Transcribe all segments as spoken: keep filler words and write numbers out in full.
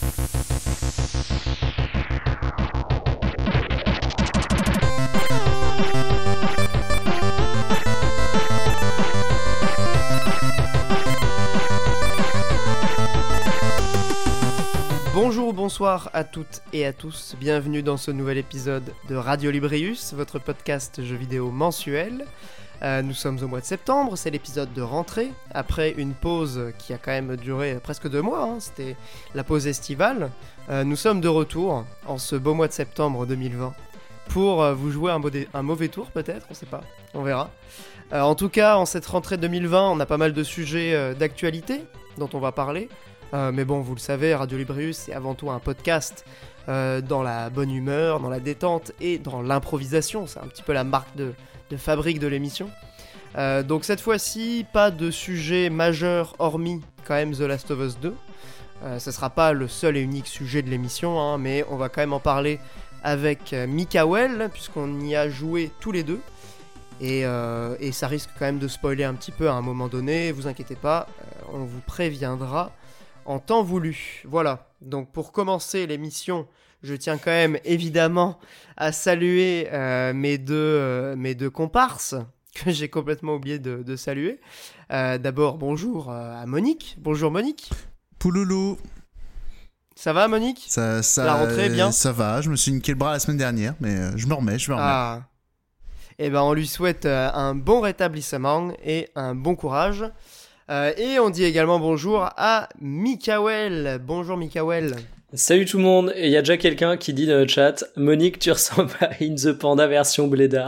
Bonjour ou bonsoir à toutes et à tous, bienvenue dans ce nouvel épisode de Radio Librius, votre podcast jeux vidéo mensuel. Euh, nous sommes au mois de septembre, c'est l'épisode de rentrée, après une pause qui a quand même duré presque deux mois, hein, c'était la pause estivale. Euh, nous sommes de retour en ce beau mois de septembre deux mille vingt pour euh, vous jouer un, mauvais, un mauvais tour peut-être, on sait pas, on verra. Euh, en tout cas, en cette rentrée deux mille vingt, on a pas mal de sujets euh, d'actualité dont on va parler. Euh, mais bon, vous le savez, Radio Librius, c'est avant tout un podcast euh, dans la bonne humeur, dans la détente et dans l'improvisation. C'est un petit peu la marque de, de fabrique de l'émission. Euh, donc cette fois-ci, pas de sujet majeur hormis quand même The Last of Us deux. Euh, ce sera pas le seul et unique sujet de l'émission, hein, mais on va quand même en parler avec euh, Mikael, puisqu'on y a joué tous les deux. Et, euh, et ça risque quand même de spoiler un petit peu à un moment donné, vous inquiétez pas, euh, on vous préviendra en temps voulu. Voilà, donc pour commencer l'émission, je tiens quand même évidemment à saluer euh, mes, deux, euh, mes deux comparses, que j'ai complètement oublié de, de saluer. Euh, d'abord, bonjour euh, à Monique. Bonjour Monique. Pouloulou. Ça va Monique ? Ça, ça, La rentrée, bien ? Ça va, je me suis niqué le bras la semaine dernière, mais euh, je me remets, je me remets. Ah. Eh ben on lui souhaite euh, un bon rétablissement et un bon courage. Euh, et on dit également bonjour à Mikael. Bonjour Mikael. Salut tout le monde, et il y a déjà quelqu'un qui dit dans le chat « Monique, tu ressembles à In the Panda version blédard. »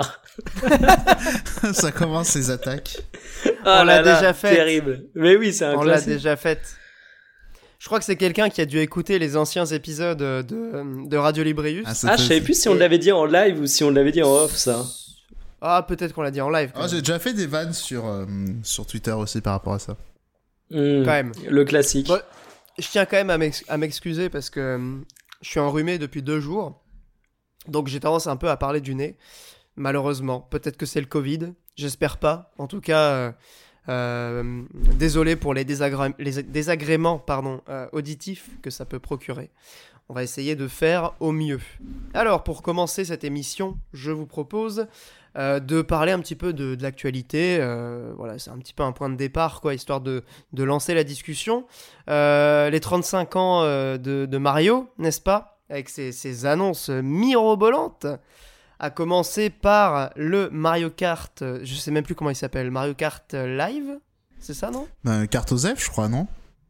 Ça commence les attaques. Oh on l'a déjà fait. Terrible. Mais oui, c'est un on classique. On l'a déjà fait. Je crois que c'est quelqu'un qui a dû écouter les anciens épisodes de, de Radio Librius. Ah, ah je savais plus si on l'avait dit en live ou si on l'avait dit en off, ça. Ah, peut-être qu'on l'a dit en live. Oh, j'ai déjà fait des vannes sur, euh, sur Twitter aussi par rapport à ça. Mmh, quand même. Le classique. Bon, je tiens quand même à, m'ex- à m'excuser parce que euh, je suis enrhumé depuis deux jours. Donc j'ai tendance un peu à parler du nez. Malheureusement. Peut-être que c'est le Covid. J'espère pas. En tout cas, euh, euh, désolé pour les, désagré- les désagréments pardon, euh, auditifs que ça peut procurer. On va essayer de faire au mieux. Alors, pour commencer cette émission, je vous propose euh, de parler un petit peu de, de l'actualité. Euh, voilà, c'est un petit peu un point de départ, quoi, histoire de, de lancer la discussion. Euh, les trente-cinq ans euh, de, de Mario, n'est-ce pas ? Avec ses, ses annonces mirobolantes. À commencer par le Mario Kart, je sais même plus comment il s'appelle, Mario Kart Live ? C'est ça, non ? Bah, Kart Osef, je crois, non ?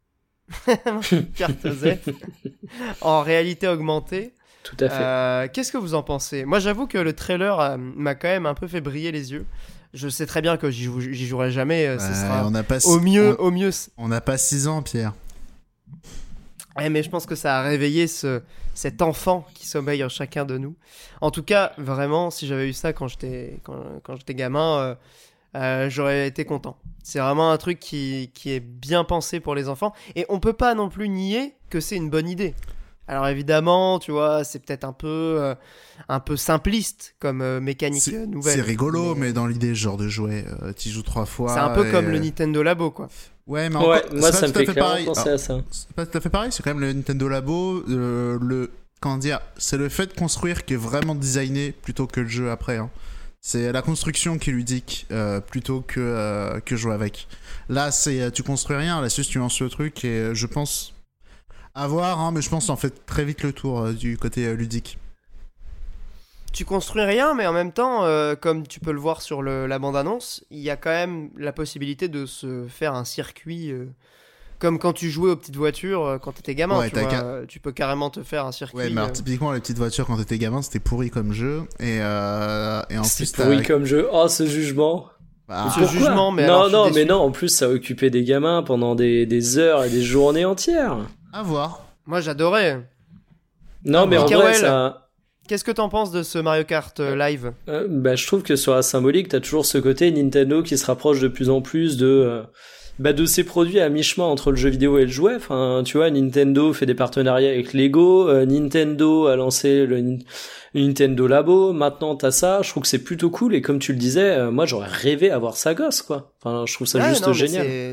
Carte Z en réalité augmentée. Tout à fait. Euh, qu'est-ce que vous en pensez ? Moi, j'avoue que le trailer euh, m'a quand même un peu fait briller les yeux. Je sais très bien que j'y, jou- j'y jouerai jamais. Euh, bah, ce sera on a pas au mieux, on, au mieux. On n'a pas six ans, Pierre. Ouais, mais je pense que ça a réveillé ce, cet enfant qui sommeille en chacun de nous. En tout cas, vraiment, si j'avais eu ça quand j'étais, quand, quand j'étais gamin, euh, euh, j'aurais été content. C'est vraiment un truc qui, qui est bien pensé pour les enfants. Et on peut pas non plus nier que c'est une bonne idée. Alors évidemment, tu vois, c'est peut-être un peu, euh, un peu simpliste comme euh, mécanique c'est, nouvelle. C'est rigolo, mais, mais dans l'idée, ce genre de jouet, euh, t'y joues trois fois. C'est un peu et... comme le Nintendo Labo, quoi. Ouais, mais ouais, encore, moi c'est ça me pas tout fait à fait clairement pareil. penser Alors, à ça. C'est pas tout à fait pareil, c'est quand même le Nintendo Labo. Euh, le, comment dire, c'est le fait de construire qui est vraiment designé plutôt que le jeu après. Hein. C'est la construction qui est ludique euh, plutôt que, euh, que jouer avec. Là, c'est, tu construis rien, là, c'est juste tu lances le truc et euh, je pense à voir, hein, mais je pense en fait très vite le tour euh, du côté euh, ludique. Tu construis rien, mais en même temps, euh, comme tu peux le voir sur le, la bande-annonce, il y a quand même la possibilité de se faire un circuit... Euh... Comme quand tu jouais aux petites voitures euh, quand t'étais gamin, ouais, tu vois, ca... euh, tu peux carrément te faire un circuit. Ouais, mais alors, euh... typiquement les petites voitures quand t'étais gamin, c'était pourri comme jeu et euh, et en c'était plus pourri t'as... comme jeu. Oh, ce jugement. Bah, ce jugement, mais non, alors, non, je suis mais non. En plus, ça occupait des gamins pendant des des heures et des journées entières. À voir. Moi, j'adorais. Non, mais en Mikael, vrai, ça. Qu'est-ce que t'en penses de ce Mario Kart euh, Live ? euh, Bah, je trouve que sur la symbolique, t'as toujours ce côté Nintendo qui se rapproche de plus en plus de. Euh... Bah de ces produits à mi-chemin entre le jeu vidéo et le jouet. Enfin, tu vois, Nintendo fait des partenariats avec Lego, euh, Nintendo a lancé le, le Nintendo Labo, maintenant t'as ça, je trouve que c'est plutôt cool, et comme tu le disais, euh, moi j'aurais rêvé avoir ça gosse, quoi. Enfin, je trouve ça ouais, juste non, génial. C'est...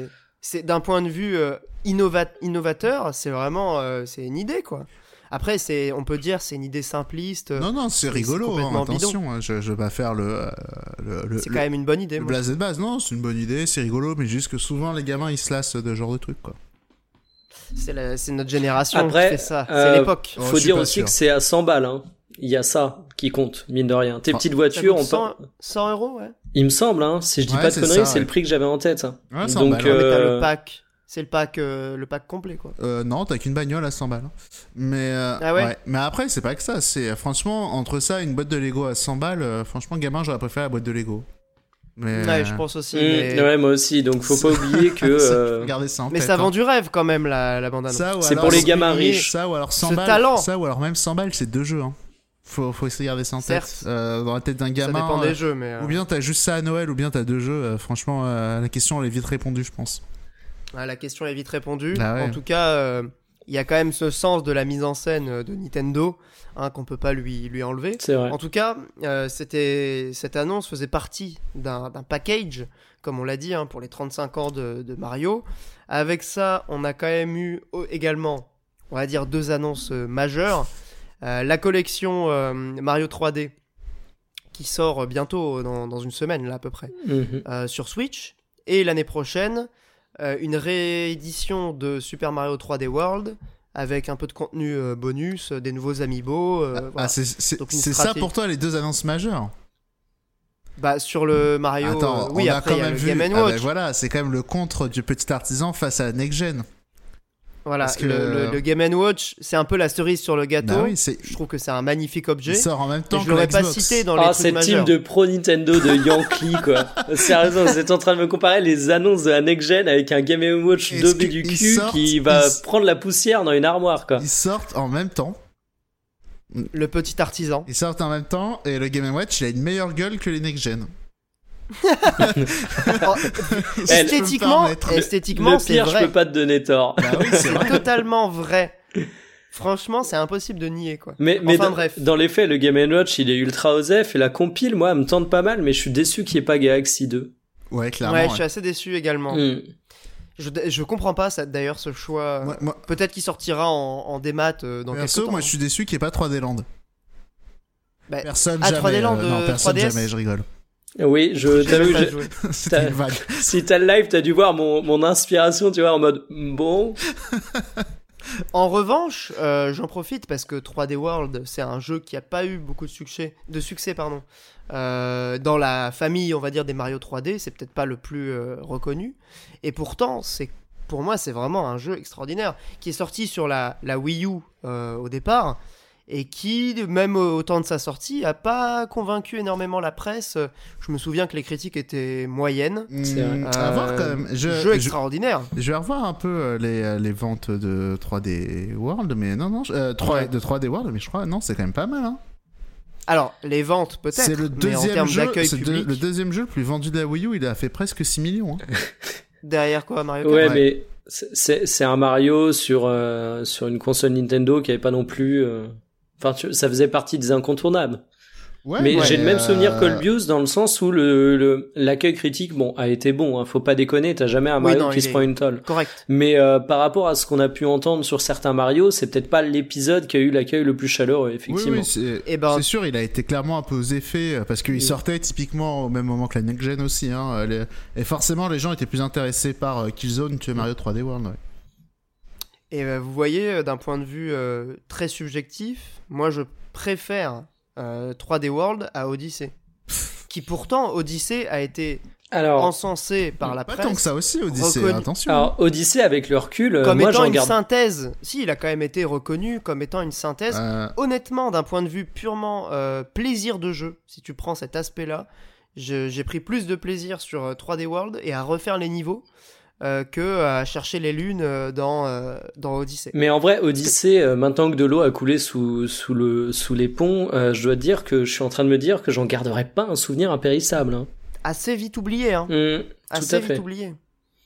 c'est d'un point de vue euh, innova- innovateur, c'est vraiment euh, c'est une idée quoi. Après, c'est, on peut dire c'est une idée simpliste. Non, non, c'est rigolo, c'est hein, attention, hein, je, je vais pas faire le... euh, le, le c'est le, quand même une bonne idée. le Moi. blasé de base, non, c'est une bonne idée, c'est rigolo, mais juste que souvent les gamins ils se lassent de ce genre de trucs, quoi. C'est, la, c'est notre génération Après, qui fait ça, euh, c'est l'époque. Oh, Faut je suis dire pas aussi sûr. que c'est à cent balles, hein. Il y a ça qui compte, mine de rien. Tes Ah, petites Ça voitures, coûte on cent, peut... cent euros, ouais. Il me semble, hein, si je dis Ouais, pas de c'est conneries, ça, c'est ouais. le prix que j'avais en tête. Hein. Ouais, cent Donc, balles, Ouais, mais t'as euh, le pack, c'est le pack, euh, le pack complet quoi. Euh, non, t'as qu'une bagnole à cent balles. hein. Mais, euh, Ah ouais Mais après, c'est pas que ça. C'est franchement, entre ça et une boîte de Lego à cent balles, euh, franchement, gamin, j'aurais préféré la boîte de Lego. Mais, Ouais, euh, je pense aussi. Mmh, mais ouais, moi aussi. Donc, faut pas oublier que ça, euh, Regardez ça en mais tête, ça hein. vend du rêve quand même la, la bande annonce. Ça, ou c'est alors- pour les gamins riches. Ça ou alors cent Ce balles. talent. Ça ou alors même cent balles, c'est deux jeux. Hein. Faut, faut essayer de garder ça en tête. Certes. Euh, dans la tête d'un Ça gamin. dépend euh, des jeux, mais. euh, Ou bien t'as juste ça à Noël, ou bien t'as deux jeux. Euh, franchement, euh, la question elle est vite répondue, je pense. Ah, la question est vite répondue. Ah ouais. En tout cas, euh, il y a quand même ce sens de la mise en scène euh, de Nintendo hein, qu'on peut pas lui, lui enlever. c'est vrai. En tout cas, euh, c'était, cette annonce faisait partie d'un, d'un package, comme on l'a dit, hein, pour les trente-cinq ans de, de Mario. Avec ça, on a quand même eu oh, également, on va dire, deux annonces euh, majeures. Euh, la collection euh, Mario trois D, qui sort bientôt, dans, dans une semaine, là, à peu près, Mhm. euh, sur Switch. Et l'année prochaine, euh, une réédition de Super Mario trois D World, avec un peu de contenu euh, bonus, euh, des nouveaux amiibo. euh, Ah, voilà. c'est c'est- Donc une c'est ça stratégie. pour toi les deux annonces majeures. Bah, sur le Mario, Attends, euh, oui, on a après, quand il y a même le vu. Game and Ah bah Watch. voilà, c'est quand même le contre du petit artisan face à la next gen. Voilà, parce que- le, le- le Game and Watch, c'est un peu la cerise sur le gâteau. Bah oui, c'est. Je trouve que c'est un magnifique objet. Il sort en même Et temps je que l'aurais pas l'Xbox. cité dans les Ah, trucs cette majeurs. team de pro Nintendo de Yankee, quoi. Sérieusement, vous êtes en train de me comparer les annonces de la next gen avec un Game and Watch Est-ce daubé que du ils cul sortent- qui va ils- prendre la poussière dans une armoire, quoi. Ils sortent en même temps. Le petit artisan. Ils sortent en même temps et le Game and Watch il a une meilleure gueule que les next gen. Oh, esthétiquement, permettre. esthétiquement, Le c'est pire, je vrai. peux pas te donner tort. Bah oui, c'est C'est vrai. totalement vrai. Franchement, c'est impossible de nier, quoi. Mais, mais Enfin, dans, bref. dans les faits, le Game and Watch, il est ultra osef et la compile, moi, elle me tente pas mal, mais je suis déçu qu'il n'y ait pas Galaxy deux. Ouais, clairement. Ouais, ouais. je suis assez déçu également. Hmm. Je, je comprends pas ça, d'ailleurs ce choix. Moi, moi, Peut-être qu'il sortira en, en démat euh, dans quelques perso, temps. moi je suis déçu qu'il n'y ait pas trois D Land. Bah, Personne ah, jamais. trois D Land, euh, non, euh, personne trois D S? jamais, je rigole. Oui, je, j'ai t'as même vu, pas j'ai- joué. C'était T'as- une vague. si t'as le live, t'as dû voir mon, mon inspiration, tu vois, en mode, bon, En revanche, euh, j'en profite parce que trois D World, c'est un jeu qui a pas eu beaucoup de succès, de succès pardon. Euh, dans la famille, on va dire, des Mario trois D, c'est peut-être pas le plus euh, reconnu. Et pourtant, c'est pour moi, c'est vraiment un jeu extraordinaire qui est sorti sur la, la Wii U euh, au départ et qui, même au, au temps de sa sortie, a pas convaincu énormément la presse. Je me souviens que les critiques étaient moyennes. C'est vrai. Hmm, à voir Euh, quand même. Je, jeu je, extraordinaire. je vais revoir un peu euh, les, euh, les ventes de trois D World, mais non, non, je- euh, trois Ouais. de trois D World, mais je crois, non, c'est quand même pas mal. Hein. Alors, les ventes peut-être, C'est le mais en deuxième termes jeu, d'accueil c'est de- public, le deuxième jeu le plus vendu de la Wii U, il a fait presque six millions. Hein. derrière quoi, Mario Kart ouais, Ouais. mais c'est- c'est c'est un Mario sur, euh, sur une console Nintendo qui avait pas non plus, euh, enfin, tu- ça faisait partie des incontournables. Ouais, Mais ouais, j'ai le même euh, souvenir que le Bios dans le sens où le, le, l'accueil critique, bon, a été bon, hein, faut pas déconner, t'as jamais un Oui, Mario non, qui il se est- prend une tôle. Correct. Mais euh, par rapport à ce qu'on a pu entendre sur certains Mario, c'est peut-être pas l'épisode qui a eu l'accueil le plus chaleureux, Oui, effectivement. oui, c'est Eh ben- c'est sûr, il a été clairement un peu aux effets euh, parce qu'il Oui. sortait typiquement au même moment que la next gen aussi. Hein, euh, les- Et forcément, les gens étaient plus intéressés par euh, Killzone que Mario trois D World. Ouais. Et euh, vous voyez, euh, d'un point de vue euh, très subjectif, moi je préfère euh, trois D World à Odyssey. Qui pourtant, Odyssey a été Alors, encensé par la Pas presse tant que ça aussi, Odyssey, reconnu- attention. alors, Odyssey avec le recul, euh, comme moi étant j'en une garde. synthèse. Si, il a quand même été reconnu comme étant une synthèse. Euh, Honnêtement, d'un point de vue purement euh, plaisir de jeu, si tu prends cet aspect-là, je- j'ai pris plus de plaisir sur euh, trois D World et à refaire les niveaux euh, que à chercher les lunes euh, dans, euh, dans Odyssey. Mais en vrai, Odyssey, euh, maintenant que de l'eau a coulé sous, sous, le, sous les ponts, euh, je dois te dire que je suis en train de me dire que j'en garderai pas un souvenir impérissable. Hein. Assez vite oublié, hein. Hum, tout Assez à vite fait. oublié.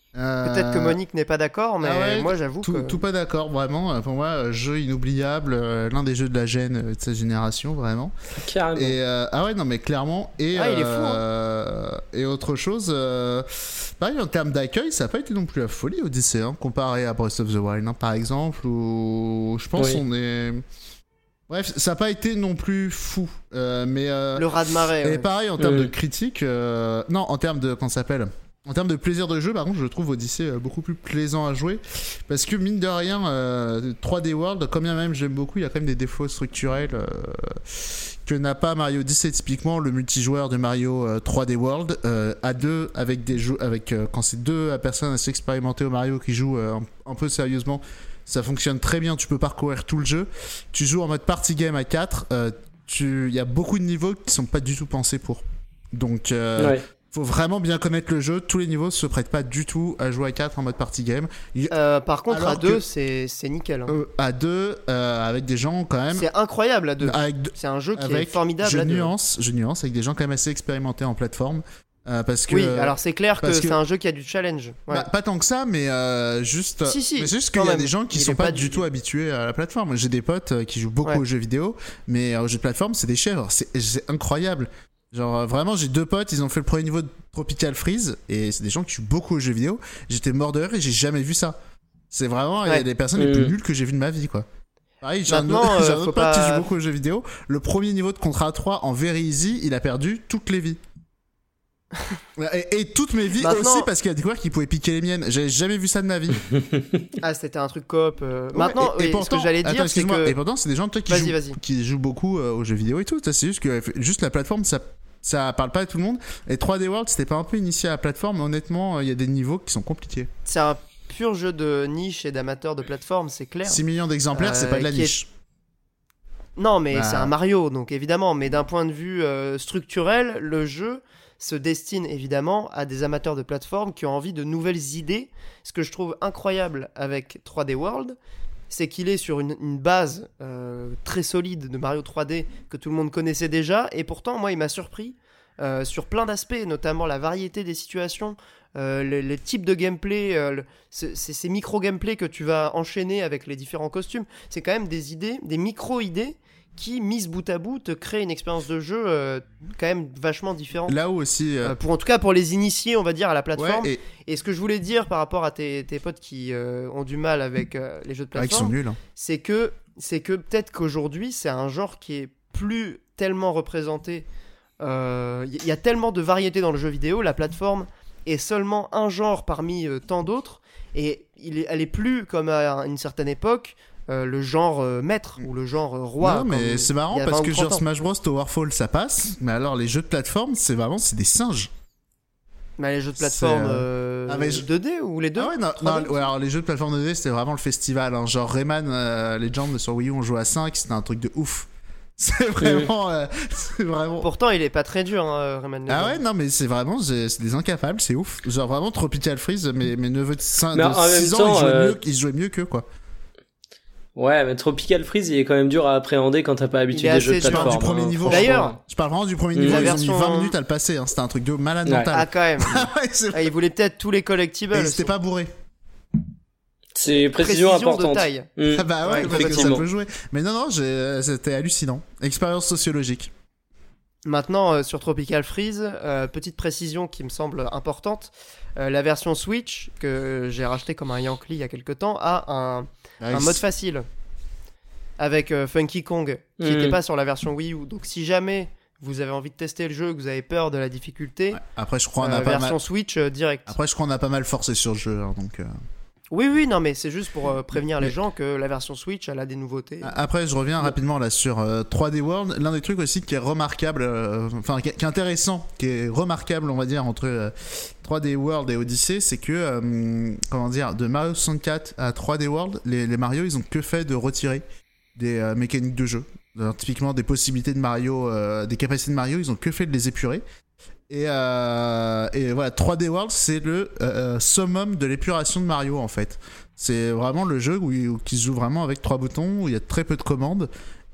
Euh... Peut-être que Monique n'est pas d'accord, mais ah ouais, moi j'avoue tout, que... Tout pas d'accord, vraiment. Pour moi, jeu inoubliable, euh, l'un des jeux de la gêne de sa génération, vraiment. Carrément. Et, euh, ah ouais, non mais clairement. Et, ah, il est fou, euh, hein. Et autre chose, euh, pareil, en termes d'accueil, ça n'a pas été non plus la folie Odyssey, hein, comparé à Breath of the Wild, hein, par exemple, où je pense oui. on est... Bref, ça n'a pas été non plus fou, euh, mais... Euh... Le raz-de-marée. Et ouais. pareil, en termes mmh. de critique, euh... non, en termes de... Comment ça s'appelle ? En termes de plaisir de jeu, par contre, je trouve Odyssey beaucoup plus plaisant à jouer. Parce que, mine de rien, euh, trois D World, quand bien même j'aime beaucoup, il y a quand même des défauts structurels euh, que n'a pas Mario Odyssey. Typiquement, le multijoueur de Mario euh, trois D World, euh, à deux, avec des jeux, avec, euh, quand c'est deux personnes assez expérimentées au Mario qui jouent euh, un, un peu sérieusement, ça fonctionne très bien. Tu peux parcourir tout le jeu. Tu joues en mode party game à quatre. Il euh, y a beaucoup de niveaux qui sont pas du tout pensés pour. Donc... Euh, ouais. Faut vraiment bien connaître le jeu. Tous les niveaux se prêtent pas du tout à jouer à quatre en mode party game. Euh, par contre, Alors à deux, que... c'est, c'est nickel. Hein. Euh, à deux, euh, avec des gens quand même. C'est incroyable à deux. De... C'est un jeu qui avec... est formidable je à deux. Nuance, je nuance avec des gens quand même assez expérimentés en plateforme. Euh, parce que, oui, alors c'est clair que, que c'est un jeu qui a du challenge. Ouais. Bah, pas tant que ça, mais euh, juste. Si, si, mais c'est juste qu'il y a même. des gens qui Il sont pas, pas du... du tout habitués à la plateforme. J'ai des potes qui jouent beaucoup ouais. aux jeux vidéo, mais aux jeux de plateforme, c'est des chèvres. C'est, c'est incroyable. Genre vraiment, j'ai deux potes, ils ont fait le premier niveau de Tropical Freeze et c'est des gens qui jouent beaucoup aux jeux vidéo. J'étais mort de rire et j'ai jamais vu ça. C'est vraiment ouais. les personnes mmh. les plus nulles que j'ai vues de ma vie, quoi. Pareil, j'ai Maintenant, un autre, euh, j'ai un autre pote pas... qui joue beaucoup aux jeux vidéo. Le premier niveau de Contra trois en Very Easy, il a perdu toutes les vies. et, et toutes mes vies Maintenant... aussi parce qu'il a découvert qu'il pouvait piquer les miennes. J'avais jamais vu ça de ma vie. Ah, c'était un truc coop. Euh... Ouais, Maintenant, et, et oui, pourtant, ce que j'allais dire, attends, c'est que... Et pourtant, c'est des gens toi, qui, vas-y, jouent, vas-y. qui jouent beaucoup euh, aux jeux vidéo et tout. C'est juste que juste la plateforme, ça... ça parle pas à tout le monde. Et trois D World, c'était pas un peu initié à la plateforme, mais honnêtement, il y a des niveaux qui sont compliqués. C'est un pur jeu de niche et d'amateurs de plateforme, c'est clair. six millions d'exemplaires, euh, c'est pas de la niche. Est... Non, mais bah... c'est un Mario, donc évidemment. Mais d'un point de vue euh, structurel, le jeu se destine évidemment à des amateurs de plateforme qui ont envie de nouvelles idées. Ce que je trouve incroyable avec trois D World, c'est qu'il est sur une, une base euh, très solide de Mario trois D que tout le monde connaissait déjà, et pourtant, moi, il m'a surpris euh, sur plein d'aspects, notamment la variété des situations, euh, les, les types de gameplay, euh, le, c'est, c'est ces micro-gameplay que tu vas enchaîner avec les différents costumes. C'est quand même des idées, des micro-idées qui, mises bout à bout, te créent une expérience de jeu euh, quand même vachement différente. Là où aussi... Euh... Euh, pour, en tout cas, pour les initiés, on va dire, à la plateforme. Ouais, et... et ce que je voulais dire par rapport à tes, tes potes qui euh, ont du mal avec euh, les jeux de plateforme, ah, ils sont nuls, hein. c'est que, c'est que peut-être qu'aujourd'hui, c'est un genre qui est plus tellement représenté. Il euh, y, y a tellement de variétés dans le jeu vidéo, la plateforme est seulement un genre parmi euh, tant d'autres, et il est, elle est plus, comme à une certaine époque, Euh, le genre euh, maître ou le genre euh, roi. Non, mais c'est marrant parce que genre ans. Smash Bros, Towerfall, ça passe, mais alors les jeux de plateforme, c'est vraiment c'est des singes. Mais les jeux de plateforme euh... Ah, mais je... deux D ou les deux ah ouais, non, non, ouais, alors les jeux de plateforme deux D, c'était vraiment le festival. Hein. Genre Rayman euh, Legend sur Wii U, on jouait à cinq, c'était un truc de ouf. C'est vraiment, euh, c'est vraiment. Pourtant, il est pas très dur, hein, Rayman Legend. Ah ouais, non, mais c'est vraiment, c'est, c'est des incapables, c'est ouf. Genre vraiment Tropical Freeze, mes, mes neveux de, cinq, de six ans, temps, ils, jouaient euh... mieux, ils jouaient mieux qu'eux, quoi. Ouais, mais Tropical Freeze, il est quand même dur à appréhender quand t'as pas l'habitude des jeux de plateforme. Je parle du premier niveau. Hein, D'ailleurs, je parle vraiment du premier niveau. Ils version... ont mis vingt minutes à le passer. Hein. C'était un truc de malade ouais. mental. Ah, quand même. ah, ils voulaient peut-être tous les collectibles. Et ils étaient pas bourrés. C'est précision, précision importante. De taille. Mmh. Ah bah ouais, ouais parce que ça peut jouer. Mais non, non, j'ai... c'était hallucinant. Expérience sociologique. Maintenant, euh, sur Tropical Freeze, euh, petite précision qui me semble importante. Euh, la version Switch, que j'ai racheté comme un Yankee il y a quelques temps, a un, ah, un mode facile. Avec euh, Funky Kong, qui n'était mmh. pas sur la version Wii U. Donc si jamais vous avez envie de tester le jeu, que vous avez peur de la difficulté, ouais. Après je crois on a euh, pas version mal... Switch euh, direct. Après je crois qu'on a pas mal forcé sur le jeu, hein, donc. Euh... Oui, oui, non, mais c'est juste pour euh, prévenir mais... les gens que la version Switch, elle a des nouveautés. Après, je reviens rapidement là sur euh, trois D World. L'un des trucs aussi qui est remarquable, enfin euh, qui, qui est intéressant, qui est remarquable, on va dire, entre euh, trois D World et Odyssey, c'est que, euh, comment dire, de Mario soixante-quatre à trois D World, les, les Mario, ils ont que fait de retirer des euh, mécaniques de jeu. Alors, typiquement, des possibilités de Mario, euh, des capacités de Mario, ils ont que fait de les épurer. Et, euh, et voilà, trois D World, c'est le euh, summum de l'épuration de Mario, en fait. C'est vraiment le jeu où, où, qui se joue vraiment avec trois boutons, où il y a très peu de commandes.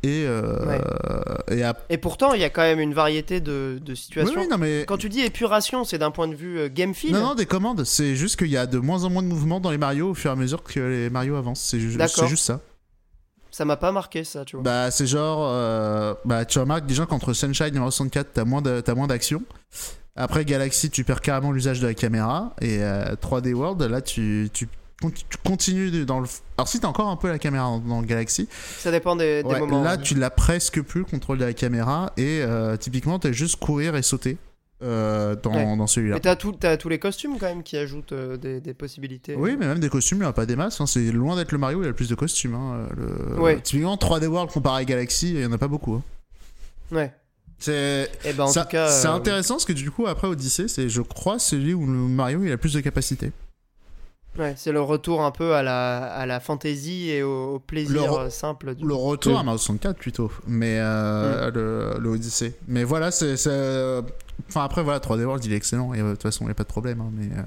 et euh, Ouais. et, à... Et pourtant, il y a quand même une variété de, de situations. Oui, oui, non, mais... Quand tu dis épuration, c'est d'un point de vue euh, game feel. Non, non, des commandes. C'est juste qu'il y a de moins en moins de mouvements dans les Mario au fur et à mesure que les Mario avancent. C'est, ju- D'accord. c'est juste ça. Ça m'a pas marqué ça, tu vois. Bah, c'est genre. euh, Bah, tu remarques déjà qu'entre Sunshine et Mario soixante-quatre, t'as moins, de... t'as moins d'action. Après Galaxy, tu perds carrément l'usage de la caméra. Et euh, trois D World, là, tu, tu... tu continues dans le. Alors, si t'as encore un peu la caméra dans, dans Galaxy. Ça dépend des, des Ouais, moments. là, ouais. tu l'as presque plus, le contrôle de la caméra. Et euh, typiquement, t'as juste courir et sauter euh, dans, Ouais. dans celui-là. Mais t'as, tout, t'as tous les costumes quand même qui ajoutent euh, des, des possibilités. Oui, mais même des costumes, il n'y en a pas des masses. Hein. C'est loin d'être le Mario où il y a le plus de costumes. Hein. Le... Ouais. Typiquement, trois D World comparé à Galaxy, il n'y en a pas beaucoup. Hein. Ouais. C'est... Et ben en Ça- tout cas. c'est euh, intéressant parce que du coup, après Odyssey, c'est, je crois, celui où le Mario il a le plus de capacité. Ouais, c'est le retour un peu à la, à la fantaisie et au, au plaisir Le re- euh, simple. Du... Le retour Oui. à Mario soixante-quatre plutôt, mais euh, le, le Odyssey. Mais voilà, c'est, c'est... Enfin après, voilà, trois D World, il est excellent. Et euh, de toute façon, il n'y a pas de problème. Hein, mais, euh,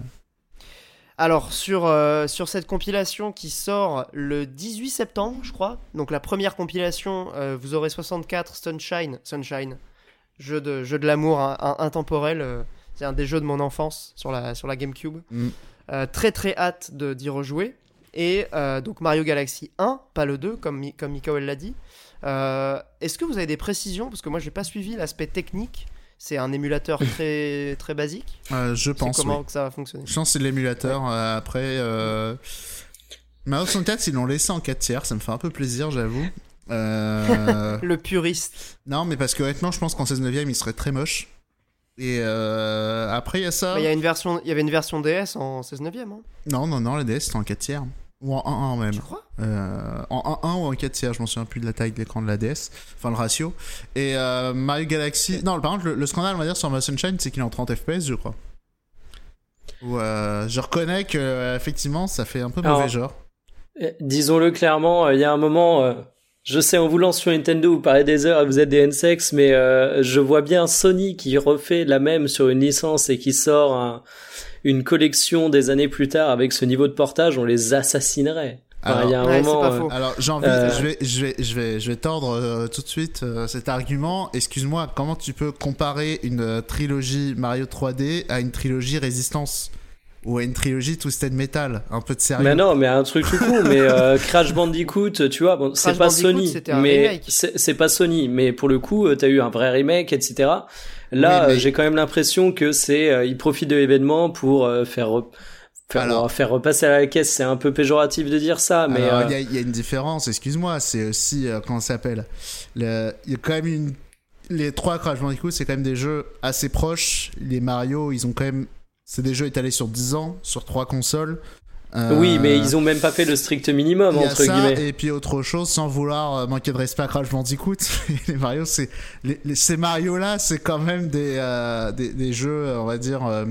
Alors, sur, euh, sur cette compilation qui sort le dix-huit septembre, je crois, donc la première compilation, euh, vous aurez soixante-quatre Sunshine, Sunshine, jeu de, jeu de l'amour hein, in- intemporel, euh, c'est un des jeux de mon enfance sur la, sur la GameCube. mm. Euh, très très hâte de, d'y rejouer. Et euh, donc Mario Galaxy un, pas le deux, comme, Mi- comme Mikael l'a dit. Euh, est-ce que vous avez des précisions? Parce que moi, j'ai pas suivi l'aspect technique. C'est un émulateur très, très basique. Euh, je pense. C'est comment oui. que ça va fonctionner? Je pense que c'est l'émulateur. euh, après, euh... Mario soixante-quatre, ils l'ont laissé en quatre tiers. Ça me fait un peu plaisir, j'avoue. Euh... Le puriste. non, mais parce que honnêtement, je pense qu'en seize neuvième, il serait très moche. Et euh... après, il y a ça. Mais il y a une version, il y avait une version D S en seize neuvième. Hein. Non, non, non, la D S, c'était en quatre tiers. Ou en un un même. Tu crois? Euh, en un un ou en quatre tiers, je m'en souviens plus de la taille de l'écran de la D S, enfin le ratio. Et euh, Mario Galaxy. Non, par contre, le, le scandale, on va dire, sur Mario Sunshine, c'est qu'il est en trente F P S, je crois. Ou euh, je reconnais que, euh, effectivement, ça fait un peu mauvais Alors, genre. Eh, disons-le clairement, il y a un moment, euh, je sais, en vous lançant sur Nintendo, vous parlez des heures et vous êtes des N-Sex, mais euh, je vois bien Sony qui refait la même sur une licence et qui sort un, une collection des années plus tard avec ce niveau de portage, on les assassinerait. Enfin, Alors- il y a un Ouais, c'est moment. pas euh, faux. Alors, j'ai envie, Euh. je, vais, je, vais, je, vais, je vais tordre euh, tout de suite euh, cet argument. Excuse-moi, comment tu peux comparer une euh, trilogie Mario trois D à une trilogie Résistance? Ou à une trilogie Twisted Metal? Un peu de sérieux. Mais non, mais un truc tout con. Mais euh, Crash Bandicoot, tu vois, bon, c'est Crash pas Bandicoot, Sony, c'était un mais remake. c'est c'est pas Sony. Mais pour le coup, euh, t'as eu un vrai remake, et cetera. Là, Oui, mais- euh, j'ai quand même l'impression que c'est, euh, ils profitent de l'événement pour euh, faire re- faire, Alors- bon, faire repasser à la caisse. C'est un peu péjoratif de dire ça, mais Alors, euh, il y, a- il y a une différence, excuse-moi, c'est aussi, euh, comment ça s'appelle le- Il y a quand même une... Les trois Crash Bandicoot, c'est quand même des jeux assez proches. Les Mario, ils ont quand même... C'est des jeux étalés sur dix ans, sur trois consoles. Euh, oui, mais ils ont même pas fait le strict minimum il y a entre ça, guillemets. et puis autre chose, sans vouloir euh, manquer de respect à Crash Bandicoot, les Mario, c'est les, les- ces Mario là, c'est quand même des, euh, des des jeux, on va dire, euh,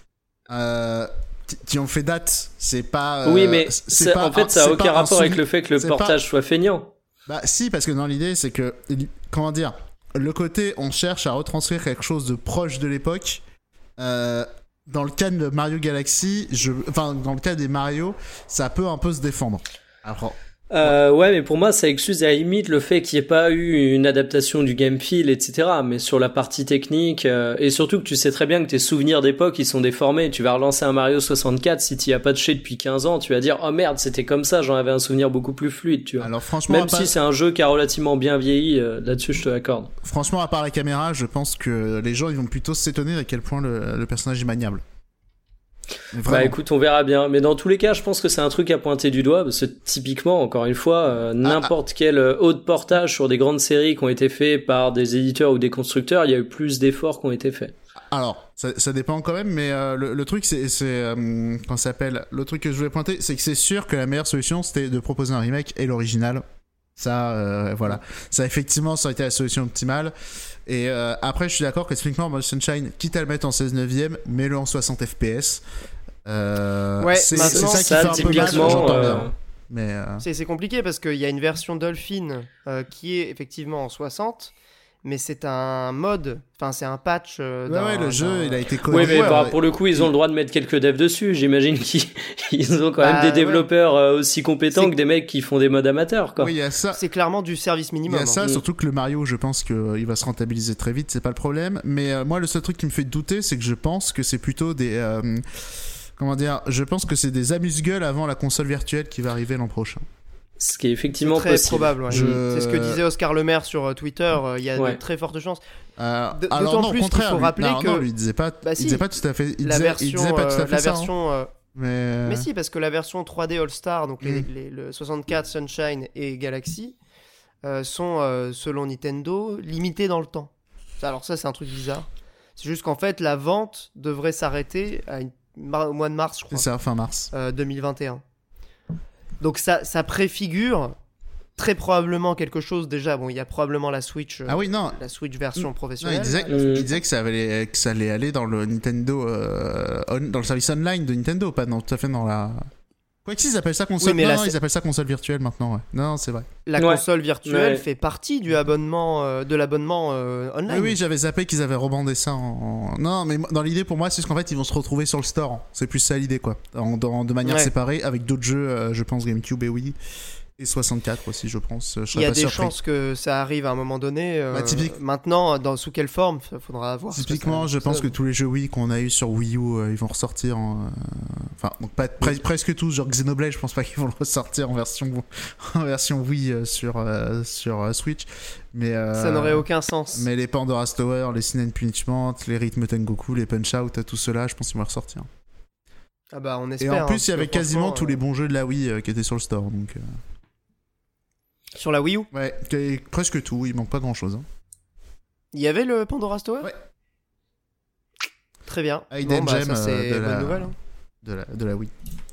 euh, qui, qui ont fait date. C'est pas. euh, Oui, mais c'est c'est- pas en fait, un- ça a c'est aucun pas un rapport avec souvenir- le fait que le c'est pas- portage soit feignant. Bah si, parce que dans l'idée, c'est que comment dire, le côté on cherche à retranscrire quelque chose de proche de l'époque. Euh, dans le cas de Mario Galaxy, je, enfin dans le cas des Mario, ça peut un peu se défendre. Alors, Euh, ouais, mais pour moi, ça excuse à la limite le fait qu'il n'y ait pas eu une adaptation du game feel, et cetera. Mais sur la partie technique, euh, et surtout que tu sais très bien que tes souvenirs d'époque, ils sont déformés. Tu vas relancer un Mario soixante-quatre, si tu y as pas touché depuis quinze ans, tu vas dire, oh merde, c'était comme ça, j'en avais un souvenir beaucoup plus fluide, tu vois. alors franchement, Même à part- si c'est un jeu qui a relativement bien vieilli, euh, là-dessus, je te l'accorde. franchement, à part la caméra, je pense que les gens ils vont plutôt s'étonner à quel point le, le personnage est maniable. Mais Bah vraiment. écoute, on verra bien. Mais dans tous les cas, je pense que c'est un truc à pointer du doigt, parce que typiquement, encore une fois, euh, n'importe quel euh, haut de portage sur des grandes séries qui ont été faits par des éditeurs ou des constructeurs, il y a eu plus d'efforts qui ont été faits. Alors, ça, ça dépend quand même, mais euh, le, le truc, c'est, c'est euh, comment ça s'appelle, le truc que je voulais pointer, c'est que c'est sûr que la meilleure solution, c'était de proposer un remake et l'original. Ça, euh, voilà. Ça, effectivement, ça aurait été la solution optimale. Et euh, après, je suis d'accord que typiquement, Mario Sunshine, quitte à le mettre en seize neuvième, mets-le en soixante F P S. Euh, Ouais, c'est, c'est maintenant, ça qui ça, fait un peu mal, typiquement, j'entends euh, bien. Mais euh, C'est, c'est compliqué parce qu'il y a une version Dolphin euh, qui est effectivement en soixante, mais c'est un mode, enfin c'est un patch. Euh, ouais, ouais, le jeu, d'un... il a été codé. Oui, mais ouais, bah, ouais. pour le coup, ils ont le droit de mettre quelques devs dessus. J'imagine qu'ils ils ont quand même bah, des développeurs ouais. euh, aussi compétents c'est... que des mecs qui font des modes amateurs, quoi. Oui, il y a ça. C'est clairement du service minimum. Il y a ça, hein. surtout que le Mario, je pense qu'il va se rentabiliser très vite, c'est pas le problème. Mais euh, moi, le seul truc qui me fait douter, c'est que je pense que c'est plutôt des. Euh, comment dire ? Je pense que c'est des amuse-gueules avant la console virtuelle qui va arriver l'an prochain. Ce qui est effectivement c'est très possible. probable. Ouais. Je... C'est ce que disait Oscar Lemaire sur euh, Twitter. Il euh, y a ouais. de très fortes chances. Euh, D- alors d'autant non, plus au contraire, qu'il faut lui, rappeler non, que non, lui il disait pas, bah, il si, disait pas tout à fait, il la disait, version, il disait pas tout à euh, fait la ça. version. Hein. Euh... Mais... mais si, parce que la version trois D All Star, donc les, Mm. les, le soixante-quatre, Sunshine et Galaxy, euh, sont euh, selon Nintendo limités dans le temps. Alors ça, c'est un truc bizarre. C'est juste qu'en fait, la vente devrait s'arrêter à une... au mois de mars, je crois. C'est ça, fin mars. Euh, deux mille vingt et un. Donc ça, ça préfigure très probablement quelque chose déjà. Bon, il y a probablement la Switch, euh, Ah oui, non. la Switch version Non, professionnelle. il, disait, Mm. il disait que ça allait, que ça allait aller dans le Nintendo, euh, on, dans le service online de Nintendo, pas dans, tout à fait dans la. Quoi que si, ils appellent ça console. Oui, mais non, là, non, c'est- ils appellent ça console virtuelle maintenant. Ouais. Non, non, c'est vrai. La Ouais. console virtuelle Ouais. fait partie du abonnement, euh, de l'abonnement euh, online. Oui, oui, j'avais zappé qu'ils avaient rebandé ça en. en- Non, mais dans l'idée pour moi, c'est qu'en fait, ils vont se retrouver sur le store. C'est plus ça l'idée, quoi. En, dans- de manière Ouais. séparée, avec d'autres jeux, euh, je pense GameCube et Wii. Et soixante-quatre aussi, je pense. Je Il serais y a pas des surpris. chances que ça arrive à un moment donné. euh, Bah, typique- Maintenant, dans sous quelle forme, il faudra voir. Typiquement, parce que je ça- pense que tous les jeux Wii qu'on a eu sur Wii U, euh, ils vont ressortir en. euh, Enfin, donc pas, pre- presque tous, genre Xenoblade, je pense pas qu'ils vont le ressortir en version, en version Wii euh, sur, euh, sur euh, Switch. Mais, euh, ça n'aurait aucun sens. Mais les Pandora's Tower, les Sin and Punishment, les Rhythm Tengoku, les Punch-Out, tout cela, je pense qu'ils vont ressortir. Ah bah, on Et espère. en plus, hein, il y avait parce que quasiment franchement, tous les euh, bons jeux de la Wii euh, qui étaient sur le store. Donc, euh, Sur la Wii U, ouais, et presque tout, il manque pas grand chose. Hein. il y avait le Pandora's Tower. Ouais. Très bien. Hidden Bon, bah, Gem, ça, c'est euh, de bonne la- nouvelle. hein. De la, de la Wii.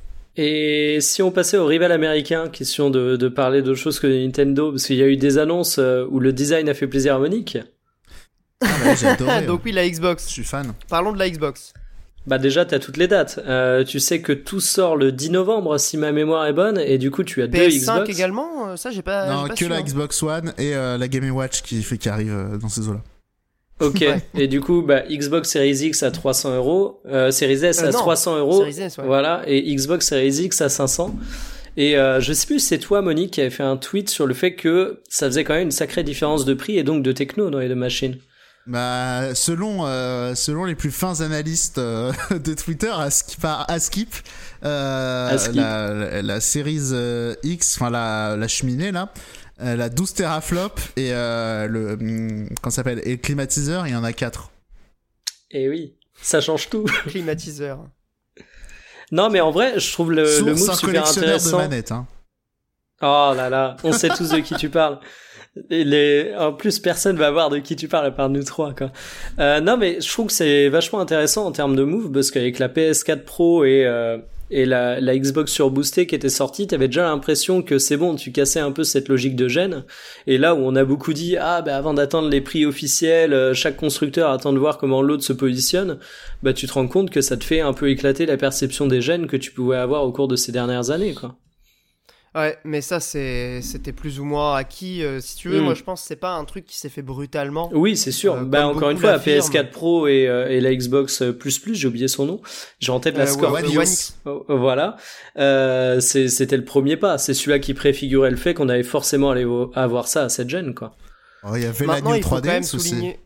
Et si on passait au rival américain, question de, de parler d'autre chose que de Nintendo, parce qu'il y a eu des annonces euh, où le design a fait plaisir à Monique. Ah bah, j'ai adoré. Donc oui, la Xbox. Je suis fan. Parlons de la Xbox. Bah déjà, t'as toutes les dates. Euh, tu sais que tout sort le dix novembre, si ma mémoire est bonne, et du coup, tu as deux P S cinq Xbox. également, euh, ça j'ai pas. non, j'ai pas que su, la hein. Xbox One et euh, la Game and Watch qui fait qui arrive euh, dans ces eaux-là. Ok. Ouais. Et du coup, bah, Xbox Series X à trois cents euros, euh, Series S Euh, à non, trois cents euros. Series S, ouais. Voilà. Et Xbox Series X à cinq cents. Et euh, je sais plus si c'est toi, Monique, qui avait fait un tweet sur le fait que ça faisait quand même une sacrée différence de prix et donc de techno dans les deux machines. Bah, selon, euh, selon les plus fins analystes euh, de Twitter, à skip, par Askip, euh, Askip. La, la, la Series euh, X, enfin la, la cheminée là, elle a douze teraflops et euh, le, hum, comment ça s'appelle, et le climatiseur, il y en a quatre. Et oui, ça change tout. Climatiseur. Non, mais en vrai, je trouve le, Source le move un super collectionneur intéressant. de manettes. Hein. Oh là là, on sait tous de qui tu parles. Et les... En plus, personne va voir de qui tu parles à part nous trois, quoi. Euh, non, mais je trouve que c'est vachement intéressant en termes de move, parce qu'avec la P S quatre Pro et, euh, et la, la Xbox surboostée qui était sortie, t'avais déjà l'impression que c'est bon, tu cassais un peu cette logique de gêne. Et là où on a beaucoup dit, ah, bah, avant d'attendre les prix officiels, euh, chaque constructeur attend de voir comment l'autre se positionne, bah, tu te rends compte que ça te fait un peu éclater la perception des gênes que tu pouvais avoir au cours de ces dernières années, quoi. Ouais, mais ça c'est c'était plus ou moins acquis. Euh, si tu veux, Mm. moi je pense que c'est pas un truc qui s'est fait brutalement. Oui, c'est sûr. Euh, bah comme encore une beaucoup fois, la P S l'affirment. quatre Pro et, euh, et la Xbox plus plus, j'ai oublié son nom. J'ai en tête la Euh, Scorpio. One X. Oh, oh, voilà. Euh, c'est, c'était le premier pas. C'est celui-là qui préfigurait le fait qu'on allait forcément aller vo- avoir ça à cette gêne, quoi. Oh, il y avait Maintenant, la New il faut quand même trois D S aussi. souligner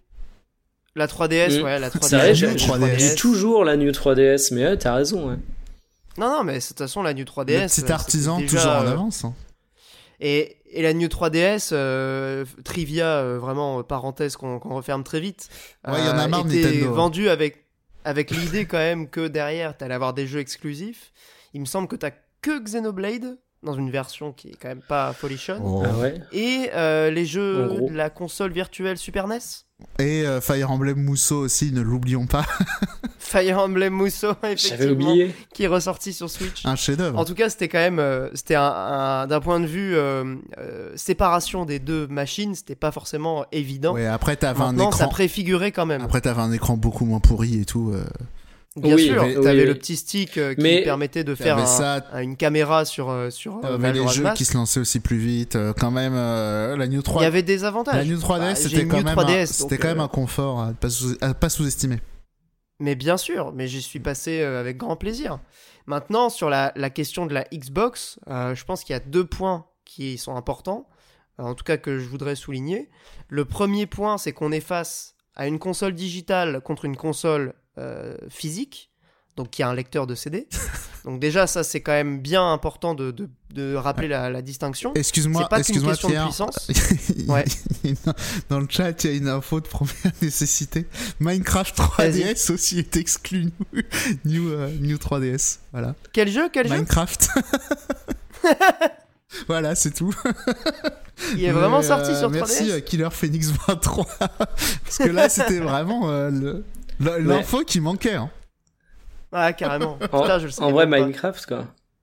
la trois D S, Mm. ouais, la trois D S. C'est vrai, New j'ai, la j'ai- trois D S. j'ai toujours la New trois D S, mais ouais, t'as raison, ouais. Non, non, mais de toute façon, la New trois D S. Le euh, petit c'était artisan déjà, toujours en euh, avance. Hein. Et, et la New trois D S, euh, trivia, euh, vraiment, euh, parenthèse qu'on qu'on referme très vite. Ouais, il y en a marre de était Nintendo, hein. vendu avec, avec l'idée quand même que derrière, t'allais avoir des jeux exclusifs. Il me semble que t'as que Xenoblade, dans une version qui est quand même pas folichonne. Oh. Ah ouais. Et euh, les En jeux gros. de la console virtuelle Super N E S. Et euh, Fire Emblem Musso aussi, ne l'oublions pas. Fire Emblem Musso, J'avais effectivement, oublié. qui est ressorti sur Switch. Un chef-d'œuvre. En tout cas, c'était quand même, euh, c'était un, un- d'un point de vue euh, euh, séparation des deux machines, c'était pas forcément évident. Ouais, après t'avais un Maintenant, ça écran. préfigurait quand même. Après t'avais un écran beaucoup moins pourri et tout. euh. Bien Oui, sûr, mais- t'avais oui, le oui. petit stick euh, qui Mais- permettait de faire mais un- ça- un- une caméra sur euh, sur euh, T'avais les Majora's jeux Mask. qui se lançaient aussi plus vite. euh, quand même, euh, la New Il trois y avait des avantages. La New trois D S, Bah, j'ai c'était une quand, New même, trois D un, S, c'était donc, quand même euh, un confort à pas, sous- à pas sous-estimer. Mais bien sûr, mais j'y suis passé euh, avec grand plaisir. Maintenant, sur la, la question de la Xbox, euh, je pense qu'il y a deux points qui sont importants, euh, en tout cas que je voudrais souligner. Le premier point, c'est qu'on est face à une console digitale contre une console euh, physique, donc qui a un lecteur de C D. Donc déjà, ça, c'est quand même bien important de, de, de rappeler la, la distinction. Excuse-moi, C'est pas qu'une excuse-moi, question de Pierre. puissance. Il- Ouais. Dans le chat, il y a une info de première nécessité. Minecraft trois D S aussi est exclu New, new, euh, New trois D S. Voilà. Quel jeu, quel jeu Minecraft. Voilà, c'est tout. Il est vraiment Mais, sorti euh, sur trois D S. Merci euh, Killer Phoenix vingt-trois. Parce que là, c'était vraiment euh, le- le- l'info qui manquait. Hein. Ah, carrément. En, Putain, je le savais en vrai, même pas. Minecraft, quoi.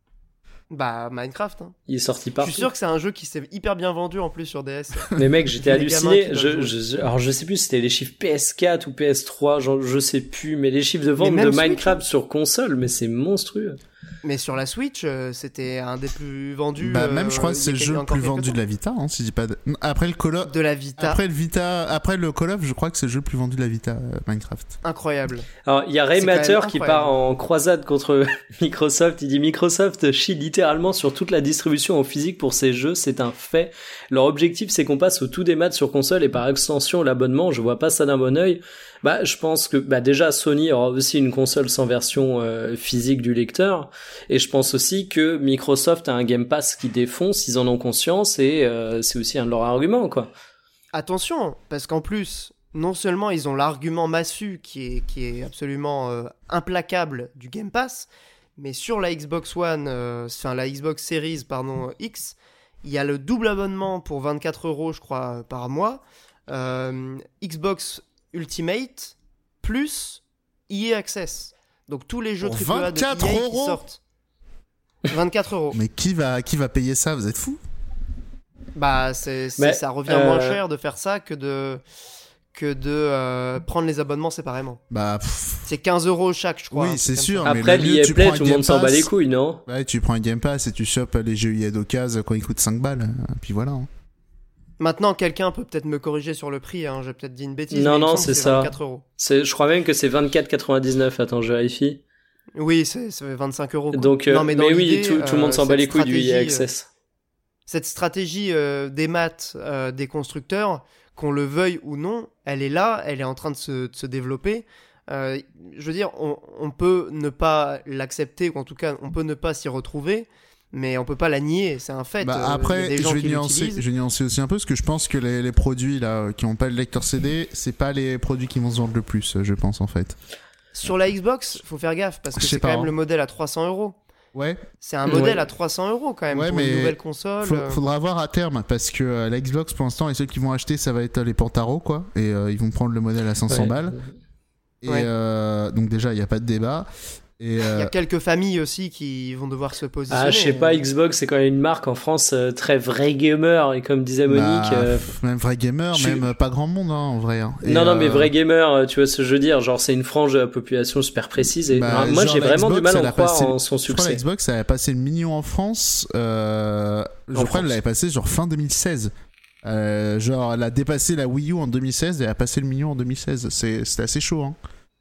Bah, Minecraft. Hein. Il est sorti Je partout. suis sûr que c'est un jeu qui s'est hyper bien vendu en plus sur D S. Mais mec, j'étais J'ai des gamins halluciné. qui Je, doivent je, je- alors je sais plus si c'était les chiffres P S quatre ou P S trois, genre, je sais plus, mais les chiffres de vente même de Switch, Minecraft sur console, mais c'est monstrueux. Mais sur la Switch, euh, c'était un des plus vendus. Bah, même, je crois euh, que il y c'est a le quel- jeu le encore plus quelques vendu temps. de la Vita. Hein, si je dis pas de... Après le Call of. De la Vita. Après le Vita, après le Call of, je crois que c'est le jeu le plus vendu de la Vita, euh, Minecraft. Incroyable. Alors, il y a C'est quand même Raymater qui incroyable. part en croisade contre Microsoft. Il dit Microsoft chie littéralement sur toute la distribution en physique pour ses jeux, c'est un fait. Leur objectif, c'est qu'on passe au tout des maths sur console et par extension l'abonnement. Je vois pas ça d'un bon œil. Bah, je pense que bah déjà Sony aura aussi une console sans version euh, physique du lecteur, et je pense aussi que Microsoft a un Game Pass qui défonce, ils en ont conscience, et euh, c'est aussi un de leurs arguments, quoi. Attention, parce qu'en plus, non seulement ils ont l'argument massu qui est, qui est absolument euh, implacable du Game Pass, mais sur la Xbox One, euh, enfin la Xbox Series pardon, X, il y a le double abonnement pour vingt-quatre euros, je crois, par mois. Euh, Xbox Ultimate plus E A Access. Donc tous les jeux Pour triple A de E A vingt-quatre qui euros sortent. vingt-quatre euros. Mais qui va, qui va payer ça? Vous êtes fous? Bah, c'est, c'est- Mais, ça revient euh, moins cher de faire ça que de, que de euh, prendre les abonnements séparément. Bah, pff, C'est quinze euros chaque, je crois. oui, un truc c'est comme sûr. ça. mais Après, le mieux, l'E A tu Play, prends un tout le monde Game s'en bat Pass. les couilles, non? Ouais, tu prends un Game Pass et tu chopes les jeux I A d'occasion quand ils coûtent cinq balles. euh, Puis voilà. hein. Maintenant, quelqu'un peut peut-être me corriger sur le prix. Hein. J'ai peut-être dit une bêtise. Non, mais il me non, semble que c'est ça. vingt-quatre euros. C'est, je crois même que c'est vingt-quatre quatre-vingt-dix-neuf. Attends, je vérifie. Oui, c'est, c'est vingt-cinq euros. quoi. Donc, euh, Non, mais, mais, dans oui, l'idée, tout, tout le monde euh, s'en bat cette les couilles du E A stratégie, euh, Access. Cette stratégie euh, des maths euh, des constructeurs, qu'on le veuille ou non, elle est là, elle est en train de se, de se développer. Euh, je veux dire, on, on peut ne pas l'accepter, ou en tout cas, on peut ne pas s'y retrouver, mais on peut pas la nier, c'est un fait. Bah, Euh, il y a après, des je gens vais, qui nuancer, l'utilisent. je vais nuancer aussi un peu parce que je pense que les, les produits là qui n'ont pas le lecteur C D, c'est pas les produits qui vont se vendre le plus, je pense en fait. Sur la Xbox, faut faire gaffe, parce que Je sais c'est quand pas, même hein. le modèle à trois cents euros. Ouais, C'est un modèle Ouais. à trois cents euros quand même Ouais, pour mais une nouvelle console. Faut- euh. faudra voir à terme parce que euh, la Xbox pour l'instant, les seuls qui vont acheter, ça va être les Pantaro quoi, et euh, ils vont prendre le modèle à cinq cents Ouais. balles. Et Ouais. euh, donc déjà, il y a pas de débat. Et Il y euh, a quelques familles aussi qui vont devoir se positionner. Ah, je sais pas, Xbox, c'est quand même une marque en France euh, très vrai gamer, et comme disait Monique... bah, euh, pff, même vrai gamer, je suis- même euh, pas grand monde hein, en vrai. hein. Et, non, non, mais euh, vrai gamer, euh, tu vois ce que je veux dire, genre c'est une frange de la population super précise, et Bah, enfin, moi genre, j'ai la vraiment du Xbox, mal à elle en a croire passé- en son Je crois que la succès. Xbox, elle avait passé le million en France. Euh, je En crois qu'elle France. l'avait passé genre fin deux mille seize. Euh, genre, elle a dépassé la Wii U en deux mille seize et elle a passé le million en deux mille seize. C'est, c'était assez chaud, hein.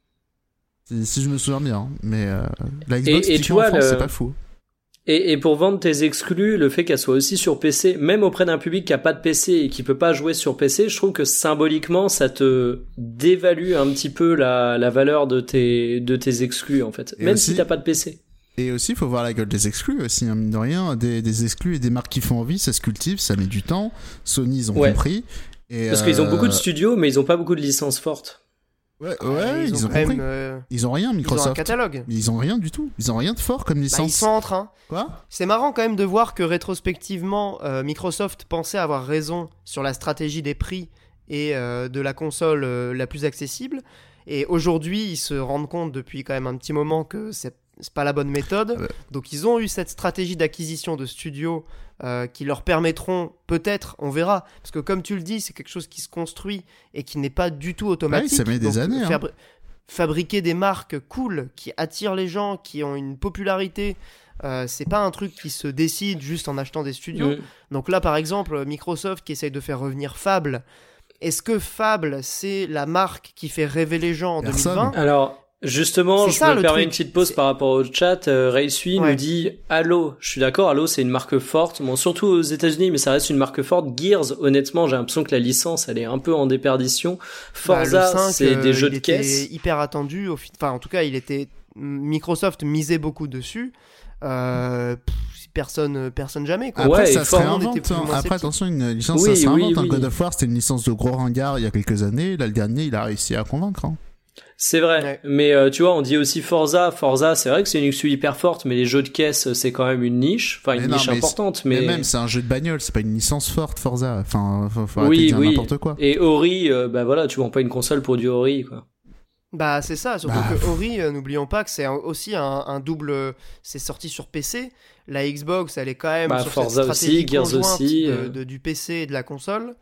Si, si je me souviens bien. hein. Mais euh, la Xbox, Et- et piquée tu vois, en France, le- c'est pas fou. Et, et pour vendre tes exclus, le fait qu'elle soit aussi sur P C, même auprès d'un public qui a pas de P C et qui peut pas jouer sur P C, je trouve que symboliquement, ça te dévalue un petit peu la, la valeur de tes, de tes exclus, en fait. Et Même aussi- si t'as pas de P C. Et aussi, il faut voir la gueule des exclus aussi, hein, mine de rien. Des, des exclus et des marques qui font envie, ça se cultive, ça met du temps. Sony, ils ont Ouais. compris. Et, Parce qu'ils ont euh, beaucoup de studios, mais ils ont pas beaucoup de licences fortes. Ouais, ouais, Ah, ils, ont, quand même, compris. euh, Ils ont rien, ils ont un Microsoft. catalogue. Ils ont rien du tout. Ils ont rien de fort comme Bah, ils licence. sont en train. Quoi? C'est marrant quand même de voir que rétrospectivement, euh, Microsoft pensait avoir raison sur la stratégie des prix et euh, de la console euh, la plus accessible. Et aujourd'hui, ils se rendent compte depuis quand même un petit moment que c'est, c'est pas la bonne méthode. Ouais. Donc ils ont eu cette stratégie d'acquisition de studios euh, qui leur permettront, peut-être, on verra, parce que comme tu le dis, c'est quelque chose qui se construit et qui n'est pas du tout automatique. Ouais, ça met des Donc, années, Faire, hein. fabriquer des marques cool qui attirent les gens, qui ont une popularité. Euh, c'est pas un truc qui se décide juste en achetant des studios. Mmh. Donc là, par exemple, Microsoft qui essaye de faire revenir Fable. Est-ce que Fable, c'est la marque qui fait rêver les gens en Personne. deux mille vingt? Alors, justement, c'est je ça, me permets truc. une petite pause c'est... par rapport au chat. Euh, Raysui ouais. nous dit Halo. Je suis d'accord, Halo, c'est une marque forte. Bon, surtout aux États-Unis, mais ça reste une marque forte. Gears, honnêtement, j'ai l'impression que la licence, elle est un peu en déperdition. Forza, bah, cinq, c'est euh, des jeux de caisse. Il était hyper attendu. Au fi... Enfin, en tout cas, il était. Microsoft misait beaucoup dessus. Euh, pff, personne, personne jamais. Quoi. Après, ouais, ça se réinvente. Hein. Après, attention, une licence, oui, ça se réinvente. Oui, oui. God of War, c'était une licence de gros ringard il y a quelques années. Là, le dernier, il a réussi à convaincre. Hein. C'est vrai, ouais. mais euh, tu vois, on dit aussi Forza. Forza, c'est vrai que c'est une exclu hyper forte, mais les jeux de caisse, c'est quand même une niche, enfin une mais niche non, mais importante. Mais... mais même, c'est un jeu de bagnole, c'est pas une licence forte, Forza. Enfin, faut, faut oui, dire oui. n'importe quoi. Et Ori, euh, bah voilà, tu vends pas une console pour du Ori, quoi. Bah c'est ça, surtout bah... que Ori, euh, n'oublions pas que c'est un, aussi un, un double, c'est sorti sur P C. La Xbox, elle est quand même bah, sur Forza cette stratégie aussi, Gears aussi, de, euh... de, du P C et de la console.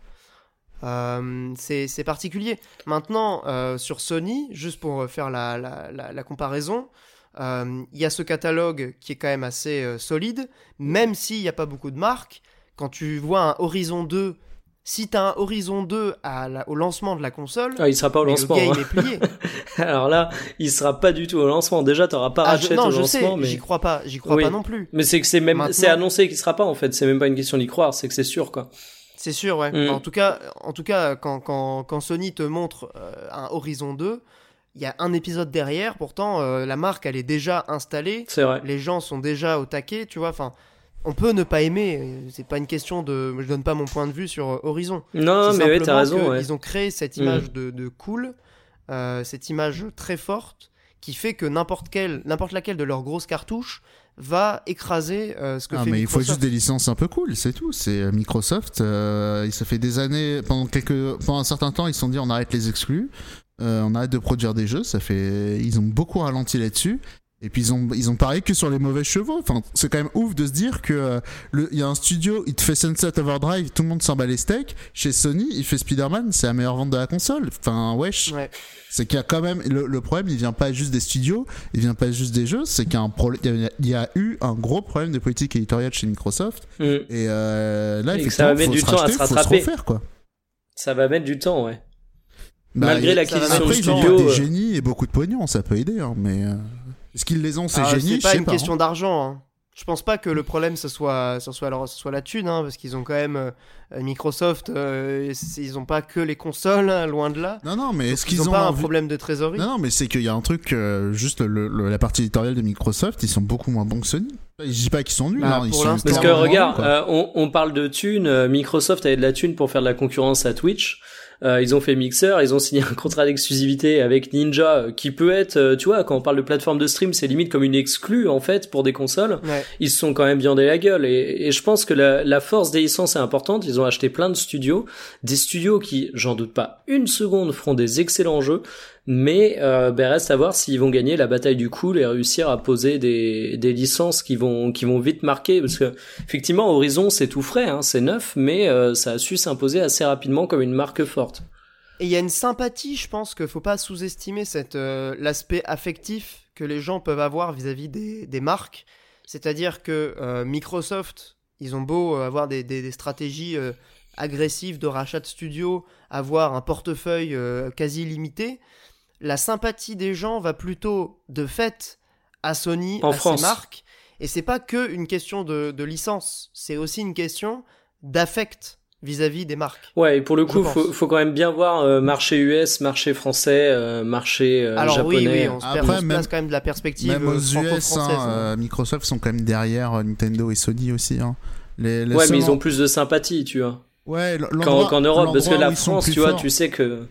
Euh, c'est, c'est particulier. Maintenant, euh, sur Sony, juste pour faire la, la, la, la comparaison, il euh, y a ce catalogue qui est quand même assez euh, solide, même s'il n'y a pas beaucoup de marques. Quand tu vois un Horizon deux, si tu as un Horizon deux à la, au lancement de la console, ah, il sera pas au lancement. Le game hein. est plié. Alors là, il sera pas du tout au lancement. Déjà, tu n'auras pas ah, Ratchet je, non, au je lancement. Sais, mais j'y crois pas. J'y crois oui. pas non plus. Mais c'est que c'est même, Maintenant... c'est annoncé qu'il sera pas en fait. C'est même pas une question d'y croire, c'est que c'est sûr quoi. C'est sûr, ouais. Mm. En tout cas, en tout cas, quand quand quand Sony te montre euh, un Horizon deux, il y a un épisode derrière. Pourtant, euh, la marque, elle est déjà installée. C'est vrai. Les gens sont déjà au taquet, tu vois. Enfin, on peut ne pas aimer. C'est pas une question de. Je donne pas mon point de vue sur Horizon. Non, c'est mais ouais, t'as raison. Ouais. Ils ont créé cette image mm. de de cool, euh, cette image très forte, qui fait que n'importe quelle, n'importe laquelle de leurs grosses cartouches va écraser euh, ce que ah, fait mais Microsoft. Il faut juste des licences un peu cool, c'est tout. C'est Microsoft. Euh, ça fait des années, pendant quelques, pendant un certain temps, ils se sont dit on arrête les exclus, euh, on arrête de produire des jeux. Ça fait, ils ont beaucoup ralenti là-dessus. Et puis ils ont ils ont parié que sur les mauvais chevaux. Enfin, c'est quand même ouf de se dire que euh, le il y a un studio, il te fait Sunset Overdrive, tout le monde s'en bat les steaks. Chez Sony, il fait Spider-Man, c'est la meilleure vente de la console. Enfin, wesh. Ouais. C'est qu'il y a quand même le, le problème, il vient pas juste des studios, il vient pas juste des jeux, c'est qu'il y a un problème, il, il y a eu un gros problème de politique éditoriale chez Microsoft. Mm. Et euh, là, et ça va mettre du temps racheter, à se rattraper. Se refaire, quoi. Ça va mettre du temps, ouais. Bah, Malgré l'acquisition de studio, ils ont des euh... génies et beaucoup de pognon, ça peut aider, hein, mais euh... est-ce qu'ils les ont ces ah, génies? C'est pas je sais une pas, question hein. d'argent. Hein. Je pense pas que le problème ce soit, ce soit, alors, ce soit la thune, hein, parce qu'ils ont quand même euh, Microsoft, euh, ils ont pas que les consoles, hein, loin de là. Non, non, mais est-ce qu'ils ont, ont pas envie... un problème de trésorerie? Non, non, mais c'est qu'il y a un truc, euh, juste le, le, la partie éditoriale de Microsoft, ils sont beaucoup moins bons que Sony. Je dis pas qu'ils sont nuls, bah, hein, ils sont parce que regarde, bons, euh, on, on parle de thunes. Euh, Microsoft avait de la thune pour faire de la concurrence à Twitch. Euh, ils ont fait Mixer, ils ont signé un contrat d'exclusivité avec Ninja, euh, qui peut être, euh, tu vois, quand on parle de plateforme de stream, c'est limite comme une exclue en fait pour des consoles. Ouais. Ils se sont quand même viandés la gueule, et, et je pense que la, la force des licences est importante. Ils ont acheté plein de studios, des studios qui, j'en doute pas une seconde, feront des excellents jeux. Mais euh, ben reste à voir s'ils vont gagner la bataille du cool et réussir à poser des, des licences qui vont qui vont vite marquer, parce que effectivement Horizon c'est tout frais, hein, c'est neuf, mais euh, ça a su s'imposer assez rapidement comme une marque forte. Et il y a une sympathie, je pense qu'il faut pas sous-estimer cette euh, l'aspect affectif que les gens peuvent avoir vis-à-vis des, des marques. C'est-à-dire que euh, Microsoft, ils ont beau avoir des, des, des stratégies euh, agressives de rachat de studios, avoir un portefeuille euh, quasi limité. La sympathie des gens va plutôt de fait à Sony, en à France. ses marques. Et c'est pas que une question de, de licence, c'est aussi une question d'affect vis-à-vis des marques. Ouais, et pour le coup, faut, faut quand même bien voir euh, marché U S, marché français, euh, marché euh, Alors, japonais. Alors oui, oui, on se, Après, on se même, place quand même de la perspective même aux U S, hein, euh, Microsoft sont quand même derrière euh, Nintendo et Sony aussi. Hein. Les, les ouais, seuls... mais ils ont plus de sympathie, tu vois. Ouais, qu'en, qu'en Europe, parce que la France, tu vois, forts. Tu sais que...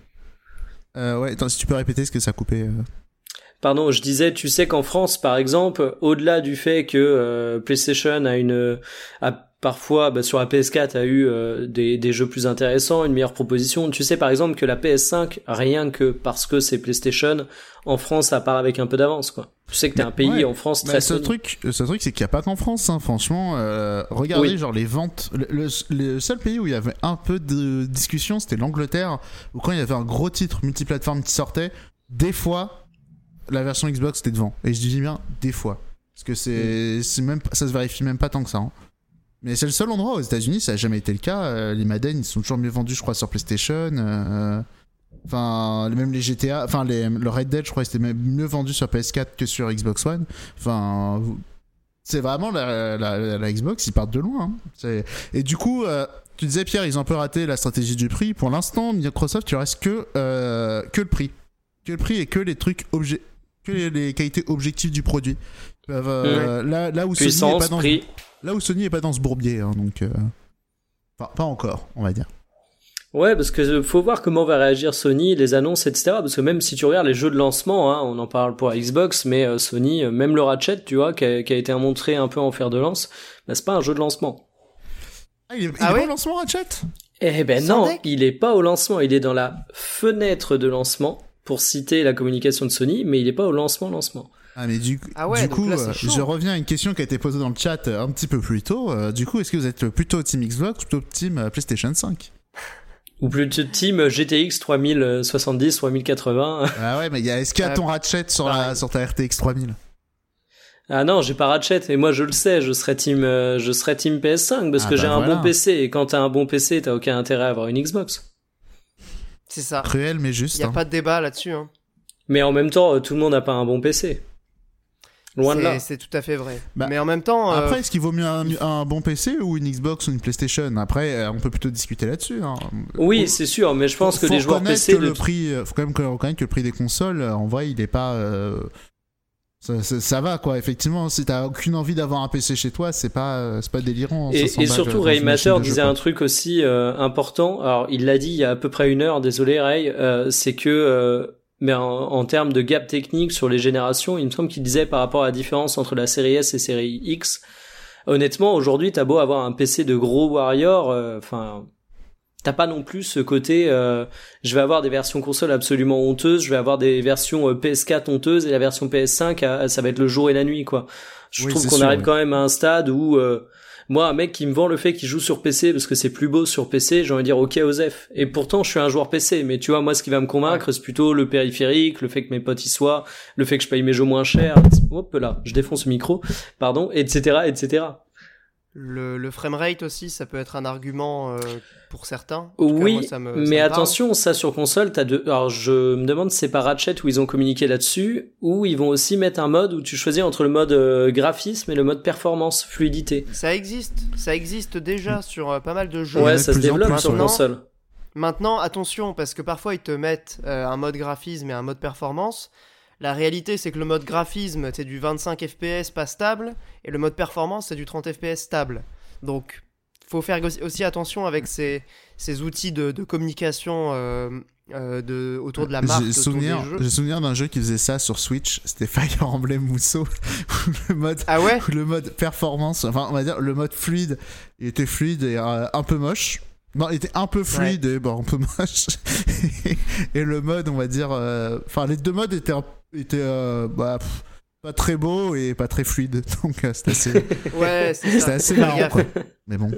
Euh, ouais, attends, si tu peux répéter ce que ça a coupé. Euh... Pardon, je disais, tu sais qu'en France, par exemple, au-delà du fait que euh, PlayStation a une, a parfois, bah, sur la P S quatre, a eu euh, des, des jeux plus intéressants, une meilleure proposition. Tu sais, par exemple, que la P S cinq, rien que parce que c'est PlayStation, en France, ça part avec un peu d'avance, quoi. Tu sais que t'es un pays ouais, en France très. Ce truc, ce truc, c'est qu'il n'y a pas qu'en France, hein, franchement. Euh, regardez, oui. genre les ventes. Le, le, le seul pays où il y avait un peu de discussion, c'était l'Angleterre, où quand il y avait un gros titre multiplateforme qui sortait, des fois, la version Xbox était devant. Et je dis bien des fois. Parce que c'est, mm. c'est même, ça se vérifie même pas tant que ça. Hein. Mais c'est le seul endroit aux États-Unis, ça n'a jamais été le cas. Euh, les Madden, ils sont toujours mieux vendus, je crois, sur PlayStation. Euh, enfin, même les G T A, enfin, les, le Red Dead, je crois, c'était même mieux vendu sur P S quatre que sur Xbox One. Enfin, c'est vraiment la, la, la, la Xbox, ils partent de loin. Hein. C'est... Et du coup, euh, tu disais, Pierre, ils ont un peu raté la stratégie du prix. Pour l'instant, Microsoft, il reste que, euh, que le prix. Que le prix et que les trucs objets. Que les, les qualités objectives du produit. Euh, mmh. là, là où Puissance, Sony est pas dans, prix. Là où Sony est pas dans ce bourbier, hein, donc, euh... enfin, pas encore, on va dire. Ouais, parce que faut voir comment va réagir Sony, les annonces, et cetera. Parce que même si tu regardes les jeux de lancement, hein, on en parle pour Xbox, mais euh, Sony, même le Ratchet, tu vois, qui a, qui a été montré un peu en fer de lance, bah, c'est pas un jeu de lancement. Ah, il est, il ah est oui pas au lancement Ratchet ? Eh ben Sans non, deck. Il est pas au lancement, il est dans la fenêtre de lancement, pour citer la communication de Sony, mais il est pas au lancement lancement. Ah mais du, ah ouais, du coup, là, euh, je reviens à une question qui a été posée dans le chat un petit peu plus tôt. Euh, du coup, est-ce que vous êtes plutôt team Xbox ou plutôt team euh, PlayStation cinq ? Ou plutôt team G T X trois mille soixante-dix, trois mille quatre-vingts. Ah ouais, mais y a, est-ce qu'il y a ton Ratchet sur, la, sur ta R T X trois mille ? Ah non, j'ai pas Ratchet, et moi je le sais, je serais team, euh, je serais team P S cinq, parce ah que bah j'ai voilà. un bon P C, et quand t'as un bon P C, t'as aucun intérêt à avoir une Xbox. C'est ça. Cruel, mais juste. Y a hein. pas de débat là-dessus. Hein. Mais en même temps, tout le monde n'a pas un bon P C. Loin c'est, de là. C'est tout à fait vrai. Bah, mais en même temps... Après, euh... est-ce qu'il vaut mieux un, un bon P C ou une Xbox ou une PlayStation ? Après, on peut plutôt discuter là-dessus. Hein. Oui, faut, c'est sûr, mais je pense faut, que les joueurs P C... Que le prix, faut quand même reconnaître que le prix des consoles, en vrai, il est pas... Euh... Ça, ça, ça va quoi, effectivement, si t'as aucune envie d'avoir un P C chez toi, c'est pas, c'est pas délirant. Et, et surtout, Ray Matter disait un truc aussi euh, important, alors il l'a dit il y a à peu près une heure, désolé Ray, euh, c'est que... Euh, mais en, en termes de gap technique sur les générations, il me semble qu'il disait par rapport à la différence entre la série S et série X, honnêtement, aujourd'hui, t'as beau avoir un P C de gros warrior, enfin... Euh, T'as pas non plus ce côté, euh, je vais avoir des versions consoles absolument honteuses, je vais avoir des versions euh, P S quatre honteuses et la version P S cinq, euh, ça va être le jour et la nuit, quoi. Je oui, trouve qu'on sûr, arrive oui. quand même à un stade où, euh, moi, un mec qui me vend le fait qu'il joue sur P C parce que c'est plus beau sur P C, j'ai envie de dire ok Osef. Et pourtant, je suis un joueur P C, mais tu vois, moi, ce qui va me convaincre, ouais. c'est plutôt le périphérique, le fait que mes potes y soient, le fait que je paye mes jeux moins cher, hop là, je défonce le micro, pardon, et cetera, et cetera. Le, le framerate aussi, ça peut être un argument euh, pour certains. Oui, cas, moi, ça me, mais ça me attention, parle. ça sur console, t'as deux. Alors je me demande si c'est pas Ratchet où ils ont communiqué là-dessus, ou ils vont aussi mettre un mode où tu choisis entre le mode euh, graphisme et le mode performance, fluidité. Ça existe, ça existe déjà sur euh, pas mal de jeux. Ouais, ça se développe sur console. Maintenant, attention, parce que parfois ils te mettent euh, un mode graphisme et un mode performance. La réalité, c'est que le mode graphisme, c'est du vingt-cinq F P S pas stable, et le mode performance, c'est du trente F P S stable. Donc, il faut faire aussi attention avec ces, ces outils de, de communication euh, euh, de, autour de la marque, j'ai autour souvenir, des jeux. J'ai souvenir d'un jeu qui faisait ça sur Switch, c'était Fire Emblem Musso, où le mode, ah ouais où le mode performance, enfin on va dire le mode fluide, il était fluide et euh, un peu moche. Non, il était un peu fluide ouais. et bon, un peu moche. Et le mode, on va dire... Enfin, euh, les deux modes étaient... étaient euh, bah, pff, pas très beaux et pas très fluides. Donc, euh, c'était assez... ouais, c'est c'était ça. assez marrant, quoi. Mais bon.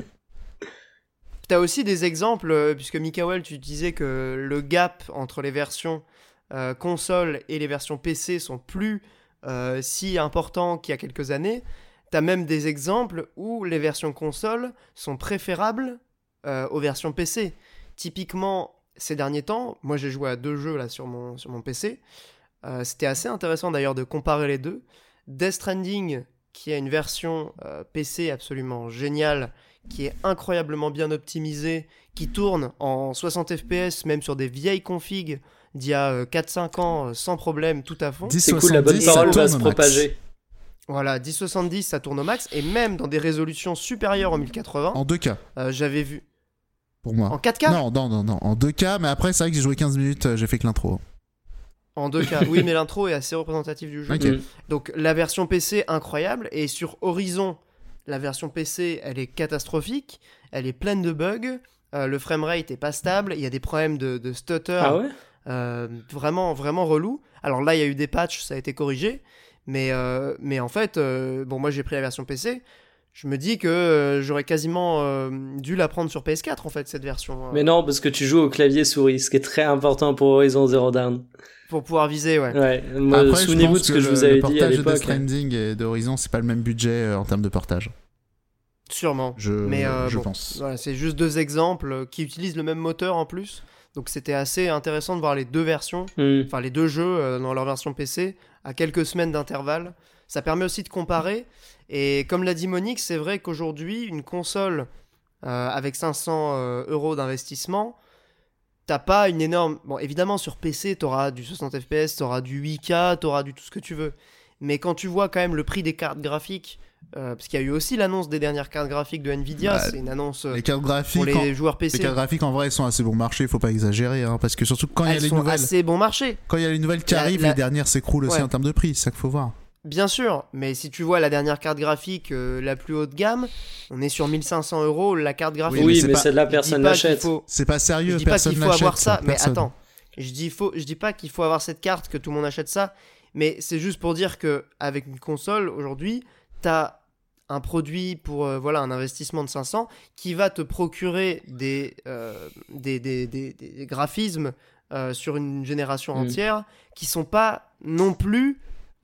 T'as aussi des exemples, puisque Mikael, tu disais que le gap entre les versions euh, console et les versions P C sont plus euh, si importants qu'il y a quelques années. T'as même des exemples où les versions console sont préférables Euh, aux versions P C. Typiquement, ces derniers temps, moi j'ai joué à deux jeux là sur mon, sur mon P C. Euh, c'était assez intéressant d'ailleurs de comparer les deux. Death Stranding, qui a une version euh, P C absolument géniale, qui est incroyablement bien optimisée, qui tourne en soixante F P S, même sur des vieilles configs d'il y a euh, quatre cinq ans, euh, sans problème, tout à fond. C'est cool, la bonne parole va se propager. Voilà, dix soixante-dix, ça tourne au max, et même dans des résolutions supérieures au mille quatre-vingts. En deux K. Euh, j'avais vu. Pour moi. En quatre K ? Non, non, non, non, en deux K, mais après, c'est vrai que j'ai joué quinze minutes, j'ai fait que l'intro. En deux K, oui, mais l'intro est assez représentative du jeu. Okay. Mm. Donc, la version P C, incroyable, et sur Horizon, la version P C, elle est catastrophique, elle est pleine de bugs, euh, le framerate est pas stable, il y a des problèmes de, de stutter, ah ouais euh, vraiment, vraiment relou. Alors là, il y a eu des patchs, ça a été corrigé, mais, euh, mais en fait, euh, bon, moi j'ai pris la version P C. Je me dis que euh, j'aurais quasiment euh, dû la prendre sur P S quatre, en fait, cette version. Euh. Mais non, parce que tu joues au clavier souris, ce qui est très important pour Horizon Zero Dawn. Pour pouvoir viser, ouais. Ouais, moi, Après, souvenez-vous de ce que, que je vous avais dit à l'époque. Le portage de Death Stranding et d'Horizon, c'est pas le même budget euh, en termes de portage. Sûrement. Je, mais euh, je bon, pense. Voilà, c'est juste deux exemples qui utilisent le même moteur en plus. Donc c'était assez intéressant de voir les deux versions, mm. enfin les deux jeux euh, dans leur version P C, à quelques semaines d'intervalle. Ça permet aussi de comparer. Et comme l'a dit Monique, c'est vrai qu'aujourd'hui, une console euh, avec cinq cents euh, euros d'investissement, t'as pas une énorme... Bon, évidemment, sur P C, t'auras du soixante F P S, t'auras du huit K, t'auras du tout ce que tu veux. Mais quand tu vois quand même le prix des cartes graphiques, euh, parce qu'il y a eu aussi l'annonce des dernières cartes graphiques de Nvidia, bah, c'est une annonce euh, les cartes graphiques pour les en... joueurs P C. Les cartes graphiques, en vrai, elles sont assez bon marché, faut pas exagérer, hein, parce que surtout quand il y a les sont nouvelles... assez bon marché. Quand il y a les nouvelles qui la, arrivent, la... les dernières s'écroulent aussi ouais. en termes de prix, c'est ça qu'il faut voir. Bien sûr, mais si tu vois la dernière carte graphique euh, la plus haut de gamme, on est sur mille cinq cents euros la carte graphique. Oui, oui mais, mais pas... celle-là, personne l'achète. Faut... C'est pas sérieux, je dis personne pas qu'il faut avoir ça, mais personne. attends. Je dis, faut... je dis pas qu'il faut avoir cette carte, que tout le monde achète ça, mais c'est juste pour dire qu'avec une console, aujourd'hui, t'as un produit pour euh, voilà, un investissement de cinq cents qui va te procurer des, euh, des, des, des, des graphismes euh, sur une génération mmh. entière qui sont pas non plus...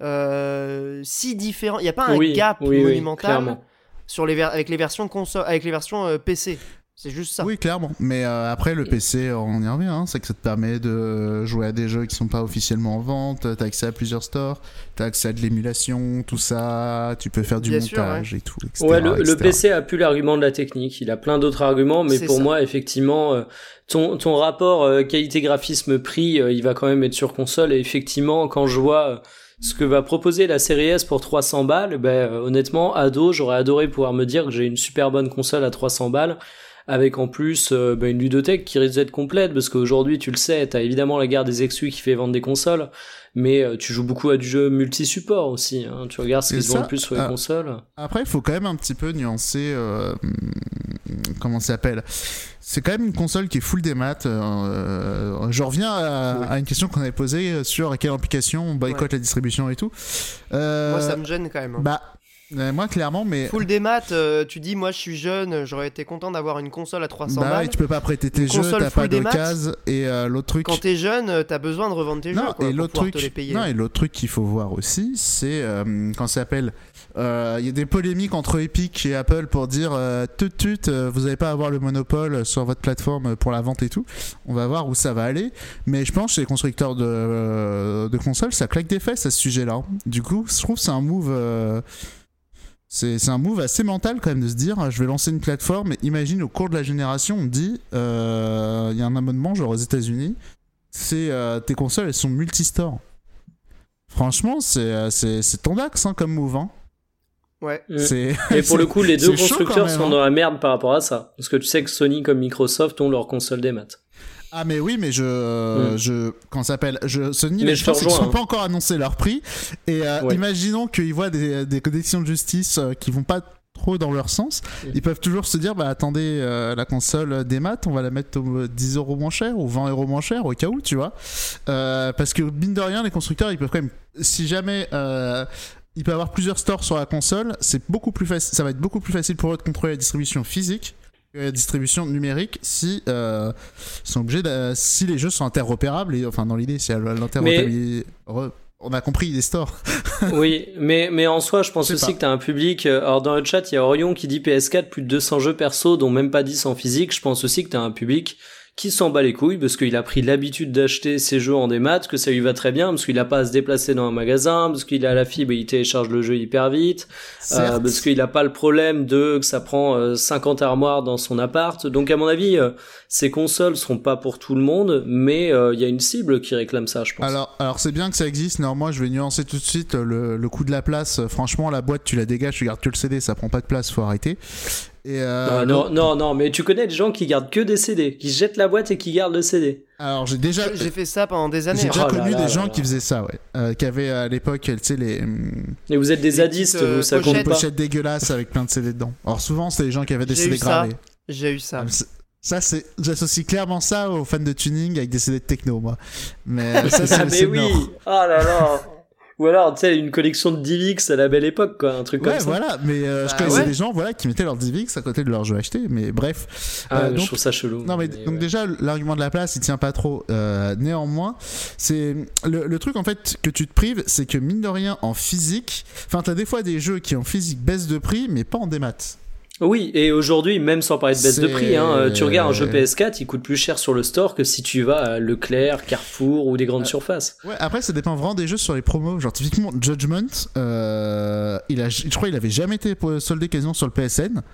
Euh, si différent, il n'y a pas un oui, gap oui, monumental oui, sur les ver- avec les versions console, avec les versions euh, P C. C'est juste ça. Oui, clairement. Mais euh, après, le P C, on y revient, hein, c'est que ça te permet de jouer à des jeux qui sont pas officiellement en vente. T'as accès à plusieurs stores, t'as accès à de l'émulation, tout ça. Tu peux faire du Bien montage sûr, ouais. et tout, et cetera, Ouais, le, et cetera. le P C a plus l'argument de la technique. Il a plein d'autres arguments, mais C'est pour ça. moi, effectivement, euh, ton ton rapport euh, qualité-graphisme-prix, euh, il va quand même être sur console. Et effectivement, quand je vois euh, ce que va proposer la série S pour trois cents balles, ben euh, honnêtement, ado, j'aurais adoré pouvoir me dire que j'ai une super bonne console à trois cents balles. Avec en plus euh, bah, une ludothèque qui risque d'être complète, parce qu'aujourd'hui, tu le sais, t'as évidemment la guerre des exclus qui fait vendre des consoles, mais euh, tu joues beaucoup à du jeu multi-support aussi, hein. Tu regardes ce qui se vend le plus sur les ah, consoles. Après, il faut quand même un petit peu nuancer, euh, comment ça s'appelle, c'est quand même une console qui est full des maths. Euh, je reviens à, oui. à une question qu'on avait posée sur quelle implication on boycotte ouais. la distribution et tout. Euh, Moi, ça me gêne quand même. Hein. Bah, Euh, moi clairement mais full des maths euh, tu dis moi je suis jeune, j'aurais été content d'avoir une console à trois cents bah, balles. Ouais, tu peux pas prêter tes jeux, t'as pas d'occasion et euh, l'autre truc quand t'es jeune t'as besoin de revendre tes non, jeux quoi, et pour l'autre pouvoir truc... te les payer. Non, et l'autre truc qu'il faut voir aussi c'est euh, quand ça s'appelle il euh, y a des polémiques entre Epic et Apple pour dire euh, tut tut euh, vous allez pas avoir le monopole sur votre plateforme pour la vente et tout. On va voir où ça va aller, mais je pense que les constructeurs de, euh, de consoles ça claque des fesses à ce sujet là. Du coup je trouve que c'est un move euh, C'est, c'est un move assez mental quand même de se dire je vais lancer une plateforme et imagine au cours de la génération on me dit il euh, y a un abonnement genre aux États-Unis c'est euh, tes consoles elles sont multi-store. Franchement c'est, c'est, c'est ton axe hein, comme move hein. Ouais. C'est, et pour le coup les deux constructeurs même, sont hein. dans la merde par rapport à ça parce que tu sais que Sony comme Microsoft ont leur console des maths. Ah mais oui mais je euh, mmh. je quand ça s'appelle je Sony mais je pense qu'ils ne sont hein. pas encore annoncé leur prix et euh, ouais. imaginons qu'ils voient des des conditions de justice euh, qui vont pas trop dans leur sens, mmh. ils peuvent toujours se dire bah attendez euh, la console des maths on va la mettre au dix euros moins cher ou vingt euros moins cher au cas où tu vois euh, parce que mine de rien les constructeurs ils peuvent quand même si jamais euh, il peut y avoir plusieurs stores sur la console c'est beaucoup plus facile ça va être beaucoup plus facile pour eux de contrôler la distribution physique la distribution numérique si euh, sont obligés de, si les jeux sont interopérables et enfin dans l'idée c'est l'interopérabilité mais... on a compris les stores. Oui mais mais en soi je pense je aussi pas. Que t'as un public alors dans le chat il y a Orion qui dit P S quatre plus de deux cents jeux perso dont même pas dix en physique. Je pense aussi que t'as un public qui s'en bat les couilles parce qu'il a pris l'habitude d'acheter ses jeux en démat, que ça lui va très bien parce qu'il a pas à se déplacer dans un magasin, parce qu'il a la fibre et il télécharge le jeu hyper vite, euh, parce qu'il a pas le problème de que ça prend euh, cinquante armoires dans son appart. Donc à mon avis euh, ces consoles seront pas pour tout le monde, mais il euh, y a une cible qui réclame ça je pense. Alors, alors c'est bien que ça existe, non moi je vais nuancer tout de suite le, le coût de la place. Franchement la boîte tu la dégages, tu gardes que le C D, ça prend pas de place, faut arrêter. Et euh, non, non, non, non, mais tu connais des gens qui gardent que des C D, qui jettent la boîte et qui gardent le C D. Alors j'ai déjà, j'ai fait ça pendant des années. J'ai déjà oh connu là là des gens là qui là. faisaient ça, ouais, euh, qui avaient à l'époque, tu sais les. Et vous êtes des zadistes, euh, vous, ça pochettes. compte pas. Pochettes dégueulasses avec plein de C D dedans. Alors souvent c'était les gens qui avaient des j'ai C D gravés. J'ai eu ça. Ça c'est, j'associe clairement ça aux fans de tuning avec des C D de techno, moi. Mais ça c'est ah, le mais oui. Oh là là. Ou alors, tu sais, une collection de D V X à la belle époque, quoi, un truc ouais, comme ça. voilà, mais euh, je Bah, connaissais ouais. des gens voilà, qui mettaient leur D V X à côté de leur jeu acheté, mais bref. Ah, Euh, je donc, trouve ça chelou. non, mais, mais donc ouais. déjà, l'argument de la place, il tient pas trop. Euh, néanmoins, c'est le, le truc en fait que tu te prives, c'est que mine de rien, en physique, enfin, t'as des fois des jeux qui en physique baissent de prix, mais pas en démat. Oui, et aujourd'hui, même sans parler de baisse de C'est- prix, hein, euh, tu regardes un jeu P S quatre, il coûte plus cher sur le store que si tu vas à Leclerc, Carrefour ou des grandes Euh, surfaces. Ouais, après, ça dépend vraiment des jeux sur les promos. Genre, typiquement, Judgment, euh, il a, je crois qu'il avait jamais été soldé quasiment sur le P S N.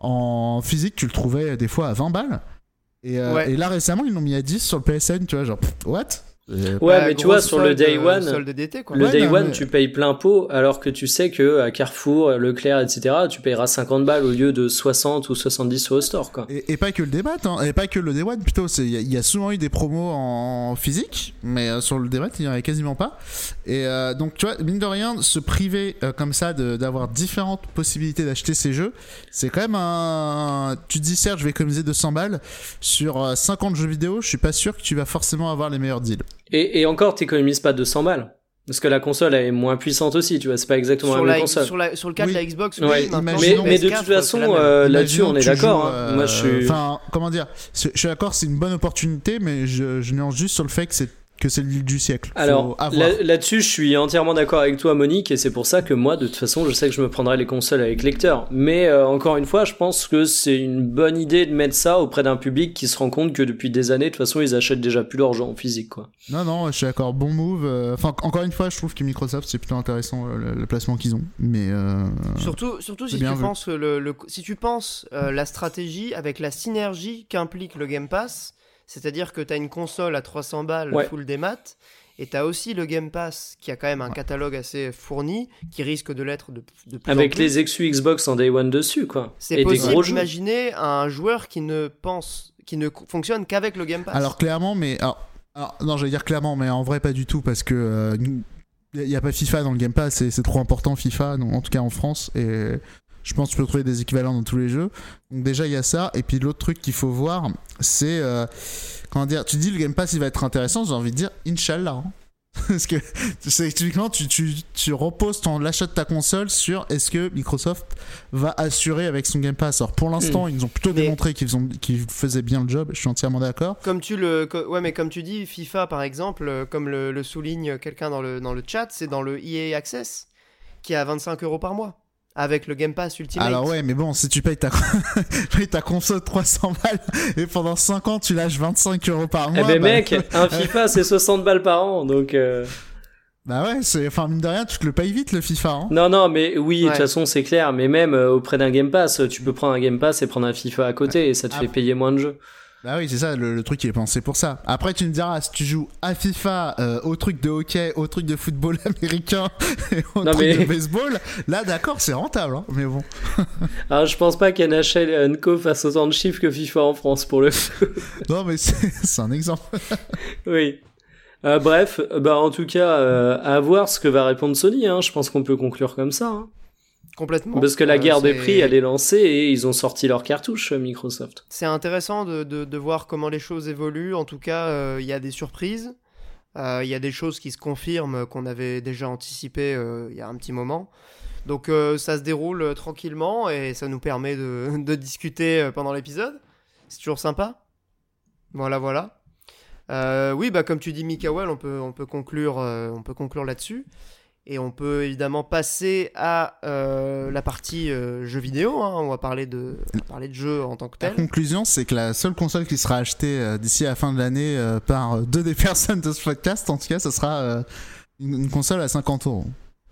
En physique, tu le trouvais des fois à vingt balles. Et, euh, Ouais. et là, récemment, ils l'ont mis à dix sur le P S N, tu vois, genre, pff, what? Euh, Ouais, Bah, mais tu gros vois, sur le solde, Day euh, One, solde d'été, quoi. le Ouais, Day non, One, mais- tu payes plein pot, alors que tu sais que à Carrefour, Leclerc, et cetera, tu payeras cinquante balles au lieu de soixante ou soixante-dix sur le store, quoi. Et, et pas que le débat, hein, et pas que le Day One, plutôt, il y, a- y a souvent eu des promos en physique, mais euh, sur le débat, il n'y en avait quasiment pas. Et euh, donc, tu vois, mine de rien, se priver euh, comme ça de- d'avoir différentes possibilités d'acheter ces jeux, c'est quand même un. Tu te dis, certes, je vais économiser deux cents balles sur euh, cinquante jeux vidéo, je suis pas sûr que tu vas forcément avoir les meilleurs deals. Et, et encore, t'économises pas deux cents balles. Parce que la console elle est moins puissante aussi, tu vois, c'est pas exactement Sur, la la, même console. sur, la, sur le cas Oui. de la Xbox, oui, Ouais, maintenant, mais, imaginons- mais de P S quatre, toute façon, c'est la même. euh, là-dessus, Imaginons on que est tu d'accord. joues, Hein. euh, Moi, je suis. Enfin, comment dire, je je suis d'accord, c'est une bonne opportunité, mais je, je nuance juste sur le fait que c'est que c'est le deal du siècle. Faut Alors avoir. là- là-dessus, je suis entièrement d'accord avec toi, Monique, et c'est pour ça que moi, de toute façon, je sais que je me prendrai les consoles avec lecteur. Mais euh, encore une fois, je pense que c'est une bonne idée de mettre ça auprès d'un public qui se rend compte que depuis des années, de toute façon, ils achètent déjà plus leur jeu en physique, quoi. Non, non, je suis d'accord, bon move. euh, Enfin, encore une fois, je trouve que Microsoft, c'est plutôt intéressant euh, le, le placement qu'ils ont. Mais. Euh... Surtout, surtout si C'est bien tu vu. penses le, le- si tu penses euh, la stratégie avec la synergie qu'implique le Game Pass, c'est-à-dire que tu as une console à trois cents balles Ouais. full démat, et tu as aussi le Game Pass qui a quand même un catalogue assez fourni, qui risque de l'être de, de plus en Avec plus. les exclus Xbox en Day One dessus, quoi. C'est Et des possible gros jeux. d'imaginer un joueur qui ne pense, qui ne co- fonctionne qu'avec le Game Pass. Alors, clairement, mais. Alors, alors, non, j'allais dire clairement, mais en vrai, pas du tout, parce que. Il n'y a pas FIFA dans le Game Pass, et c'est trop important FIFA, non, en tout cas en France, et je pense que tu peux trouver des équivalents dans tous les jeux. Donc déjà il y a ça, et puis l'autre truc qu'il faut voir, c'est euh, comment dire, tu dis le Game Pass il va être intéressant, j'ai envie de dire Inch'Allah. Hein. Parce que c'est typiquement tu, tu, tu reposes ton l'achat de ta console sur est-ce que Microsoft va assurer avec son Game Pass. Alors pour l'instant Mm. ils ont plutôt Mais- démontré qu'ils, ont, qu'ils faisaient bien le job, je suis entièrement d'accord. Comme tu le, co- ouais, mais comme tu dis, FIFA par exemple, euh, comme le, le souligne quelqu'un dans le, dans le chat, c'est dans le E A Access qui est à vingt-cinq euros par mois avec le Game Pass Ultimate. Alors ouais, mais bon, si tu payes ta, payes ta console trois cents balles et pendant cinq ans tu lâches vingt-cinq euros par mois. Eh ben bah, mec, un FIFA c'est soixante balles par an, donc... euh, bah ouais, c'est, enfin mine de rien, tu te le payes vite le FIFA. Hein. Non, non, mais oui, de Ouais. toute façon c'est clair, mais même euh, auprès d'un Game Pass, tu peux prendre un Game Pass et prendre un FIFA à côté, et ça te Ah. fait payer moins de jeux. Bah oui, c'est ça, le, le truc il est pensé pour ça. Après tu me diras, si tu joues à FIFA, euh, au truc de hockey, au truc de football américain et au Non, truc mais- de baseball, là d'accord, c'est rentable, hein, mais bon. Alors je pense pas qu'N H L Co fasse autant de chiffres que FIFA en France, pour le coup. Non mais c'est, c'est un exemple. Oui. Euh, bref, bah en tout cas, euh, à voir ce que va répondre Sony, hein. Je pense qu'on peut conclure comme ça, hein. Complètement. Parce que la Euh, guerre des c'est- prix, elle est lancée et ils ont sorti leurs cartouches, euh, Microsoft. C'est intéressant de, de, de voir comment les choses évoluent. En tout cas, euh, il y a des surprises. Euh, Il y a des choses qui se confirment qu'on avait déjà anticipées euh, il y a un petit moment. Donc euh, ça se déroule euh, tranquillement et ça nous permet de, de discuter euh, pendant l'épisode. C'est toujours sympa. Voilà, voilà. Euh, oui, bah comme tu dis, Mikael, on peut, on peut conclure, euh, on peut conclure là-dessus. Et on peut évidemment passer à euh, la partie euh, jeux vidéo. Hein. On va parler de, on va parler de jeux en tant que La tel. conclusion, c'est que la seule console qui sera achetée euh, d'ici à la fin de l'année euh, par euh, deux des personnes de ce podcast, en tout cas, ça sera euh, une, une console à cinquante euros.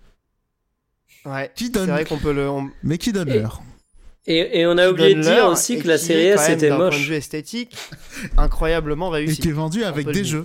Ouais. Qui C'est donne, vrai qu'on peut le. On... mais qui donne Et- l'heure. Et, et on a qui oublié de donne dire l'heure aussi et que la qui série est S quand même, était d'un point de moche. vue esthétique, incroyablement Et réussi. qui est vendu avec peut des le dire. jeux.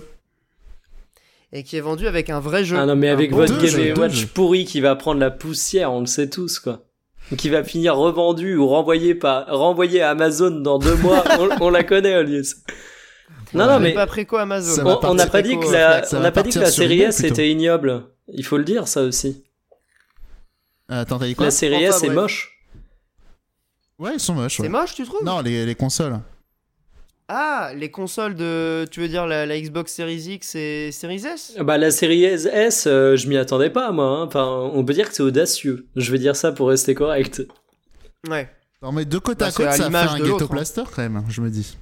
Et qui est vendu avec un vrai jeu. Ah non, mais Un avec bon votre deux Game jeux, and deux Watch jeux. pourri qui va prendre la poussière, on le sait tous, quoi. Qui va finir revendu ou renvoyé par, renvoyé à Amazon dans deux mois, on, on la connaît, Olivier. Non, non, On n'est mais pas préco Amazon. Ça va on on n'a pas dit Préco, que la, ça on va n'a pas dit que partir la sur série eBay, S plutôt. était ignoble. Il faut le dire, ça aussi. Euh, Attends, t'as dit quoi? La série Enfin, S est bref. moche. Ouais, ils sont moches. C'est Ouais. moche, tu trouves? Non, les, les consoles. Ah, les consoles de... Tu veux dire la, la Xbox Series X et Series S? Bah la série S, euh, je m'y attendais pas moi. Hein. Enfin, on peut dire que c'est audacieux. Je vais dire ça pour rester correct. Ouais. Non mais de côte à Bah, c'est côte, à ça fait l'image un de ghetto l'autre, hein. blaster quand même, je me dis.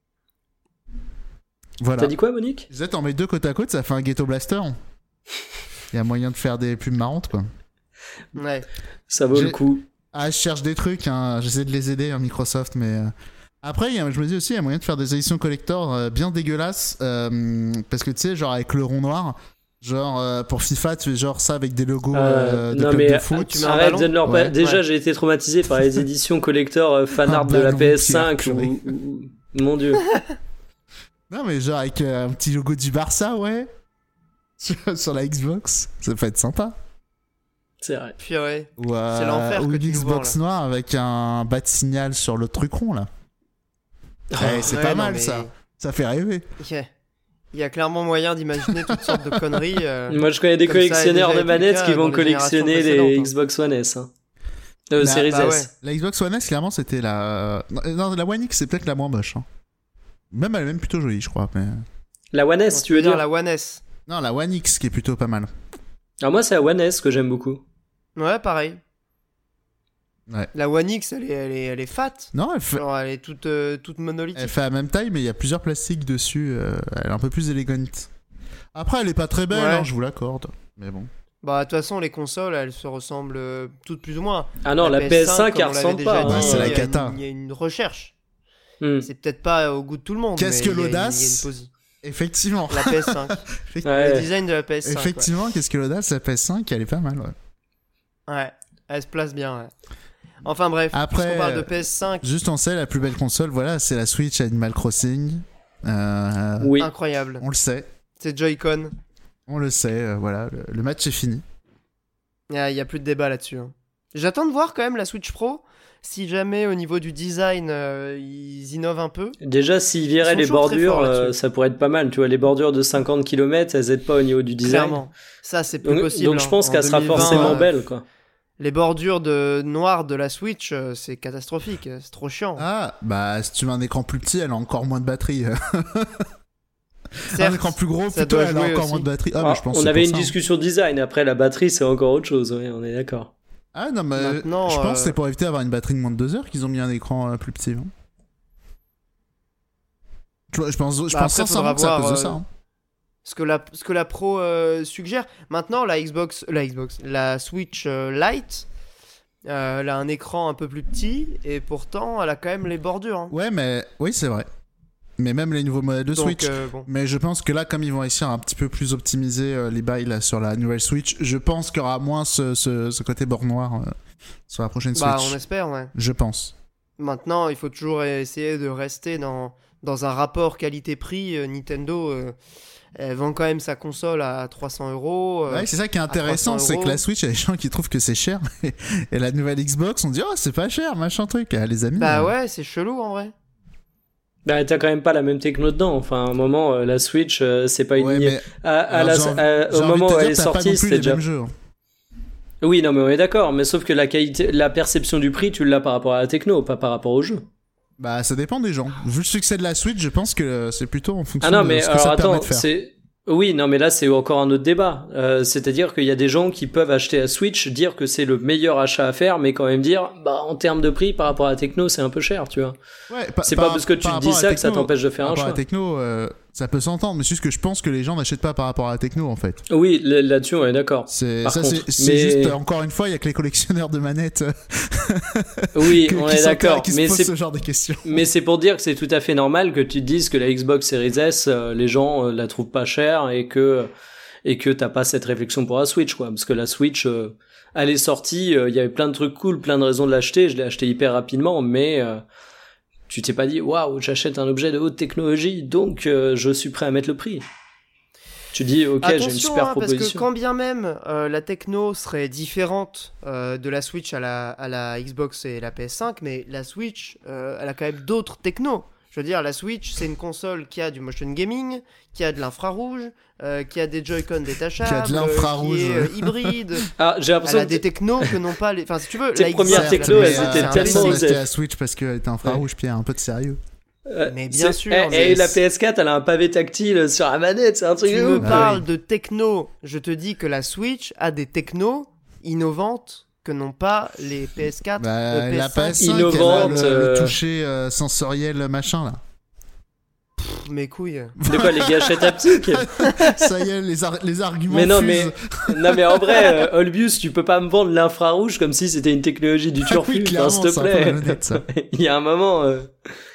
Voilà. T'as dit quoi, Monique? Vous êtes en mes deux côte à côte, ça fait un ghetto blaster. Il y a moyen de faire des pubs marrantes, quoi. Ouais. Ça vaut J'ai- le coup. Ah, je cherche des trucs, hein. J'essaie de les aider, hein, Microsoft, mais... euh, Après, il y a- je me dis aussi, il y a moyen de faire des éditions collector euh, bien dégueulasses, euh, parce que tu sais, genre avec le rond noir, genre euh, pour FIFA, tu fais genre ça avec des logos Euh, euh, de non club mais de foot. tu mets un arrête, ballon donne leur Ouais. Déjà, Ouais. j'ai été traumatisé par les éditions collector euh, fan Un art de la ballon P S cinq. qui a Ou, purée. ou- Mon dieu. Non, mais genre avec euh, un petit logo du Barça, ouais. Sur, sur la Xbox, ça peut être sympa. C'est vrai. Puis ouais. Ou, euh, C'est l'enfer ou que une tu nous Xbox vends, noire avec un bas de signal sur le truc rond, là. Eh, c'est Ouais, pas non, mal, mais ça. Ça fait rêver. Il y a- il y a clairement moyen d'imaginer toutes sortes de conneries. euh, Moi, je connais des Comme ça a collectionneurs déjà de été le manettes cas qui dans vont les générations collectionner les précédentes, hein. Xbox One S. Hein. Euh, Bah, Series bah S. La Xbox One S, clairement, c'était la. Non, la One X, c'est peut-être la moins moche. Hein. Même elle est même plutôt jolie, je crois. Mais... La One S, Donc, tu veux dire? la One S? Non, la One X qui est plutôt pas mal. Alors moi, c'est la One S que j'aime beaucoup. Ouais, pareil. Ouais. La One X, elle est, elle est, elle est fat. Non, elle fait, Genre, elle est toute, euh, toute monolithique. elle fait la même taille, mais il y a plusieurs plastiques dessus. euh, Elle est un peu plus élégante. Après, elle est pas très belle, Ouais. hein, je vous l'accorde. Mais bon. Bah, de toute façon, les consoles, elles se ressemblent euh, toutes plus ou moins. Ah non, la, P S cinq, comme elle on l'avait ressemble déjà pas. dit, hein. Ouais, c'est la il y a cata. une- Il y a une recherche. Hmm. C'est peut-être pas au goût de tout le monde. Qu'est-ce mais que il y a une- l'audace il y a une posi- Effectivement. La P S cinq. Le Ouais. design de la P S cinq. Effectivement, qu'est-ce que l'audace, la P S cinq, elle est pas mal, ouais. Ouais. Ouais, elle se place bien. Ouais. Enfin bref, Après, on parle de P S cinq. Juste on sait, la plus belle console, voilà, c'est la Switch Animal Crossing. Euh, Oui. Incroyable. On le sait. C'est Joy-Con. On le sait, euh, voilà, le, le match est fini. Il n'y a plus de débat là-dessus. hein. J'attends de voir quand même la Switch Pro. Si jamais au niveau du design, euh, ils innovent un peu. Déjà, s'ils viraient Ils sont les toujours très bordures, forts là-dessus. euh, ça pourrait être pas mal. Tu vois, les bordures de cinquante kilomètres, elles aident pas au niveau du design. Clairement. Ça, c'est plus Donc, possible. donc je hein. pense En qu'elle sera deux mille vingt, forcément euh, belle, quoi. Les bordures de noir de la Switch, euh, c'est catastrophique. C'est trop chiant. Ah, bah si tu mets un écran plus petit, elle a encore moins de batterie. un Certes, écran plus gros, ça plutôt, doit elle a jouer encore aussi. moins de batterie. Ah, Ah, mais je pense on que avait c'est une pour ça, hein. discussion design. Après, la batterie, c'est encore autre chose. Ouais, on est d'accord. Ah non, mais Maintenant, je pense euh, que c'est pour éviter d'avoir une batterie de moins de deux heures qu'ils ont mis un écran euh, plus petit. hein. Je, je pense, je Bah, pense après, sincèrement faudra que c'est à voir, cause de euh, ça. hein. Ce que la, ce que la Pro euh, suggère. Maintenant, la Xbox, la Xbox, la Switch euh, Lite, euh, elle a un écran un peu plus petit et pourtant, elle a quand même les bordures. hein. Ouais, mais oui, c'est vrai. Mais même les nouveaux modèles de Donc, Switch. euh, bon. Mais je pense que là, comme ils vont essayer un petit peu plus optimiser euh, les bails là, sur la nouvelle Switch, je pense qu'il y aura moins ce, ce, ce côté bord noir euh, sur la prochaine Bah, Switch. on espère, ouais. Je pense. Maintenant, il faut toujours essayer de rester dans, dans un rapport qualité-prix. Euh, Nintendo, euh, elle vend quand même sa console à trois cents euros. euh, Ouais, c'est ça qui est intéressant, trois cents c'est que euros. la Switch, il y a des gens qui trouvent que c'est cher. Et, et la nouvelle Xbox, on dit, oh, c'est pas cher, machin truc. Ah, les amis. Bah euh, ouais, c'est chelou en vrai. Bah, t'as quand même pas la même techno dedans. Enfin, à un moment, euh, la Switch, euh, c'est pas une. ouais, mais à, à alors, la- j'ai envie- à- j'ai au envie moment de où te elle dire, est t'as pas sortie, non plus c'était les déjà. mêmes jeux. hein. Oui, non, mais on est d'accord. Mais sauf que la qualité, la perception du prix, tu l'as par rapport à la techno, pas par rapport au jeu. Bah, ça dépend des gens. Vu le succès de la Switch, je pense que euh, c'est plutôt en fonction Ah non, de mais ce que alors ça te permet attends, de faire. c'est. Oui, non, mais là, c'est encore un autre débat. Euh, c'est-à-dire qu'il y a des gens qui peuvent acheter la Switch, dire que c'est le meilleur achat à faire, mais quand même dire, bah, en termes de prix, par rapport à la techno, c'est un peu cher, tu vois. Ouais, pa- C'est par- pas parce que tu par te dis rapport à ça la que ça techno- t'empêche de faire par un rapport à la choix. techno, euh, ça peut s'entendre, mais c'est juste que je pense que les gens n'achètent pas par rapport à la techno, en fait. Oui, l- là-dessus, on est d'accord. C'est, Par ça, contre, c'est, c'est mais- juste, euh, encore une fois, il y a que les collectionneurs de manettes euh, Oui, que- on qui est s'intéressent- d'accord. qui se Mais posent c'est ce genre de questions. Mais c'est pour dire que c'est tout à fait normal que tu te dises que la Xbox Series S, euh, les gens euh, la trouvent pas chère et que et que t'as pas cette réflexion pour la Switch, quoi. Parce que la Switch, euh, elle est sortie, euh, il y avait plein de trucs cool, plein de raisons de l'acheter. Je l'ai acheté hyper rapidement, mais euh, tu t'es pas dit waouh, j'achète un objet de haute technologie, donc euh, je suis prêt à mettre le prix. Tu dis ok, j'ai une Attention, super hein, parce que proposition. quand bien même euh, la techno serait différente euh, de la Switch à la, à la Xbox et la P S cinq, mais la Switch, euh, elle a quand même d'autres technos. Je veux dire, la Switch, c'est une console qui a du motion gaming, qui a de l'infrarouge, euh, qui a des Joy-Con détachables, Qui a de l'infrarouge, qui est euh, ouais. hybride. Ah, j'ai Elle l'impression a que des technos que n'ont pas les. Enfin, si tu veux, Tes la premières Xbox, technos, la elles P S cinq, étaient c'est un tellement basic. Personne n'a acheté osées. la Switch parce qu'elle était infrarouge, Pierre, un peu de sérieux. Euh, mais bien c'est- sûr. Eh, mais Et la P S quatre, elle a un pavé tactile sur la manette, c'est un truc tu de me ouf. parles oui. de techno. Je te dis que la Switch a des technos innovantes que n'ont pas les P S quatre, Bah, euh, P S la cinq. P S cinq, Innovante, elle a le, le euh, toucher euh, sensoriel machin là. Pff, mes couilles. De quoi, les gâchettes haptiques? Ça y est, les, ar- les arguments Mais non, fusent. mais, non, mais en vrai, euh, Olbius, tu peux pas me vendre l'infrarouge comme si c'était une technologie du turfu, Oui, enfin, clairement, s'il te c'est un peu plaît. malhonnête, ça. Il y a un moment. euh,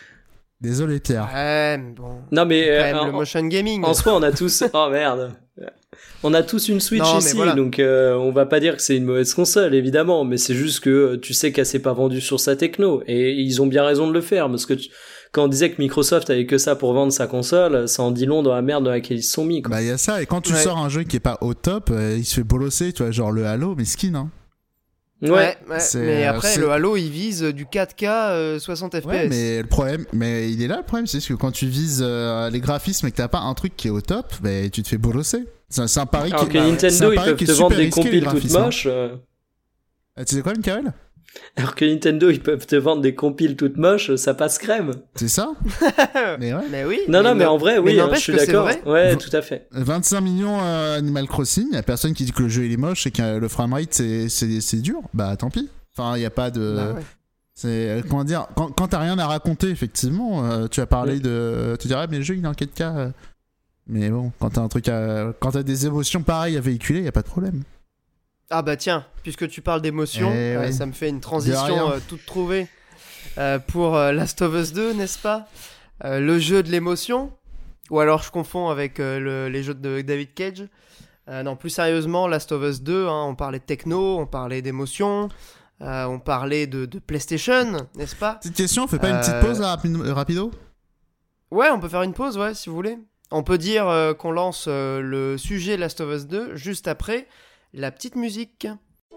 Désolé Pierre. Ouais, mais bon. Non, mais Quand euh, même, en, le motion gaming. en soi, on a tous. Oh merde. On a tous une Switch Non, mais ici, voilà. donc euh, on va pas dire que c'est une mauvaise console, évidemment, mais c'est juste que euh, tu sais qu'elle s'est pas vendue sur sa techno, et ils ont bien raison de le faire, parce que tu- quand on disait que Microsoft avait que ça pour vendre sa console, ça en dit long dans la merde dans laquelle ils se sont mis, quoi. Bah il y a ça, et quand tu Ouais. sors un jeu qui est pas au top, euh, il se fait bolosser, tu vois, genre le Halo, mais skin hein. Ouais, ouais, c'est, mais euh, après, c'est- le Halo, il vise du quatre K euh, soixante F P S. Ouais, mais le problème, mais il est là le problème, c'est que quand tu vises euh, les graphismes et que t'as pas un truc qui est au top, bah, tu te fais bolosser. C'est, c'est un pari Alors qui que bah, c'est un Nintendo, ils pari peuvent qui est te vendre super des risqué, les compiles toutes graphismes, hein. moches. euh, Ah, tu sais quoi, Michael? Alors que Nintendo, ils peuvent te vendre des compiles toutes moches, ça passe crème. C'est ça? Mais ouais. Mais oui. Non, non, mais en vrai, oui, mais hein, n'empêche je suis que c'est d'accord. vrai. Ouais, Vous- tout à fait. vingt-cinq millions euh, Animal Crossing, y a personne qui dit que le jeu il est moche et que le framerate c'est, c'est, c'est dur. Bah tant pis. Enfin, y a pas de. Bah ouais. C'est euh, comment dire, quand, quand t'as rien à raconter, effectivement, euh, tu as parlé Ouais. de. Tu dirais, mais le jeu il est en quatre K. euh. Mais bon, quand t'as un truc à. Quand t'as des émotions pareilles à véhiculer, y a pas de problème. Ah bah tiens, puisque tu parles d'émotion, Eh euh, oui. ça me fait une De transition rien. euh, toute trouvée euh, pour euh, Last of Us deux, n'est-ce pas? Euh, Le jeu de l'émotion. Ou alors je confonds avec euh, le- les jeux de David Cage. Euh, non, plus sérieusement, Last of Us deux, hein, on parlait de techno, on parlait d'émotion, euh, on parlait de, de PlayStation, n'est-ce pas? Petite question, on fait pas une petite Euh, pause là, rapi- rapido? Ouais, on peut faire une pause, ouais, si vous voulez. On peut dire euh, qu'on lance euh, le sujet Last of Us deux juste après la petite musique.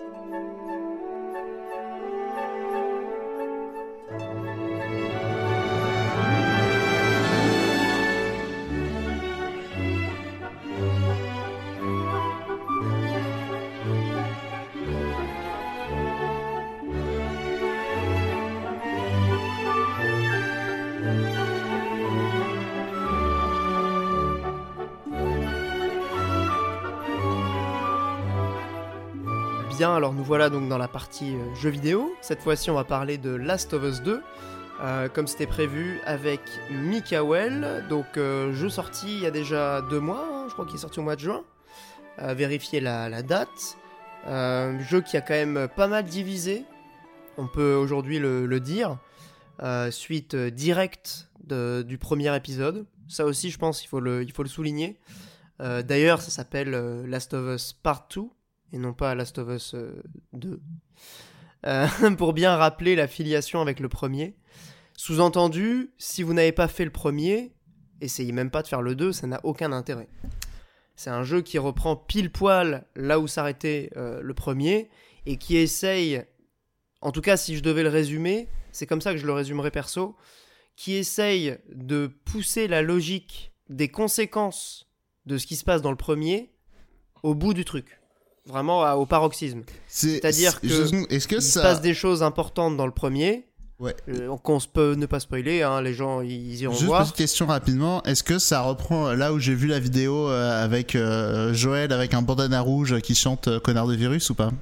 Bien, alors nous voilà donc dans la partie euh, jeux vidéo. Cette fois-ci, on va parler de Last of Us deux, euh, comme c'était prévu avec Mikael. Donc, euh, jeu sorti il y a déjà deux mois, hein, je crois qu'il est sorti au mois de juin. Euh, vérifier la, la date. Euh, jeu qui a quand même pas mal divisé, on peut aujourd'hui le, le dire. Euh, suite euh, directe de- du premier épisode. Ça aussi, je pense, il faut le, il faut le souligner. Euh, D'ailleurs, ça s'appelle euh, Last of Us Part deux et non pas Last of Us euh, deux. Euh, pour bien rappeler la filiation avec le premier. Sous-entendu, si vous n'avez pas fait le premier, essayez même pas de faire le deux, ça n'a aucun intérêt. C'est un jeu qui reprend pile poil là où s'arrêtait euh, le premier et qui essaye, en tout cas si je devais le résumer, c'est comme ça que je le résumerais perso, qui essaye de pousser la logique des conséquences de ce qui se passe dans le premier au bout du truc. Vraiment à- au paroxysme. C'est, C'est-à-dire c'est- que je- Est-ce que Il ça. se passe des choses importantes dans le premier, Ouais. euh, qu'on se peut ne pas spoiler, hein, les gens ils iront Juste voir. petite question rapidement, est-ce que ça reprend là où j'ai vu la vidéo euh, avec euh, Joël avec un bandana rouge qui chante euh, Connard de virus ou pas?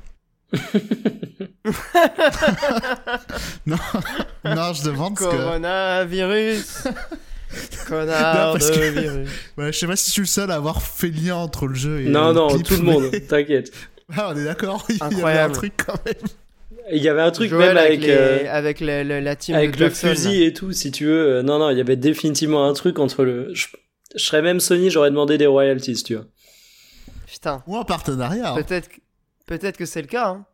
Non, non, je demande parce que Coronavirus Connard Non, parce de que- virus. ouais, je sais pas si je suis le seul à avoir fait le lien entre le jeu et Non, le non, clip, tout le mais- monde, t'inquiète. Ah, on est d'accord, il y avait un Incroyable. truc quand même. Il y avait un truc Joël même avec, les- euh, avec le- le- la team avec de le Jackson, fusil et tout, si tu veux. Euh, Non, non, il y avait définitivement un truc entre le... Je, je serais même Sony, j'aurais demandé des royalties, tu vois. là. Putain, Ou un partenariat. hein. peut-être que- peut-être que c'est le cas. Hein.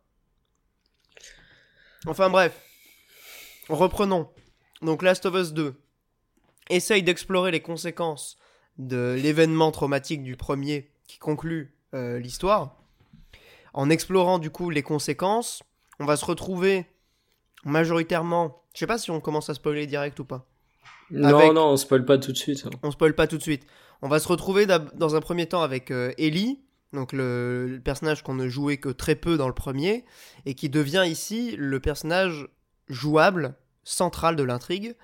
Enfin bref, reprenons. Donc Last of Us deux essaye d'explorer les conséquences de l'événement traumatique du premier qui conclut euh, l'histoire. En explorant du coup les conséquences, on va se retrouver majoritairement... Je sais pas si on commence à spoiler direct ou pas. Non, Avec- non, on spoil pas tout de suite. hein. On spoil pas tout de suite. On va se retrouver d'ab- dans un premier temps avec euh, Ellie, donc le, le personnage qu'on ne jouait que très peu dans le premier, et qui devient ici le personnage jouable, central de l'intrigue.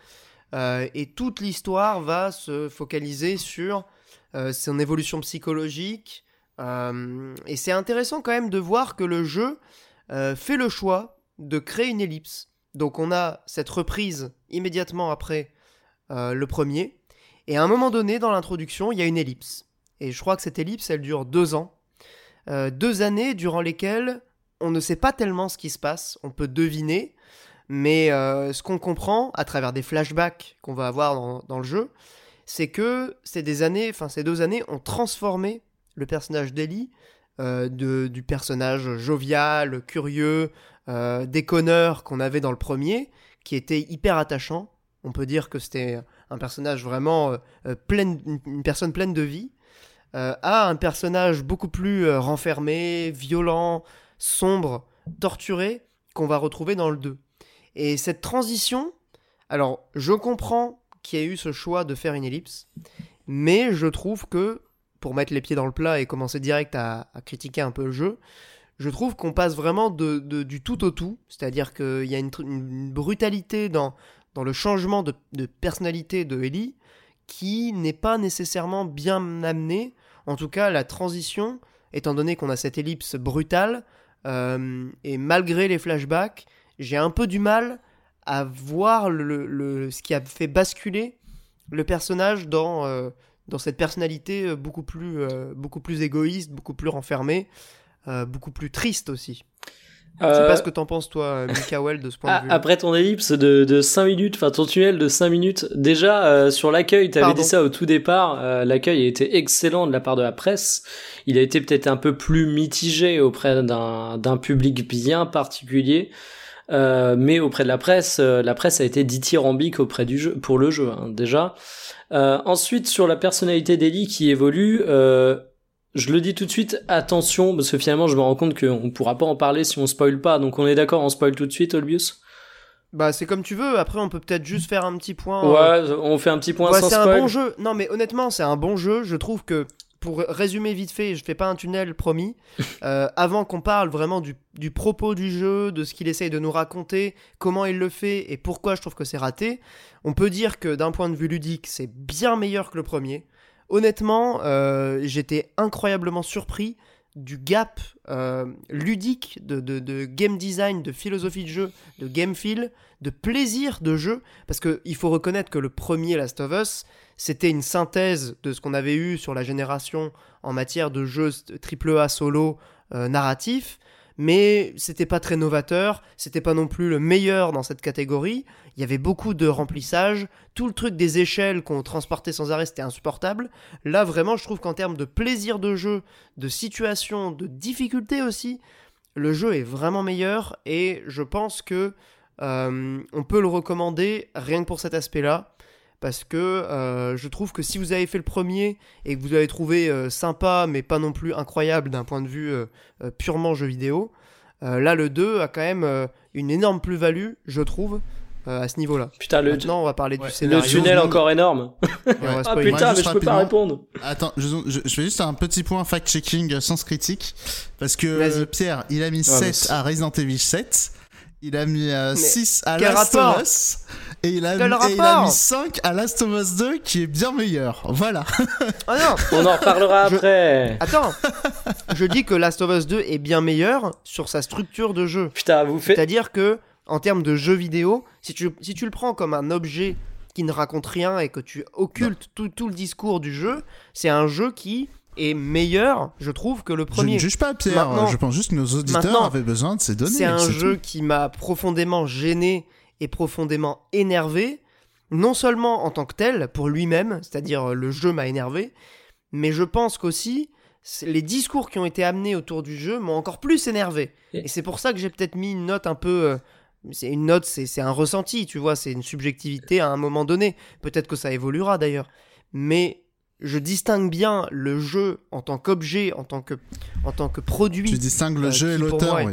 euh, et toute l'histoire va se focaliser sur euh, son évolution psychologique. Euh, et c'est intéressant quand même de voir que le jeu euh, fait le choix de créer une ellipse. Donc on a cette reprise immédiatement après euh, le premier, et à un moment donné dans l'introduction, il y a une ellipse. Et je crois que cette ellipse, elle dure deux ans. Euh, deux années durant lesquelles on ne sait pas tellement ce qui se passe, on peut deviner, mais euh, ce qu'on comprend à travers des flashbacks qu'on va avoir dans, dans le jeu, c'est que ces, des années, enfin, ces deux années ont transformé le personnage d'Ellie euh, de, du personnage jovial, curieux, euh, déconneur qu'on avait dans le premier, qui était hyper attachant. On peut dire que c'était un personnage vraiment euh, plein, une personne pleine de vie, euh, à un personnage beaucoup plus euh, renfermé, violent, sombre, torturé, qu'on va retrouver dans le deux. Et cette transition, alors je comprends qu'il y ait eu ce choix de faire une ellipse, mais je trouve que, pour mettre les pieds dans le plat et commencer direct à, à critiquer un peu le jeu, je trouve qu'on passe vraiment de, de, du tout au tout, c'est-à-dire qu'il y a une, une brutalité dans, dans le changement de, de personnalité de Ellie qui n'est pas nécessairement bien amenée. En tout cas, la transition, étant donné qu'on a cette ellipse brutale, Euh, et malgré les flashbacks, j'ai un peu du mal à voir le, le, ce qui a fait basculer le personnage dans, euh, dans cette personnalité beaucoup plus, euh, beaucoup plus égoïste, beaucoup plus renfermée, euh, beaucoup plus triste aussi. Je sais Euh, pas ce que t'en penses, toi, Mikael, de ce point ah, de vue. Après ton ellipse de, de cinq minutes, enfin ton tunnel de cinq minutes, déjà euh, sur l'accueil, t'avais Pardon. dit ça au tout départ, euh, l'accueil a été excellent de la part de la presse. Il a été peut-être un peu plus mitigé auprès d'un, d'un public bien particulier, euh, mais auprès de la presse, euh, la presse a été dithyrambique auprès du jeu, pour le jeu, hein, déjà. Euh, ensuite, sur la personnalité d'Ellie qui évolue, euh, je le dis tout de suite, attention, parce que finalement je me rends compte qu'on pourra pas en parler si on spoil pas, donc on est d'accord, on spoil tout de suite, Olbius ? Bah, c'est comme tu veux, après on peut peut-être juste faire un petit point. Ouais, on fait un petit point Ouais, sans c'est spoil. un bon jeu. Non, mais honnêtement, c'est un bon jeu. Je trouve que, pour résumer vite fait, je fais pas un tunnel, promis. euh, avant qu'on parle vraiment du, du propos du jeu, de ce qu'il essaye de nous raconter, comment il le fait et pourquoi je trouve que c'est raté, on peut dire que d'un point de vue ludique, c'est bien meilleur que le premier. Honnêtement, euh, j'étais incroyablement surpris du gap euh, ludique de, de, de game design, de philosophie de jeu, de game feel, de plaisir de jeu, parce qu'il faut reconnaître que le premier Last of Us, c'était une synthèse de ce qu'on avait eu sur la génération en matière de jeux triple A solo euh, narratif, mais c'était pas très novateur, c'était pas non plus le meilleur dans cette catégorie, il y avait beaucoup de remplissage, tout le truc des échelles qu'on transportait sans arrêt, c'était insupportable. Là, vraiment, je trouve qu'en termes de plaisir de jeu, de situation, de difficulté aussi, le jeu est vraiment meilleur, et je pense que euh, on peut le recommander rien que pour cet aspect-là, parce que euh, je trouve que si vous avez fait le premier et que vous l'avez trouvé euh, sympa mais pas non plus incroyable d'un point de vue euh, euh, purement jeu vidéo, euh, là le deux a quand même euh, une énorme plus-value, je trouve, euh, à ce niveau-là. Putain, le, Maintenant on va parler Ouais. du scénario. le tunnel encore énorme. Et on va Ouais. Ah spoiler. putain, Moi, mais juste je peux pas rapidement. répondre. Attends, je, je, je fais juste un petit point fact-checking euh, sans critique. Parce que Vas-y. euh, Pierre, il a mis Ah, mais sept c'est- à Resident Evil sept. Il a mis euh, Mais six à quel Last rapport of Us. Et il, a Quel mis, et il a rapport mis cinq à Last of Us deux qui est bien meilleur. Voilà. Ah non, On en reparlera Je- après. attends, je dis que Last of Us deux est bien meilleur sur sa structure de jeu. Putain, vous faites... C'est-à-dire que, en termes de jeu vidéo, si tu, si tu le prends comme un objet qui ne raconte rien et que tu occultes tout, tout le discours du jeu, c'est un jeu qui est meilleur, je trouve, que le Je premier. ne juge pas Pierre. Maintenant- je pense juste que nos auditeurs Maintenant, avaient besoin de ces données. C'est un c'est jeu tout. qui m'a profondément gêné et profondément énervé, non seulement en tant que tel, pour lui-même, c'est-à-dire euh, le jeu m'a énervé, mais je pense qu'aussi, c'est- les discours qui ont été amenés autour du jeu m'ont encore plus énervé. Et- Et c'est pour ça que j'ai peut-être mis une note un peu... euh, c'est une note, c'est, c'est un ressenti, tu vois, c'est une subjectivité à un moment donné. Peut-être que ça évoluera d'ailleurs. Mais je distingue bien le jeu en tant qu'objet, en tant que, en tant que produit. Tu distingues le euh, jeu et qui, pour l'auteur, moi, est- oui.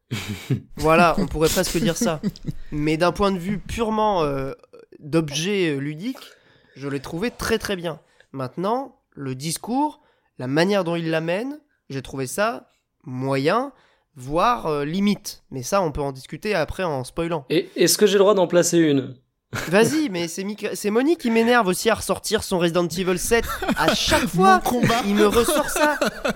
Voilà, on pourrait presque dire ça. Mais d'un point de vue purement euh, d'objet euh, ludique, je l'ai trouvé très très bien. Maintenant, le discours, la manière dont il l'amène, j'ai trouvé ça moyen, voire euh, limite. Mais ça, on peut en discuter après en spoilant. Et est-ce que j'ai le droit d'en placer une ? Vas-y, mais c'est, Mika... c'est Monique qui m'énerve aussi à ressortir son Resident Evil sept. À chaque fois, il me ressort ça.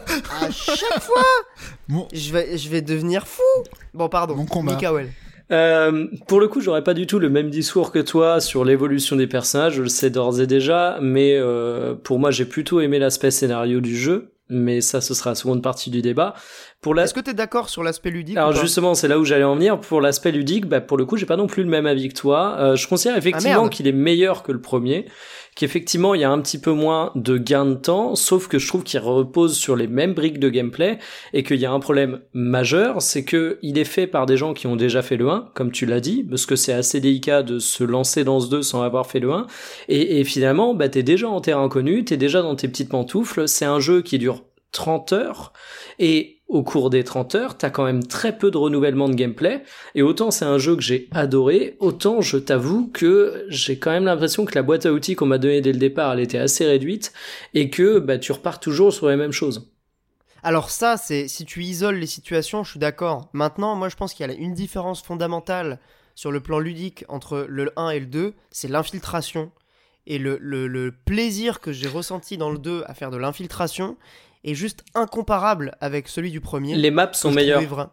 À chaque fois. Mon... Je, vais, je vais devenir fou. Bon, pardon. Mon combat. Mikael. Euh, pour le coup, j'aurais pas du tout le même discours que toi sur l'évolution des personnages, je le sais d'ores et déjà, mais euh, pour moi, j'ai plutôt aimé l'aspect scénario du jeu, mais ça, ce sera la seconde partie du débat. Pour la... Est-ce que t'es d'accord sur l'aspect ludique? Alors justement, c'est là où j'allais en venir. Pour l'aspect ludique, bah, pour le coup, j'ai pas non plus le même avis que toi. Euh, je considère effectivement ah, qu'il est meilleur que le premier, qu'effectivement, il y a un petit peu moins de gain de temps, sauf que je trouve qu'il repose sur les mêmes briques de gameplay, et qu'il y a un problème majeur, c'est que il est fait par des gens qui ont déjà fait le un, comme tu l'as dit, parce que c'est assez délicat de se lancer dans ce deux sans avoir fait le un, et, et finalement, bah, t'es déjà en terrain inconnu, t'es déjà dans tes petites pantoufles, c'est un jeu qui dure trente heures, et au cours des trente heures, t'as quand même très peu de renouvellement de gameplay, et autant c'est un jeu que j'ai adoré, autant je t'avoue que j'ai quand même l'impression que la boîte à outils qu'on m'a donnée dès le départ, elle était assez réduite, et que bah, tu repars toujours sur les mêmes choses. Alors ça, c'est si tu isoles les situations, je suis d'accord. Maintenant, moi je pense qu'il y a une différence fondamentale sur le plan ludique entre le un et le deux, c'est l'infiltration. Et le, le, le plaisir que j'ai ressenti dans le deux à faire de l'infiltration est juste incomparable avec celui du premier. Les maps sont meilleures. Vra...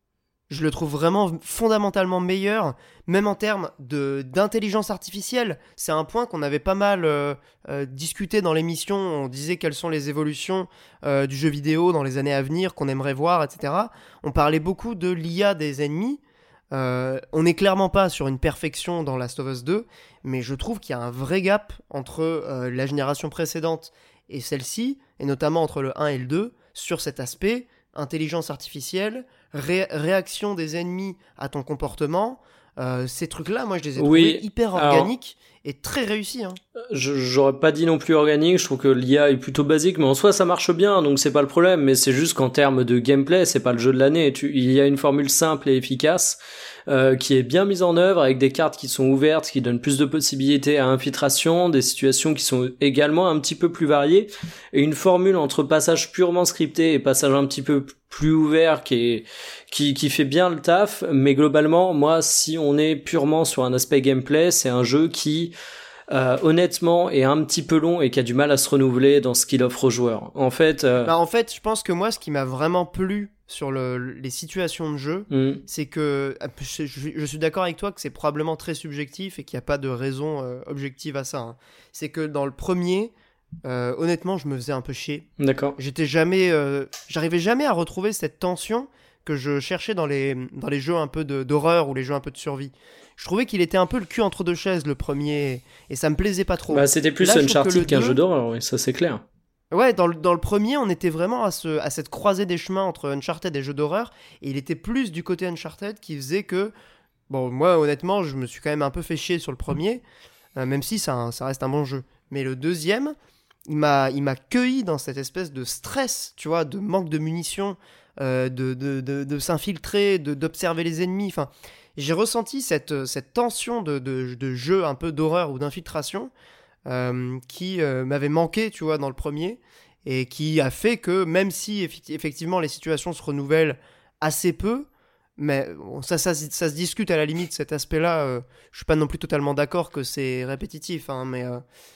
Je le trouve vraiment fondamentalement meilleur, même en termes de, d'intelligence artificielle. C'est un point qu'on avait pas mal euh, euh, discuté dans l'émission. On disait quelles sont les évolutions euh, du jeu vidéo dans les années à venir, qu'on aimerait voir, et cetera. On parlait beaucoup de l'I A des ennemis. Euh, on n'est clairement pas sur une perfection dans Last of Us deux, mais je trouve qu'il y a un vrai gap entre euh, la génération précédente et celle-ci, et notamment entre le un et le deux, sur cet aspect intelligence artificielle, ré- réaction des ennemis à ton comportement. Euh, ces trucs-là, moi, je les ai trouvés oui, hyper organiques alors, et très réussis. Hein. Je, j'aurais pas dit non plus organique, je trouve que l'I A est plutôt basique, mais en soi, ça marche bien, donc c'est pas le problème. Mais c'est juste qu'en termes de gameplay, c'est pas le jeu de l'année. Tu, il y a une formule simple et efficace euh, qui est bien mise en œuvre, avec des cartes qui sont ouvertes, qui donnent plus de possibilités à infiltration, des situations qui sont également un petit peu plus variées, et une formule entre passage purement scripté et passage un petit peu plus ouvert qui est qui qui fait bien le taf. Mais globalement, moi, si on est purement sur un aspect gameplay, c'est un jeu qui Euh, honnêtement est un petit peu long et qui a du mal à se renouveler dans ce qu'il offre aux joueurs. En fait, euh... bah en fait, je pense que moi, ce qui m'a vraiment plu sur le, les situations de jeu, mmh. c'est que je, je, je suis d'accord avec toi que c'est probablement très subjectif et qu'il n'y a pas de raison euh, objective à ça. Hein. C'est que dans le premier, euh, honnêtement, je me faisais un peu chier. D'accord. J'étais jamais, euh, j'arrivais jamais à retrouver cette tension que je cherchais dans les dans les jeux un peu de, d'horreur ou les jeux un peu de survie. Je trouvais qu'il était un peu le cul entre deux chaises, le premier, et ça me plaisait pas trop. Bah, c'était plus Uncharted qu'un deux... jeu d'horreur, oui, ça c'est clair. Ouais, dans le, dans le premier, on était vraiment à, ce, à cette croisée des chemins entre Uncharted et jeux d'horreur, et il était plus du côté Uncharted qui faisait que... Bon, moi, honnêtement, je me suis quand même un peu fait chier sur le premier, euh, même si ça, ça reste un bon jeu. Mais le deuxième, il m'a, il m'a cueilli dans cette espèce de stress, tu vois, de manque de munitions, euh, de, de, de, de s'infiltrer, de, d'observer les ennemis, enfin... J'ai ressenti cette, cette tension de, de, de jeu un peu d'horreur ou d'infiltration euh, qui euh, m'avait manqué, tu vois, dans le premier, et qui a fait que, même si effectivement les situations se renouvellent assez peu, mais bon, ça, ça, ça, ça se discute à la limite, cet aspect-là, euh, je suis pas non plus totalement d'accord que c'est répétitif, hein, mais, euh,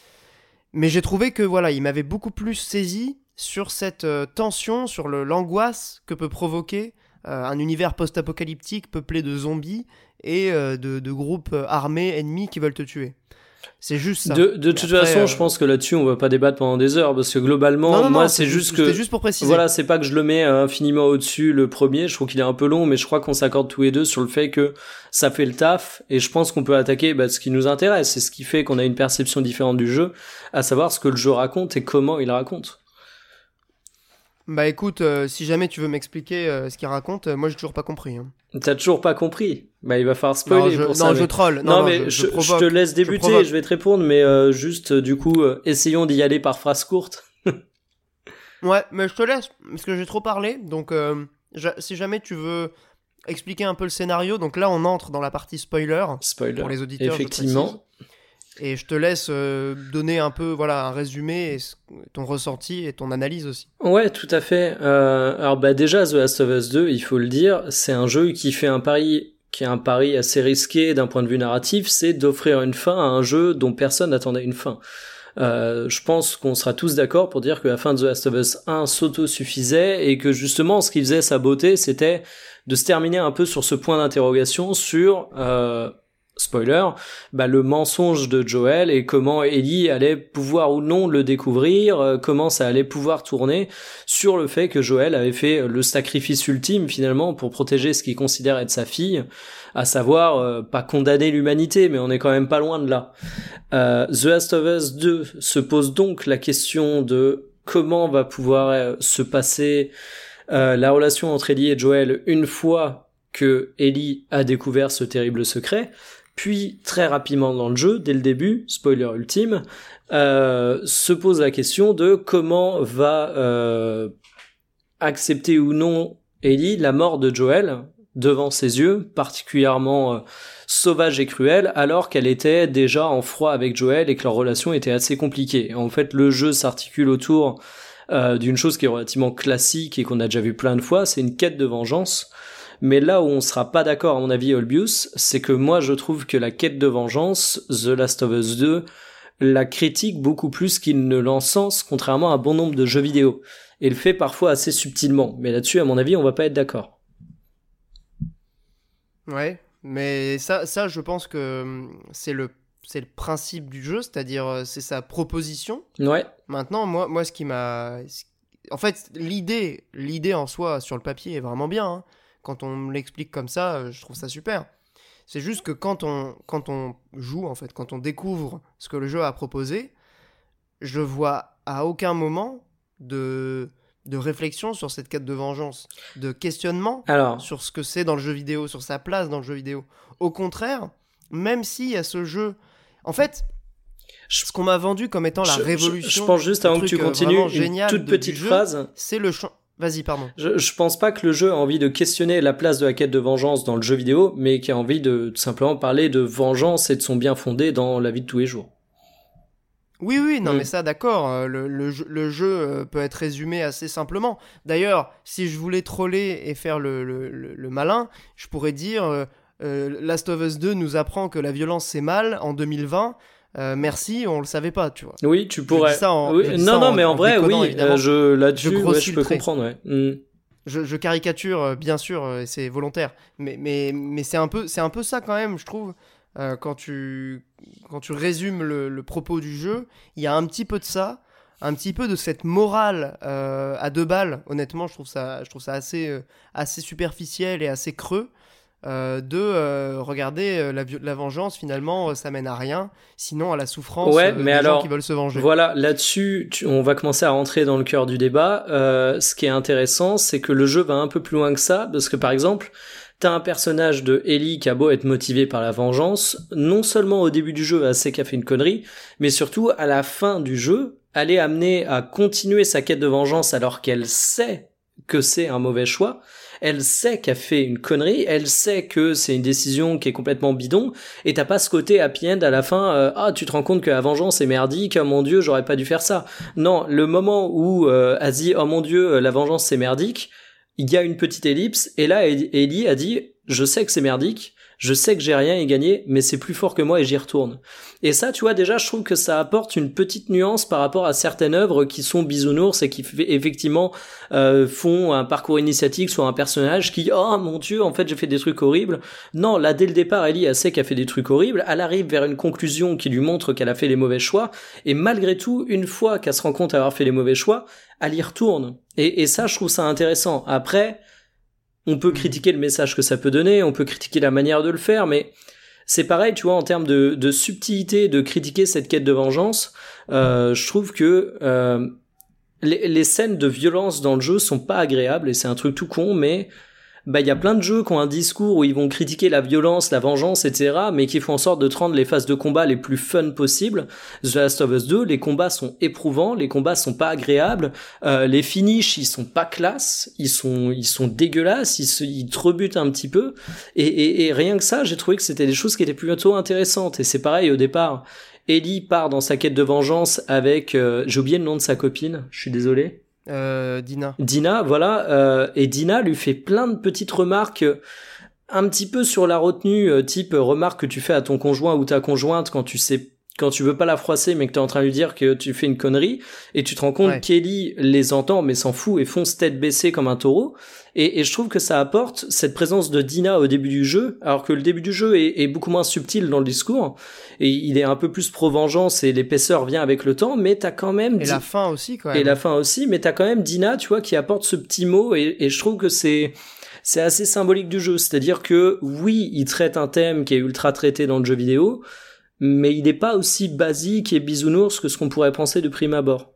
mais j'ai trouvé que, voilà, il m'avait beaucoup plus saisi sur cette euh, tension, sur le, l'angoisse que peut provoquer Euh, un univers post-apocalyptique peuplé de zombies et euh, de, de groupes armés ennemis qui veulent te tuer. C'est juste ça. De, de toute après, façon, euh... je pense que là-dessus, on va pas débattre pendant des heures, parce que globalement, non, non, moi, non, c'est, c'est juste que... que... C'était juste pour préciser. Voilà, c'est pas que je le mets infiniment au-dessus, le premier, je trouve qu'il est un peu long, mais je crois qu'on s'accorde tous les deux sur le fait que ça fait le taf, et je pense qu'on peut attaquer bah, ce qui nous intéresse, c'est ce qui fait qu'on a une perception différente du jeu, à savoir ce que le jeu raconte et comment il raconte. Bah écoute, euh, si jamais tu veux m'expliquer euh, ce qu'il raconte, euh, moi j'ai toujours pas compris. Hein. T'as toujours pas compris? Bah il va falloir spoiler non, je, pour non, ça. Non, je troll. Non, non, mais je, je, je, provoque, je te laisse débuter je, et je vais te répondre, mais euh, juste du coup, euh, essayons d'y aller par phrase courte. Ouais, mais je te laisse, parce que j'ai trop parlé, donc euh, ja- si jamais tu veux expliquer un peu le scénario, donc là on entre dans la partie spoiler. Spoiler, pour les auditeurs, effectivement. Et je te laisse euh, donner un peu voilà un résumé, et ton ressenti et ton analyse aussi. Ouais, tout à fait. Euh, alors bah déjà, The Last of Us deux, il faut le dire, c'est un jeu qui fait un pari qui est un pari assez risqué d'un point de vue narratif, c'est d'offrir une fin à un jeu dont personne n'attendait une fin. Euh, je pense qu'on sera tous d'accord pour dire que la fin de The Last of Us un s'auto-suffisait et que justement ce qui faisait sa beauté, c'était de se terminer un peu sur ce point d'interrogation sur... Euh, spoiler, bah le mensonge de Joel et comment Ellie allait pouvoir ou non le découvrir, euh, comment ça allait pouvoir tourner sur le fait que Joel avait fait le sacrifice ultime finalement pour protéger ce qu'il considère être sa fille, à savoir euh, pas condamner l'humanité, mais on est quand même pas loin de là. Euh, The Last of Us deux se pose donc la question de comment va pouvoir euh, se passer euh, la relation entre Ellie et Joel une fois que Ellie a découvert ce terrible secret. Puis, très rapidement dans le jeu, dès le début, spoiler ultime, euh, se pose la question de comment va euh, accepter ou non Ellie la mort de Joel devant ses yeux, particulièrement euh, sauvage et cruelle, alors qu'elle était déjà en froid avec Joel et que leur relation était assez compliquée. En fait, le jeu s'articule autour euh, d'une chose qui est relativement classique et qu'on a déjà vu plein de fois, c'est une quête de vengeance. Mais là où on sera pas d'accord, à mon avis, Olbius, c'est que moi je trouve que la quête de vengeance, The Last of Us deux, la critique beaucoup plus qu'il ne l'encense, contrairement à bon nombre de jeux vidéo. Et le fait parfois assez subtilement. Mais là-dessus, à mon avis, on va pas être d'accord. Ouais, mais ça, ça je pense que c'est le, c'est le principe du jeu, c'est-à-dire c'est sa proposition. Ouais. Maintenant, moi, moi ce qui m'a... En fait, l'idée, l'idée en soi, sur le papier, est vraiment bien, hein. Quand on me l'explique comme ça, je trouve ça super. C'est juste que quand on, quand on joue, en fait, quand on découvre ce que le jeu a proposé, je vois à aucun moment de, de réflexion sur cette quête de vengeance, de questionnement Alors... sur ce que c'est dans le jeu vidéo, sur sa place dans le jeu vidéo. Au contraire, même s'il y a ce jeu... En fait, ce qu'on m'a vendu comme étant la je, révolution... Je, je pense juste, avant que tu continues, une toute petite jeu, phrase... C'est le champ... Vas-y, pardon. Je, je pense pas que le jeu a envie de questionner la place de la quête de vengeance dans le jeu vidéo, mais qui a envie de tout simplement parler de vengeance et de son bien fondé dans la vie de tous les jours. Oui, oui, non, mmh. mais ça, d'accord. Le, le, le jeu peut être résumé assez simplement. D'ailleurs, si je voulais troller et faire le, le, le, le malin, je pourrais dire euh, euh, Last of Us deux nous apprend que la violence c'est mal en deux mille vingt. Euh, merci, on le savait pas, tu vois. Oui, tu pourrais. Je dis ça en, oui. je dis non, ça non, en, mais en, en vrai, oui. Euh, je là-dessus, je, ouais, je peux comprendre. Ouais. Mm. Je, je caricature, bien sûr, et c'est volontaire. Mais, mais, mais c'est un peu, c'est un peu ça quand même, je trouve. Euh, quand tu, quand tu résumes le, le propos du jeu, il y a un petit peu de ça, un petit peu de cette morale euh, à deux balles. Honnêtement, je trouve ça, je trouve ça assez, euh, assez superficiel et assez creux. Euh, de euh, regarder euh, la, la vengeance, finalement, euh, ça mène à rien, sinon à la souffrance ouais, euh, mais des alors, gens qui veulent se venger. Voilà, là-dessus, tu, on va commencer à rentrer dans le cœur du débat. Euh, ce qui est intéressant, c'est que le jeu va un peu plus loin que ça, parce que par exemple, t'as un personnage de Ellie qui a beau être motivé par la vengeance, non seulement au début du jeu, elle sait qu'elle fait une connerie, mais surtout à la fin du jeu, elle est amenée à continuer sa quête de vengeance alors qu'elle sait que c'est un mauvais choix. Elle sait qu'elle fait une connerie, elle sait que c'est une décision qui est complètement bidon, et t'as pas ce côté happy end à la fin, euh, ah tu te rends compte que la vengeance est merdique, oh mon dieu j'aurais pas dû faire ça. Non, le moment où euh, elle dit oh mon dieu la vengeance c'est merdique, il y a une petite ellipse, et là Ellie a dit je sais que c'est merdique, je sais que j'ai rien à gagner, mais c'est plus fort que moi et j'y retourne. Et ça, tu vois, déjà, je trouve que ça apporte une petite nuance par rapport à certaines œuvres qui sont bisounours et qui, effectivement, euh, font un parcours initiatique sur un personnage qui, oh mon dieu, en fait, j'ai fait des trucs horribles. Non, là, dès le départ, Ellie, elle sait qu'elle fait des trucs horribles, elle arrive vers une conclusion qui lui montre qu'elle a fait les mauvais choix, et malgré tout, une fois qu'elle se rend compte d'avoir fait les mauvais choix, elle y retourne. Et, et ça, je trouve ça intéressant. Après, on peut critiquer le message que ça peut donner, on peut critiquer la manière de le faire, mais c'est pareil, tu vois, en termes de, de subtilité, de critiquer cette quête de vengeance, euh, je trouve que euh, les, les scènes de violence dans le jeu sont pas agréables, et c'est un truc tout con, mais bah il y a plein de jeux qui ont un discours où ils vont critiquer la violence, la vengeance, et cetera, mais qui font en sorte de te rendre les phases de combat les plus fun possibles. The Last of Us deux, les combats sont éprouvants, les combats sont pas agréables, euh, les finishes ils sont pas classe, ils sont ils sont dégueulasses, ils se, ils te rebutent un petit peu, et, et, et rien que ça, j'ai trouvé que c'était des choses qui étaient plutôt intéressantes. Et c'est pareil au départ. Ellie part dans sa quête de vengeance avec, euh, j'ai oublié le nom de sa copine, je suis désolé. Euh, Dina. Dina, voilà, euh, et Dina lui fait plein de petites remarques un petit peu sur la retenue, euh, type euh, remarque que tu fais à ton conjoint ou ta conjointe quand tu sais quand tu veux pas la froisser mais que t'es en train de lui dire que tu fais une connerie, et tu te rends compte Ouais. qu'Ellie les entend mais s'en fout et fonce tête baissée comme un taureau. Et, et je trouve que ça apporte cette présence de Dina au début du jeu, alors que le début du jeu est, est beaucoup moins subtil dans le discours, et il est un peu plus pro-vengeance et l'épaisseur vient avec le temps, mais t'as quand même... Et Di- la fin aussi, quand même. et la fin aussi, mais t'as quand même Dina, tu vois, qui apporte ce petit mot, et, et je trouve que c'est... c'est assez symbolique du jeu, c'est-à-dire que oui, il traite un thème qui est ultra traité dans le jeu vidéo, mais il n'est pas aussi basique et bisounours que ce qu'on pourrait penser de prime abord.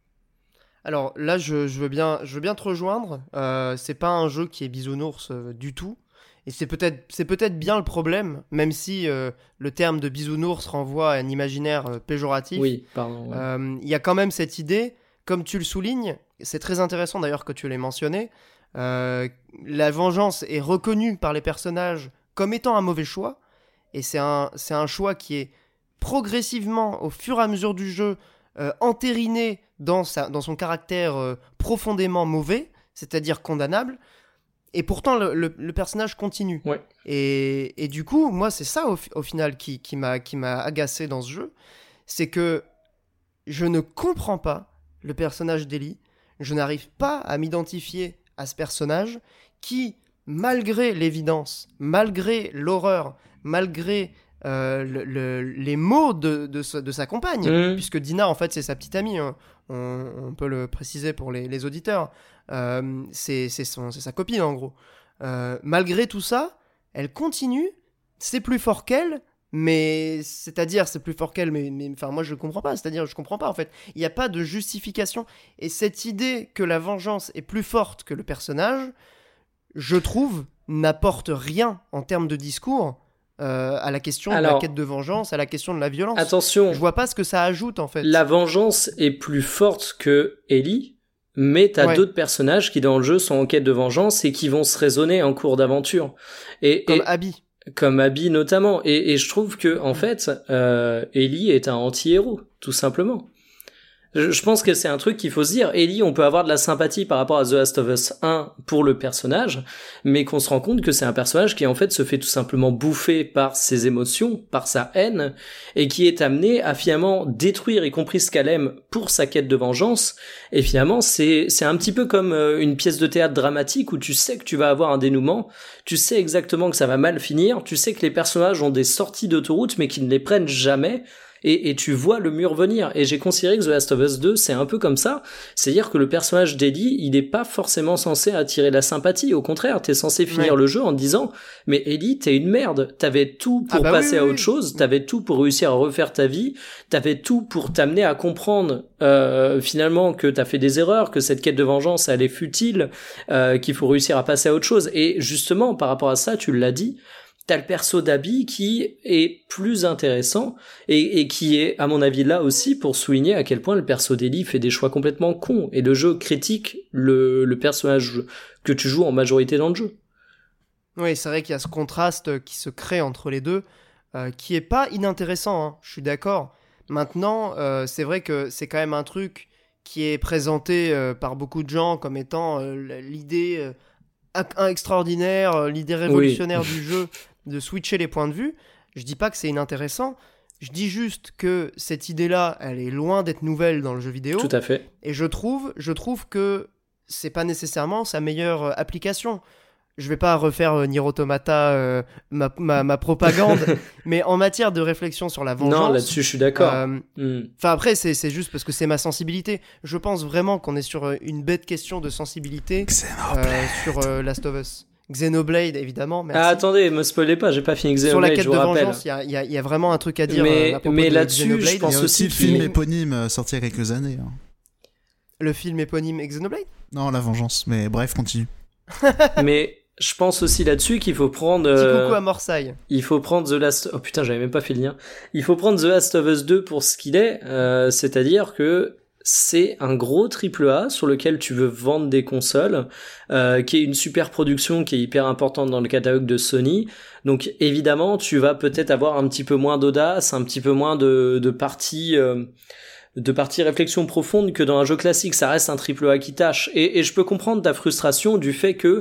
Alors là, je, je veux bien, je veux bien te rejoindre. Euh, c'est pas un jeu qui est bisounours euh, du tout. Et c'est peut-être, c'est peut-être bien le problème, même si euh, le terme de bisounours renvoie à un imaginaire euh, péjoratif. Oui, pardon. Ouais. Euh, Il y a quand même cette idée, comme tu le soulignes, c'est très intéressant d'ailleurs que tu l'aies mentionné, euh, la vengeance est reconnue par les personnages comme étant un mauvais choix, et c'est un, c'est un choix qui est progressivement, au fur et à mesure du jeu, euh, entériné dans, sa, dans son caractère euh, profondément mauvais, c'est-à-dire condamnable, et pourtant le, le, le personnage continue. Ouais. Et, et du coup, moi, c'est ça au, au final qui, qui, m'a, qui m'a agacé dans ce jeu, c'est que je ne comprends pas le personnage d'Ellie, je n'arrive pas à m'identifier à ce personnage qui, malgré l'évidence, malgré l'horreur, malgré euh, le, le, les mots de, de, de, de sa compagne, Mmh. puisque Dina, en fait, c'est sa petite amie, hein. on, on peut le préciser pour les, les auditeurs, euh, c'est, c'est, son, c'est sa copine, en gros. Euh, malgré tout ça, elle continue, c'est plus fort qu'elle, mais c'est-à-dire, c'est plus fort qu'elle, mais, mais enfin, moi, je ne comprends pas, c'est-à-dire, je comprends pas, en fait. Il n'y a pas de justification. Et cette idée que la vengeance est plus forte que le personnage, je trouve, n'apporte rien en termes de discours euh, à la question Alors, de la quête de vengeance, à la question de la violence. Attention, Je vois pas ce que ça ajoute, en fait. la vengeance est plus forte que Ellie, mais t'as Ouais. d'autres personnages qui dans le jeu sont en quête de vengeance et qui vont se raisonner en cours d'aventure. Et, Comme et- Abby. Comme Abby notamment. Et, et je trouve que, en fait, euh, Ellie est un anti-héros, tout simplement. Je, je pense que c'est un truc qu'il faut se dire. Ellie, on peut avoir de la sympathie par rapport à The Last of Us un pour le personnage, mais qu'on se rend compte que c'est un personnage qui, en fait, se fait tout simplement bouffer par ses émotions, par sa haine, et qui est amené à finalement détruire, y compris ce qu'elle aime, pour sa quête de vengeance. Et finalement, c'est, c'est un petit peu comme euh, une pièce de théâtre dramatique où tu sais que tu vas avoir un dénouement, tu sais exactement que ça va mal finir, tu sais que les personnages ont des sorties d'autoroute, mais qu'ils ne les prennent jamais, et, et tu vois le mur venir. Et j'ai considéré que The Last of Us deux, c'est un peu comme ça. C'est-à-dire que le personnage d'Ellie, il n'est pas forcément censé attirer la sympathie. Au contraire, t'es censé finir Ouais. le jeu en te disant « Mais Ellie, t'es une merde. T'avais tout pour Ah bah passer oui, à oui, autre oui. chose. T'avais tout pour réussir à refaire ta vie. T'avais tout pour t'amener à comprendre euh, finalement que t'as fait des erreurs, que cette quête de vengeance, elle est futile, euh, qu'il faut réussir à passer à autre chose. » Et justement, par rapport à ça, tu l'as dit, t'as le perso d'Abby qui est plus intéressant et, et qui est, à mon avis, là aussi pour souligner à quel point le perso d'Ellie fait des choix complètement cons et le jeu critique le, le personnage que tu joues en majorité dans le jeu. Oui, c'est vrai qu'il y a ce contraste qui se crée entre les deux, euh, qui est pas inintéressant, hein, je suis d'accord. Maintenant, euh, c'est vrai que c'est quand même un truc qui est présenté euh, par beaucoup de gens comme étant euh, l'idée euh, ac- extraordinaire, euh, l'idée révolutionnaire du jeu, de switcher les points de vue. Je dis pas que c'est inintéressant, je dis juste que cette idée-là, elle est loin d'être nouvelle dans le jeu vidéo. Tout à fait. Et je trouve, je trouve que c'est pas nécessairement sa meilleure euh, application. Je vais pas refaire euh, Nier Automata, euh, ma, ma, ma propagande, mais en matière de réflexion sur la vengeance. Non, là-dessus, je suis d'accord. euh, Hmm. Enfin après, c'est, c'est juste parce que c'est ma sensibilité. Je pense vraiment qu'on est sur euh, une bête question de sensibilité euh, sur euh, Last of Us. Xenoblade, évidemment. Merci. Ah, attendez, me spoilez pas, j'ai pas fini sur la Xenoblade, quête je vous de rappelle. vengeance, il y a, y a- y a vraiment un truc à dire Mais- euh, à propos mais de là-dessus, Xenoblade. je pense Il y a aussi aussi le qu'il- film éponyme euh, sorti il y a quelques années. hein. Le film éponyme Xenoblade. Non, la vengeance. Mais bref, continue. Mais je pense aussi là-dessus qu'il faut prendre... Petit euh, coucou à Morsaille. Il faut prendre The Last... Oh putain, j'avais même pas fait le lien. Il faut prendre The Last of Us deux pour ce qu'il est, euh, c'est-à-dire que c'est un gros triple A sur lequel tu veux vendre des consoles, euh, qui est une super production qui est hyper importante dans le catalogue de Sony. Donc évidemment, tu vas peut-être avoir un petit peu moins d'audace, un petit peu moins de, de parties... Euh, de partie réflexion profonde que dans un jeu classique. Ça reste un triple A qui tâche. Et, et je peux comprendre ta frustration du fait que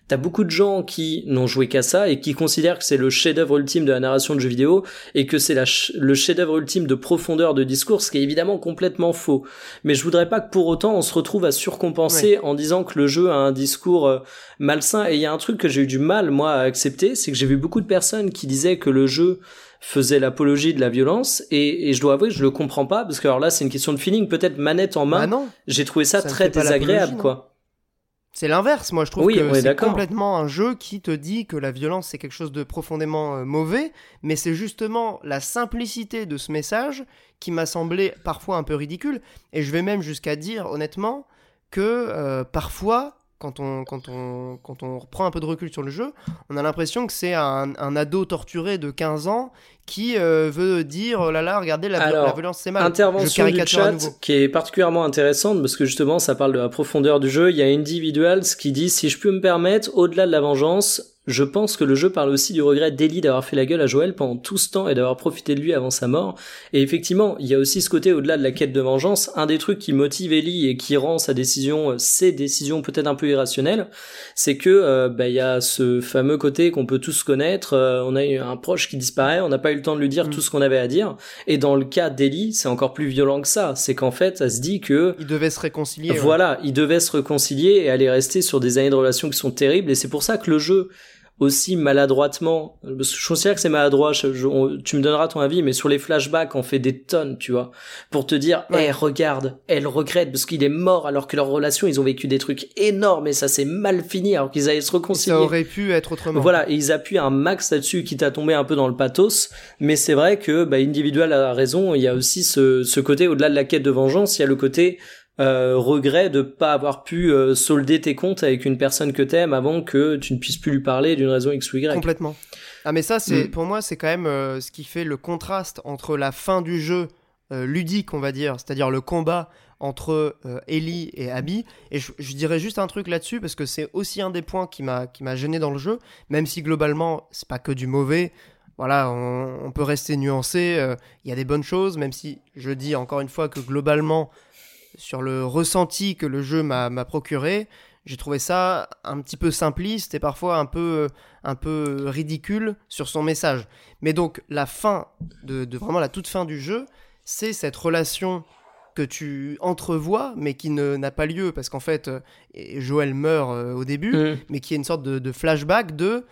t'as beaucoup de gens qui n'ont joué qu'à ça et qui considèrent que c'est le chef-d'œuvre ultime de la narration de jeux vidéo et que c'est la ch- le chef-d'œuvre ultime de profondeur de discours, ce qui est évidemment complètement faux. Mais je voudrais pas que pour autant on se retrouve à surcompenser ouais. en disant que le jeu a un discours euh, malsain. Et il y a un truc que j'ai eu du mal moi à accepter, c'est que j'ai vu beaucoup de personnes qui disaient que le jeu faisait l'apologie de la violence et, et je dois avouer que je le comprends pas parce que alors là c'est une question de feeling, peut-être manette en main, bah non, j'ai trouvé ça, ça très désagréable quoi. C'est l'inverse, moi je trouve oui, que c'est d'accord. complètement un jeu qui te dit que la violence c'est quelque chose de profondément euh, mauvais, mais c'est justement la simplicité de ce message qui m'a semblé parfois un peu ridicule, et je vais même jusqu'à dire honnêtement que euh, parfois Quand on, quand, on, quand on reprend un peu de recul sur le jeu, on a l'impression que c'est un, un ado torturé de quinze ans qui euh, veut dire oh là là, regardez, la, Alors, la violence c'est mal. Intervention du chat qui est particulièrement intéressante parce que justement ça parle de la profondeur du jeu. Il y a Individuals qui dit si je peux me permettre, au-delà de la vengeance, je pense que le jeu parle aussi du regret d'Ellie d'avoir fait la gueule à Joël pendant tout ce temps et d'avoir profité de lui avant sa mort. Et effectivement, il y a aussi ce côté au-delà de la quête de vengeance. Un des trucs qui motive Ellie et qui rend sa décision, ses décisions peut-être un peu irrationnelles, c'est que euh, bah il y a ce fameux côté qu'on peut tous connaître. Euh, on a eu un proche qui disparaît, on n'a pas eu le temps de lui dire mmh. tout ce qu'on avait à dire. Et dans le cas d'Ellie, c'est encore plus violent que ça. C'est qu'en fait, elle se dit que il devait se réconcilier. Voilà, ouais. il devait se réconcilier et aller rester sur des années de relations qui sont terribles. Et c'est pour ça que le jeu aussi maladroitement, je considère que c'est maladroit, je, je, on, tu me donneras ton avis, mais sur les flashbacks, on fait des tonnes, tu vois, pour te dire, ouais. hey, regarde, elle regrette parce qu'il est mort alors que leur relation, ils ont vécu des trucs énormes et ça s'est mal fini alors qu'ils allaient se réconcilier. Ça aurait pu être autrement. Voilà, et ils appuient un max là-dessus qui t'a tombé un peu dans le pathos, mais c'est vrai que, bah, Individual a raison, il y a aussi ce, ce côté, au-delà de la quête de vengeance, il y a le côté, Euh, regret de pas avoir pu euh, solder tes comptes avec une personne que t'aimes avant que tu ne puisses plus lui parler d'une raison X ou Y. Complètement. Ah mais ça, c'est mm. pour moi, c'est quand même euh, ce qui fait le contraste entre la fin du jeu euh, ludique, on va dire, c'est-à-dire le combat entre euh, Ellie et Abby. Et je, je dirais juste un truc là-dessus parce que c'est aussi un des points qui m'a qui m'a gêné dans le jeu, même si globalement c'est pas que du mauvais. Voilà, on, on peut rester nuancé. Il euh, y a des bonnes choses, même si je dis encore une fois que globalement sur le ressenti que le jeu m'a, m'a procuré, j'ai trouvé ça un petit peu simpliste et parfois un peu, un peu ridicule sur son message. Mais donc, la fin, de, de vraiment la toute fin du jeu, c'est cette relation que tu entrevois, mais qui ne, n'a pas lieu, parce qu'en fait, Joël meurt euh, au début, mmh. mais qui est une sorte de, de flashback de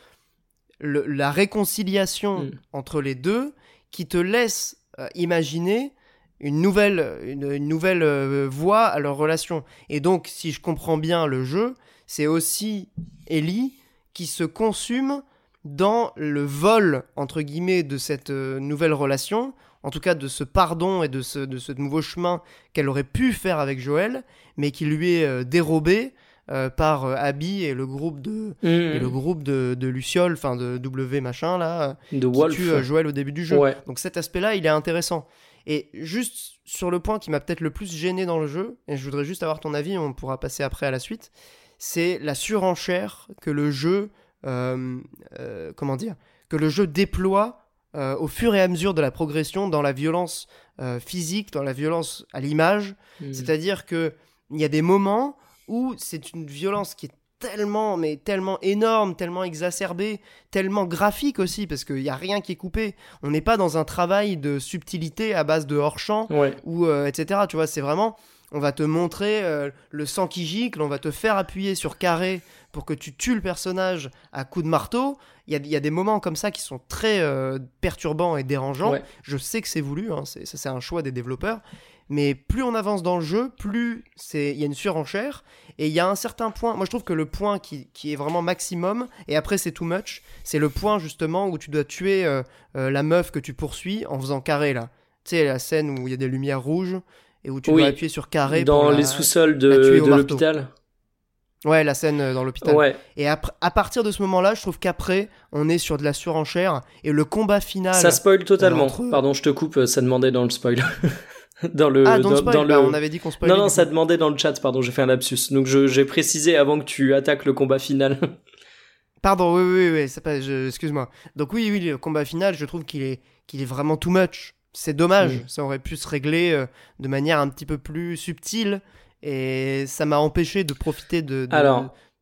le, la réconciliation mmh. entre les deux, qui te laisse euh, imaginer une nouvelle, une, une nouvelle euh, voie à leur relation. Et donc, si je comprends bien le jeu, c'est aussi Ellie qui se consume dans le vol, entre guillemets, de cette euh, nouvelle relation, en tout cas de ce pardon et de ce, de ce nouveau chemin qu'elle aurait pu faire avec Joël, mais qui lui est euh, dérobé euh, par euh, Abby et le groupe de, mmh. et le groupe de, de Luciole, enfin de W machin, là, de qui Wolf. tue euh, Joël au début du jeu. Ouais. Donc cet aspect-là, il est intéressant. Et juste sur le point qui m'a peut-être le plus gêné dans le jeu, et je voudrais juste avoir ton avis, on pourra passer après à la suite, c'est la surenchère que le jeu, euh, euh, comment dire, que le jeu déploie euh, au fur et à mesure de la progression dans la violence euh, physique, dans la violence à l'image. Mmh. C'est-à-dire qu'il y a des moments où c'est une violence qui est tellement, mais tellement énorme, tellement exacerbé, tellement graphique aussi, parce qu'il n'y a rien qui est coupé. On n'est pas dans un travail de subtilité à base de hors-champ, ouais. ou euh, et cetera. Tu vois, c'est vraiment, on va te montrer euh, le sang qui gicle, on va te faire appuyer sur carré pour que tu tues le personnage à coups de marteau. Il y a, y a des moments comme ça qui sont très euh, perturbants et dérangeants. Ouais. Je sais que c'est voulu, hein, c'est, ça c'est un choix des développeurs. Mais plus on avance dans le jeu, plus il y a une surenchère. Et il y a un certain point, moi je trouve que le point qui, qui est vraiment maximum, et après c'est too much, c'est le point justement où tu dois tuer euh, euh, la meuf que tu poursuis en faisant carré là. Tu sais, la scène où il y a des lumières rouges, et où tu oui. dois appuyer sur carré dans pour les la, sous-sols de, de l'hôpital. Ouais, la scène dans l'hôpital. Ouais. Et après, à partir de ce moment-là, je trouve qu'après, on est sur de la surenchère, et le combat final... Ça spoil totalement. Entre... Pardon, je te coupe, ça demandait dans le spoil. dans le ah, dans, dans, spoil, dans bah, le on avait dit qu'on spoilait. Non non, ça demandait dans le chat, pardon, j'ai fait un lapsus. Donc je, j'ai précisé avant que tu attaques le combat final. Pardon, oui oui oui, c'est pas je, excuse-moi. Donc oui oui, le combat final, je trouve qu'il est qu'il est vraiment too much. C'est dommage, mmh. ça aurait pu se régler euh, de manière un petit peu plus subtile, et ça m'a empêché de profiter de, de Alors,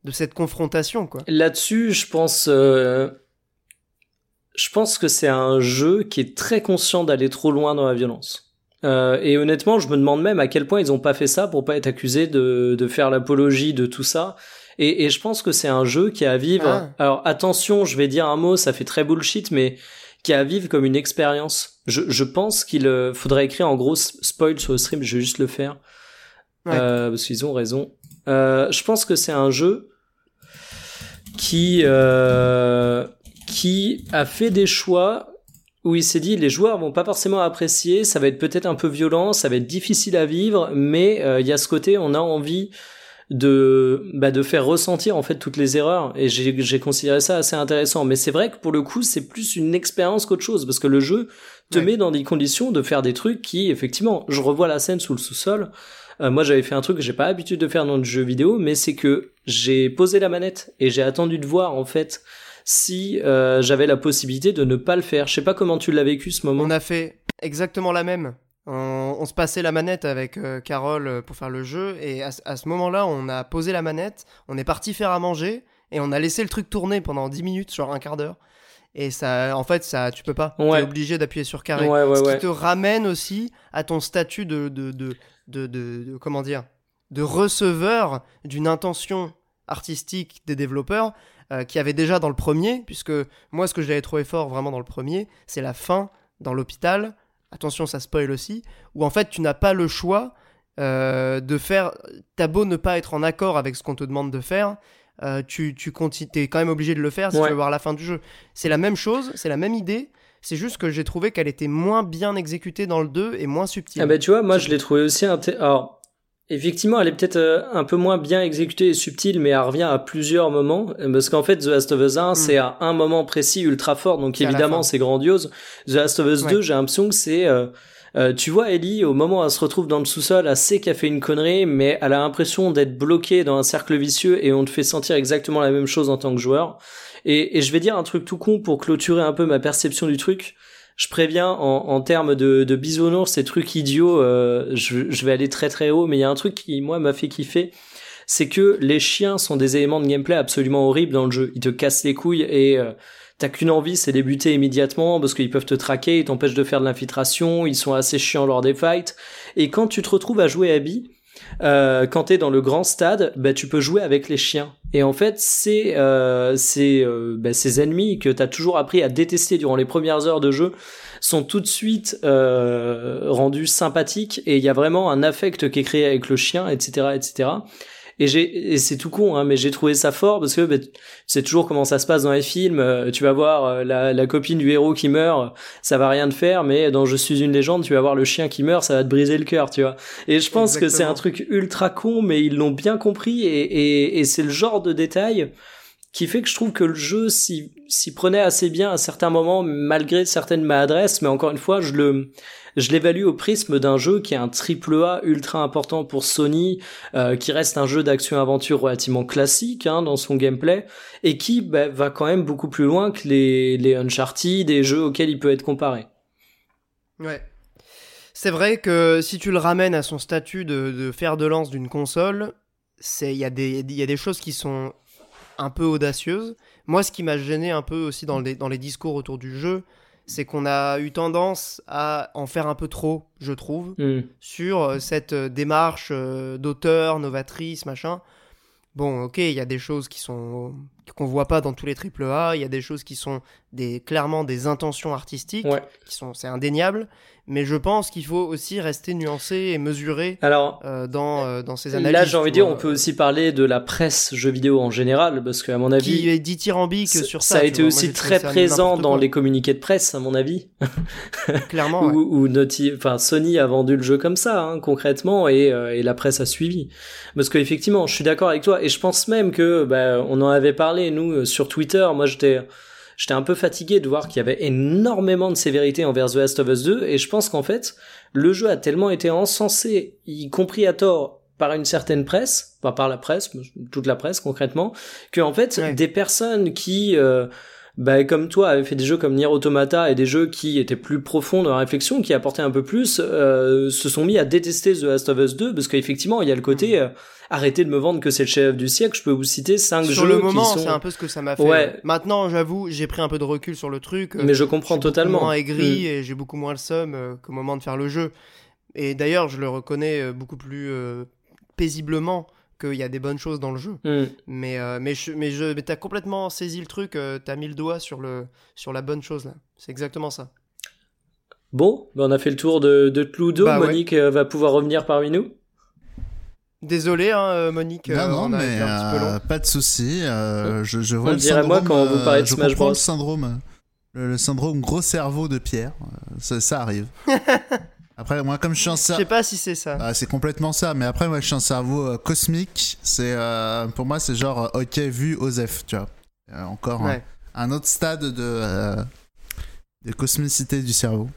de cette confrontation, quoi. Là-dessus, je pense, euh, je pense que c'est un jeu qui est très conscient d'aller trop loin dans la violence. Euh, et honnêtement, je me demande même à quel point ils ont pas fait ça pour pas être accusés de, de faire l'apologie de tout ça. Et, et je pense que c'est un jeu qui a à vivre. Ah. Alors attention, je vais dire un mot, ça fait très bullshit, mais qui a à vivre comme une expérience. Je, je pense qu'il euh, faudrait écrire en gros spoil sur le stream. Je vais juste le faire ouais. euh, parce qu'ils ont raison. Euh, je pense que c'est un jeu qui euh, qui a fait des choix où il s'est dit les joueurs vont pas forcément apprécier, ça va être peut-être un peu violent, ça va être difficile à vivre, mais il euh, y a ce côté on a envie de bah de faire ressentir en fait toutes les erreurs, et j'ai j'ai considéré ça assez intéressant. Mais c'est vrai que pour le coup c'est plus une expérience qu'autre chose, parce que le jeu te ouais. met dans des conditions de faire des trucs qui effectivement, je revois la scène sous le sous-sol. Euh, moi j'avais fait un truc que j'ai pas l'habitude de faire dans le jeu vidéo, mais c'est que j'ai posé la manette et j'ai attendu de voir en fait si euh, j'avais la possibilité de ne pas le faire. Je sais pas comment tu l'as vécu ce moment. On a fait exactement la même. On, on se passait la manette avec euh, Carole pour faire le jeu, et à, à ce moment-là, on a posé la manette, on est parti faire à manger, et on a laissé le truc tourner pendant dix minutes, genre un quart d'heure. Et ça, en fait, ça, tu peux pas. Ouais. T'es obligé d'appuyer sur carré. Ouais, ouais, ce qui ouais. te ramène aussi à ton statut de, de, de, de, de, de comment dire, de receveur d'une intention artistique des développeurs euh, qui avait déjà dans le premier, puisque moi, ce que j'avais trouvé fort vraiment dans le premier, c'est la fin dans l'hôpital. Attention, ça spoil aussi, où en fait tu n'as pas le choix euh, de faire. T'as beau ne pas être en accord avec ce qu'on te demande de faire, euh, tu, tu continues, t'es quand même obligé de le faire si ouais. tu veux voir la fin du jeu. C'est la même chose, c'est la même idée, c'est juste que j'ai trouvé qu'elle était moins bien exécutée dans le deux et moins subtile. Ah bah tu vois, moi je l'ai trouvé aussi. Inté- Alors, effectivement, elle est peut-être euh, un peu moins bien exécutée et subtile, mais elle revient à plusieurs moments. Parce qu'en fait, The Last of Us un, mm. c'est à un moment précis ultra fort, donc c'est évidemment c'est grandiose. The Last of Us ouais. deux, j'ai l'impression que c'est... Euh, euh, tu vois, Ellie, au moment où elle se retrouve dans le sous-sol, elle sait qu'elle fait une connerie, mais elle a l'impression d'être bloquée dans un cercle vicieux, et on te fait sentir exactement la même chose en tant que joueur. Et, et je vais dire un truc tout con pour clôturer un peu ma perception du truc. Je préviens, en, en termes de, de bisounours, ces trucs idiots, euh, je, je vais aller très très haut, mais il y a un truc qui, moi, m'a fait kiffer, c'est que les chiens sont des éléments de gameplay absolument horribles dans le jeu. Ils te cassent les couilles et euh, t'as qu'une envie, c'est les buter immédiatement, parce qu'ils peuvent te traquer, ils t'empêchent de faire de l'infiltration, ils sont assez chiants lors des fights. Et quand tu te retrouves à jouer Abby, euh, quand t'es dans le grand stade, bah tu peux jouer avec les chiens. Et en fait, c'est euh, c'est euh, bah, ces ennemis que t'as toujours appris à détester durant les premières heures de jeu sont tout de suite euh, rendus sympathiques, et il y a vraiment un affect qui est créé avec le chien, et cetera, et cetera. Et j'ai, et c'est tout con, hein, mais j'ai trouvé ça fort parce que bah, tu sais toujours comment ça se passe dans les films. Euh, tu vas voir euh, la, la copine du héros qui meurt, ça va rien te faire, mais dans Je suis une légende, tu vas voir le chien qui meurt, ça va te briser le cœur, tu vois. Et je pense Exactement. que c'est un truc ultra con, mais ils l'ont bien compris, et, et, et c'est le genre de détail qui fait que je trouve que le jeu s'y, s'y prenait assez bien à certains moments, malgré certaines maladresses. Mais encore une fois, je le je l'évalue au prisme d'un jeu qui est un triple A ultra important pour Sony, euh, qui reste un jeu d'action-aventure relativement classique hein, dans son gameplay, et qui bah, va quand même beaucoup plus loin que les, les Uncharted, des jeux auxquels il peut être comparé. Ouais. C'est vrai que si tu le ramènes à son statut de, de fer de lance d'une console, c'est il y a des il y a des choses qui sont un peu audacieuses. Moi, ce qui m'a gêné un peu aussi dans les, dans les discours autour du jeu, c'est qu'on a eu tendance à en faire un peu trop, je trouve, mm. sur cette démarche d'auteur, novatrice, machin. Bon, ok, il y a des choses qui sont qu'on voit pas dans tous les triple A, il y a des choses qui sont des, clairement des intentions artistiques, ouais. qui sont, c'est indéniable, mais je pense qu'il faut aussi rester nuancé et mesuré Alors, euh, dans, euh, dans ces analyses. Là, j'ai envie de dire, on peut aussi parler de la presse jeux vidéo en général, parce qu'à mon avis... Qui est dithyrambique sur ça. Ça a été vois. aussi Moi, très présent dans les communiqués de presse, à mon avis. Clairement, où, ouais. où Naughty, enfin, Sony a vendu le jeu comme ça, hein, concrètement, et, euh, et la presse a suivi. Parce qu'effectivement, je suis d'accord avec toi, et je pense même que, bah, on en avait parlé, nous, sur Twitter. Moi, j'étais... J'étais un peu fatigué de voir qu'il y avait énormément de sévérité envers The Last of Us deux, et je pense qu'en fait, le jeu a tellement été encensé, y compris à tort, par une certaine presse, pas par la presse, toute la presse concrètement, que en fait, ouais. des personnes qui... Euh, bah, comme toi, avait fait des jeux comme Nier Automata et des jeux qui étaient plus profonds dans la réflexion, qui apportaient un peu plus, euh, se sont mis à détester The Last of Us deux, parce qu'effectivement, il y a le côté, euh, arrêtez de me vendre que c'est le chef-d'œuvre du siècle, je peux vous citer cinq jeux qui sont... Sur le moment, c'est un peu ce que ça m'a fait. Ouais. Maintenant, j'avoue, j'ai pris un peu de recul sur le truc. Mais je comprends j'ai totalement. Beaucoup moins aigri mmh. et j'ai beaucoup moins le seum euh, qu'au moment de faire le jeu. Et d'ailleurs, je le reconnais euh, beaucoup plus euh, paisiblement qu'il y a des bonnes choses dans le jeu. Mm. Mais, euh, mais, je, mais, je, mais t'as complètement saisi le truc, euh, t'as mis le doigt sur, le, sur la bonne chose là. C'est exactement ça. Bon, ben on a fait le tour de, de Cluedo. Bah, Monique ouais. va pouvoir revenir parmi nous. Désolé, hein, Monique. Non, euh, non, on a mais été un petit peu long. euh, pas de souci. Euh, je, je vois on le dirait syndrome. moi quand vous parlez de je Smash comprends Bros. le syndrome, le, le syndrome gros cerveau de Pierre. Ça, ça arrive. Après, moi, comme je suis un Je cerveau. sais pas si c'est ça. Ah, c'est complètement ça, mais après, moi, je suis un cerveau euh, cosmique. C'est, euh, pour moi, c'est genre, euh, ok, vu Osef, tu vois. Euh, encore Ouais. un, un autre stade de, euh, de cosmicité du cerveau.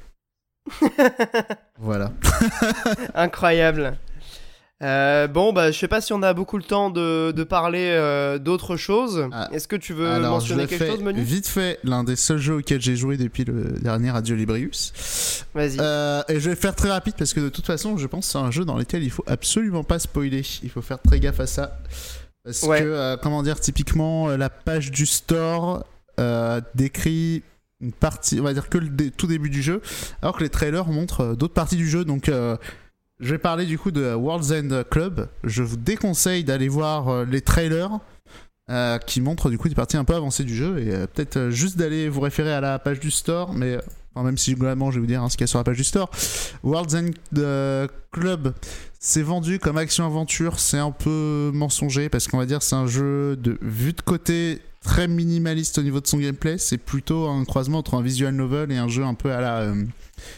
Voilà. Incroyable. Euh, bon, bah, je sais pas si on a beaucoup le temps de, de parler euh, d'autres choses. Ah. Est-ce que tu veux Alors, mentionner je quelque fais chose, Monique ? vite fait l'un des seuls jeux auxquels j'ai joué depuis le dernier Radio Librius. Vas-y. Euh, et je vais faire très rapide parce que de toute façon, je pense que c'est un jeu dans lequel il faut absolument pas spoiler. Il faut faire très gaffe à ça. Parce Ouais. que, euh, comment dire, typiquement, euh, la page du store euh, décrit une partie, on va dire que le dé- tout début du jeu, alors que les trailers montrent euh, d'autres parties du jeu. Donc, euh, je vais parler du coup de World's End Club. Je vous déconseille d'aller voir euh, les trailers. Euh, qui montrent du coup des parties un peu avancées du jeu et euh, peut-être euh, juste d'aller vous référer à la page du store, mais euh, enfin, même si globalement je vais vous dire hein, ce qu'il y a sur la page du store. World's End euh, Club, c'est vendu comme action-aventure, c'est un peu mensonger parce qu'on va dire c'est un jeu de vue de côté très minimaliste au niveau de son gameplay, c'est plutôt un croisement entre un visual novel et un jeu un peu à la... Euh,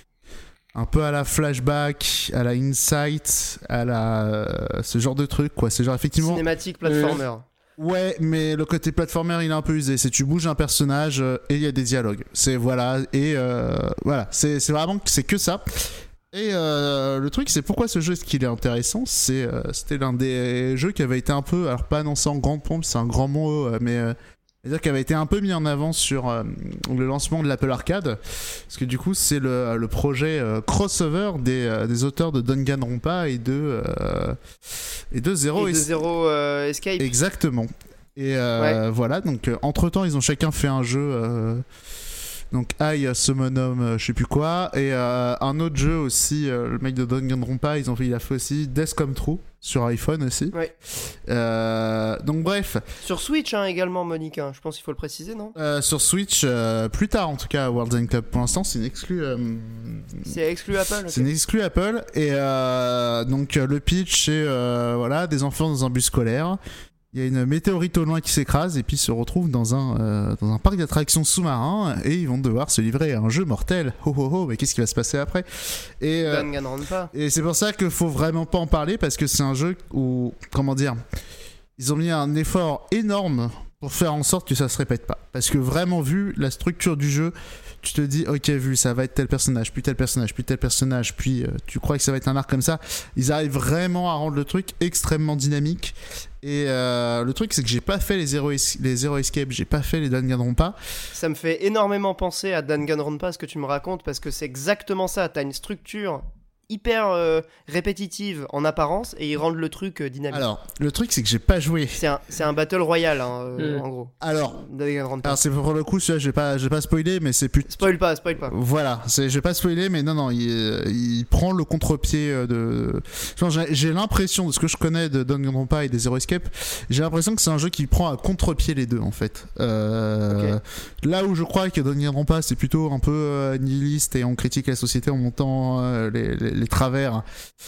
un peu à la flashback, à la insight, à la... Euh, ce genre de truc quoi, c'est genre effectivement... Cinématique, platformer. Ouais, mais le côté platformer il est un peu usé. C'est tu bouges un personnage euh, et il y a des dialogues. C'est voilà et euh, voilà. C'est c'est vraiment c'est que ça. Et euh, le truc c'est pourquoi ce jeu est-ce qu'il est intéressant. C'est euh, c'était l'un des jeux qui avait été un peu alors pas annoncé en grande pompe, c'est un grand mot, euh, mais euh, c'est-à-dire qui avait été un peu mis en avant sur euh, le lancement de l'Apple Arcade, parce que du coup c'est le, le projet euh, crossover des, euh, des auteurs de Danganronpa et de euh, et de Zero Et de Es- Zero euh, Escape. Exactement. Et euh, Ouais. voilà, donc euh, entre temps, ils ont chacun fait un jeu. Euh, donc, I Summon euh, je sais plus quoi. Et euh, un autre jeu aussi, euh, le mec de Danganronpa, ils ont fait, il a fait aussi Death Come True sur iPhone aussi. Ouais. Euh, donc, bref, Sur Switch hein, également, Monique. hein. Je pense qu'il faut le préciser, non ? euh, sur Switch, euh, plus tard en tout cas, World's End Club. Pour l'instant, c'est une exclue. euh, C'est exclu Apple. ok. C'est une exclue Apple. Et euh, donc, euh, le pitch, c'est euh, voilà, des enfants dans un bus scolaire. Il y a une météorite au loin qui s'écrase et puis ils se retrouvent dans un, euh, dans un parc d'attractions sous-marin et ils vont devoir se livrer à un jeu mortel. Ho ho ho, mais qu'est-ce qui va se passer après ? Et, euh, Danganronpa. et c'est pour ça qu'il faut vraiment pas en parler parce que c'est un jeu où, comment dire, ils ont mis un effort énorme pour faire en sorte que ça se répète pas. Parce que vraiment, vu la structure du jeu, tu te dis, ok, vu, ça va être tel personnage, puis tel personnage, puis tel personnage, puis euh, tu crois que ça va être un arc comme ça. Ils arrivent vraiment à rendre le truc extrêmement dynamique. Et euh, le truc, c'est que j'ai pas fait les Zero, es- les Zero Escape, j'ai pas fait les Danganronpa. Ça me fait énormément penser à Danganronpa, ce que tu me racontes, parce que c'est exactement ça. T'as une structure hyper euh, répétitive en apparence et ils rendent le truc euh, dynamique. Alors, le truc, c'est que j'ai pas joué. C'est un, c'est un battle royale, hein, euh, Mm. en gros. Alors, Danganronpa. alors c'est pour le coup, celui-là, je vais pas, je vais pas spoiler, mais c'est plus. Spoil pas, spoil pas. Voilà, c'est, je vais pas spoiler, mais non, non, il, il prend le contre-pied euh, de. Genre, j'ai, j'ai l'impression, de ce que je connais de Danganronpa et des Zero Escape, j'ai l'impression que c'est un jeu qui prend à contre-pied les deux, en fait. Euh, Ok. Là où je crois que Danganronpa, c'est plutôt un peu euh, nihiliste et on critique la société en montant euh, les, les, les travers.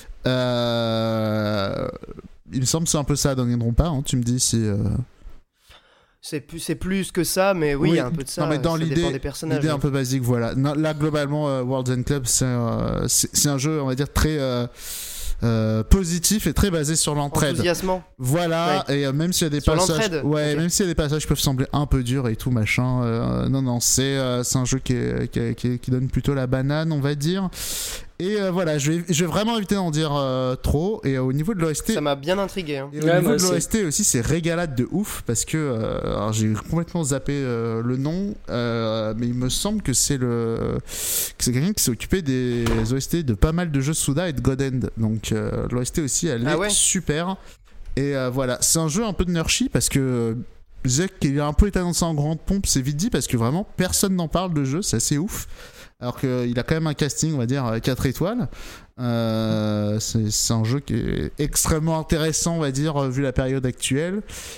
Euh, il me semble que c'est un peu ça, Danganronpa, hein, tu me dis si. Euh... C'est plus, c'est plus que ça, mais oui, il Oui. y a un peu de ça. Non, mais dans ça l'idée- dépend des personnages. L'idée hein. un peu basique, voilà. Non, là, globalement, euh, World's End Club, c'est, euh, c'est, c'est un jeu, on va dire, très euh, euh, positif et très basé sur l'entraide. Enthousiasmant. Voilà, et euh, même s'il y a des Sur passages, l'entraide, ouais, ok. même s'il y a des passages qui peuvent sembler un peu durs et tout machin, euh, non, non, c'est, euh, c'est un jeu qui, est, qui, est- qui, est- qui donne plutôt la banane, on va dire. Et euh, voilà, je vais, je vais vraiment éviter d'en dire euh, trop. Et euh, au niveau de l'O S T, ça m'a bien intrigué. Hein. Et au Ouais, niveau moi de aussi. l'O S T aussi, c'est régalade de ouf parce que euh, alors j'ai complètement zappé euh, le nom, euh, mais il me semble que c'est le que c'est quelqu'un qui s'est occupé des O S T de pas mal de jeux Suda et de God End. Donc euh, l'O S T aussi, elle Ah est ouais. super. Et euh, voilà, c'est un jeu un peu de Nershi parce que je disais qu'il a un peu été annoncé en grande pompe, c'est vite dit parce que vraiment personne n'en parle de jeu, c'est assez ouf. Alors qu'il a quand même un casting, on va dire, quatre étoiles. Euh, c'est, c'est un jeu qui est extrêmement intéressant, on va dire, vu la période actuelle.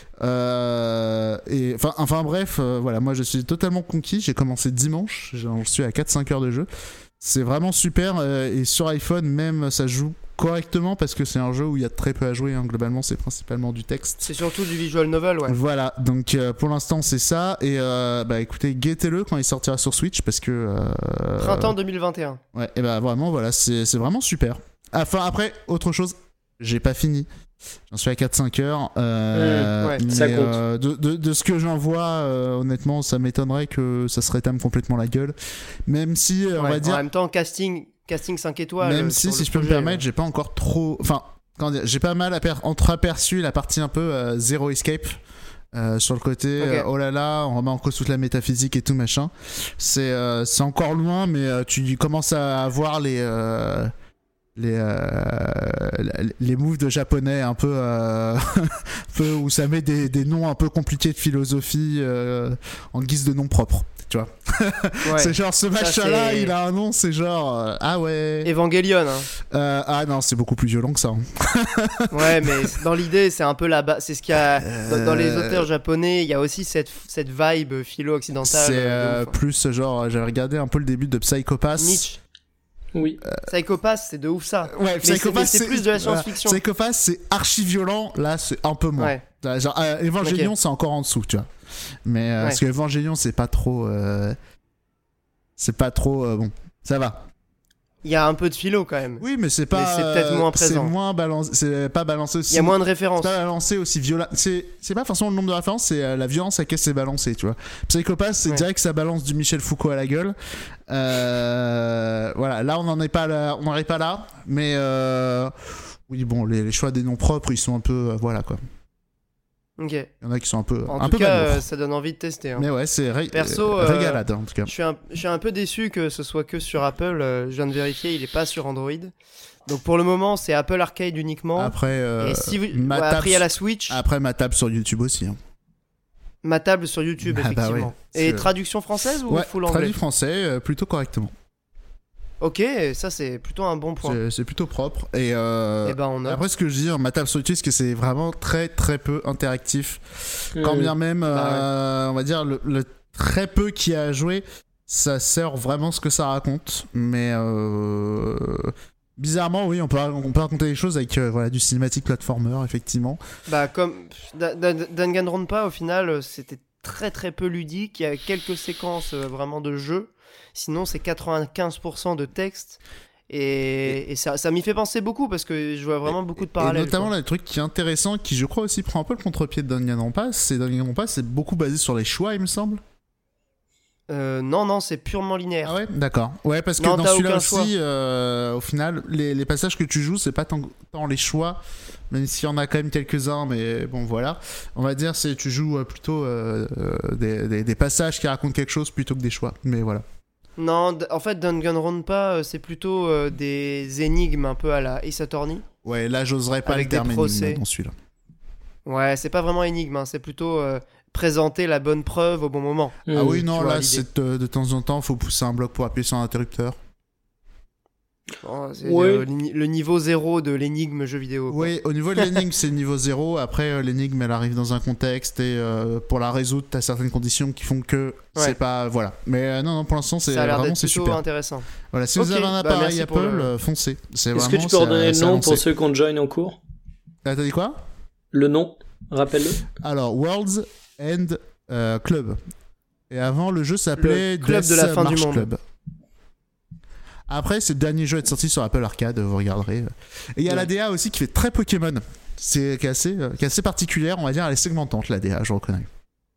Euh, et, enfin, enfin bref, euh, voilà, moi je suis totalement conquis. J'ai commencé dimanche, j'en suis à quatre cinq heures de jeu. C'est vraiment super. Euh, et sur iPhone, même, ça joue correctement parce que c'est un jeu où il y a très peu à jouer. Hein. Globalement, c'est principalement du texte. C'est surtout du visual novel, ouais. Voilà, donc euh, pour l'instant c'est ça. Et euh, bah écoutez, guettez-le quand il sortira sur Switch parce que. Euh, Printemps deux mille vingt et un. Ouais, et bah vraiment, voilà, c'est, c'est vraiment super. Enfin, après, autre chose, j'ai pas fini. J'en suis à quatre cinq heures. Euh, Mmh, ouais, mais, ça compte. euh, de, de, de ce que j'en vois, euh, honnêtement, ça m'étonnerait que ça se rétame complètement la gueule. Même si, euh, on Ouais, va dire. En même temps, casting, casting cinq étoiles. Même euh, si, sur si le je peux me projet, permettre, ouais. j'ai pas encore trop. Enfin, comment dire, j'ai pas mal aper- entreaperçu la partie un peu euh, Zero Escape. Euh, sur le côté, Ok. euh, oh là là, on remet en cause toute la métaphysique et tout machin. C'est, euh, c'est encore loin, mais euh, tu commences à voir les. Euh, les euh, les moves de japonais un peu, euh, un peu où ça met des, des noms un peu compliqués de philosophie euh, en guise de noms propres, tu vois. Ouais. C'est genre ce Ça, machin là c'est- il a un nom, c'est genre euh, ah ouais Evangelion, hein. euh, ah non, c'est beaucoup plus violent que ça, hein. Ouais, mais dans l'idée, c'est un peu la base. C'est ce qu'il y a dans, dans les Euh, auteurs japonais. Il y a aussi cette, cette vibe philo-occidentale. c'est euh, de euh, ouf, hein. plus genre j'avais regardé un peu le début de Psychopath. Nietzsche. Oui. Psychopath, c'est de ouf ça. Ouais, Mais c'est- Psychopath, mais c'est plus de la science-fiction. voilà. Psychopath, c'est archi violent. Là, c'est un peu moins. Ouais. Genre, euh, Evangelion, Ok. c'est encore en dessous, tu vois. Mais euh, Ouais. parce que Evangelion, c'est pas trop. euh, C'est pas trop. euh, bon, ça va. Il y a un peu de philo quand même. Oui, mais c'est pas. Mais c'est peut-être euh, moins C'est présent. moins balancé. C'est pas balancé aussi. Il y a moins de C'est références. pas balancé aussi violent. C'est, c'est pas forcément le nombre de références, c'est euh, la violence à laquelle c'est balancé, tu vois. Psychopath, c'est Ouais. direct que ça balance du Michel Foucault à la gueule. Euh, voilà, là on n'en est pas là, on n'en est pas là, mais euh, oui, bon, les, les choix des noms propres, ils sont un peu, euh, voilà quoi. Ok. Il y en a qui sont un peu, En un tout peu cas, balourds. euh, ça donne envie de tester. hein. Mais ouais, c'est ré- Perso, euh, euh, régalade en tout cas. Je suis, un, je suis un peu déçu que ce soit que sur Apple. euh, je viens de vérifier, il est pas sur Android. Donc pour le moment, c'est Apple Arcade uniquement. Après, euh, Et si vous... ma ouais, table après, il y a la sur- Switch, après ma table sur YouTube aussi. Hein. ma table sur YouTube, Ah bah effectivement. ouais, Et c'est- traduction française ou Ouais, full anglais? traduit français euh, plutôt correctement. Ok, ça c'est plutôt un bon point. C'est, c'est plutôt propre. Et euh, Eh ben on note. après, ce que je dis, ma table sur YouTube, c'est que c'est vraiment très très peu interactif. Quand Mmh. bien même, Bah euh, on va dire, le, le très peu qu'il y a à jouer, ça sert vraiment ce que ça raconte. Mais euh, bizarrement, oui, on peut, on peut raconter des choses avec euh, voilà, du cinématique platformer, effectivement. Bah comme Da- Da- Danganronpa au final euh, c'était très très peu ludique, il y a quelques séquences euh, vraiment de jeu, sinon c'est quatre-vingt-quinze pour cent de texte et, et ça, ça m'y fait penser beaucoup parce que je vois vraiment beaucoup de parallèles. Et notamment, quoi. là, le truc qui est intéressant, qui je crois aussi prend un peu le contre-pied de Danganronpa, c'est Danganronpa, c'est beaucoup basé sur les choix, il me semble. Euh, non non c'est purement linéaire. Ah ouais, d'accord. Ouais, parce que Non, dans t'as celui-là aucun aussi, choix. euh, au final, les, les passages que tu joues, c'est pas tant, tant les choix, même s'il y en a quand même quelques-uns, mais bon, voilà. On va dire, c'est tu joues euh, plutôt euh, euh, des, des, des passages qui racontent quelque chose plutôt que des choix. Mais voilà. Non, d- en fait Danganronpa euh, c'est plutôt euh, des énigmes un peu à la Ace Attorney. Ouais, là, j'oserais pas Avec le des terme procès. énigme dans celui-là. Ouais, c'est pas vraiment énigme, hein, c'est plutôt euh, présenter la bonne preuve au bon moment. Mmh. Ah oui, non, tu vois là, l'idée. c'est de, de temps en temps, faut pousser un bloc pour appuyer sur un interrupteur. Oh, c'est Ouais. euh, le, ni- le niveau zéro de l'énigme jeu vidéo. quoi. Oui, au niveau de l'énigme, c'est le niveau zéro. Après, euh, l'énigme, elle arrive dans un contexte et euh, pour la résoudre, t'as certaines conditions qui font que Ouais. c'est pas. Voilà. Mais euh, non, non, pour l'instant, c'est Ça a l'air vraiment d'être c'est plutôt super. intéressant. Voilà, si Ok, vous avez un bah, appareil merci Apple, pour le- euh, foncez. C'est Est-ce que vraiment, tu peux c'est- redonner c'est le nom annoncé. pour ceux qui ont join en cours? Ah, t'as dit quoi? Le nom, rappelle-le. Alors, Worlds End euh, Club. Et avant, le jeu s'appelait Le club Death de la fin du March monde. Club. Après, c'est le dernier jeu à être sorti sur Apple Arcade, vous regarderez. Et il y a Ouais. la D A aussi qui fait très Pokémon. C'est qui est assez, euh, qui est assez particulière, on va dire, elle est segmentante, la D A, je reconnais.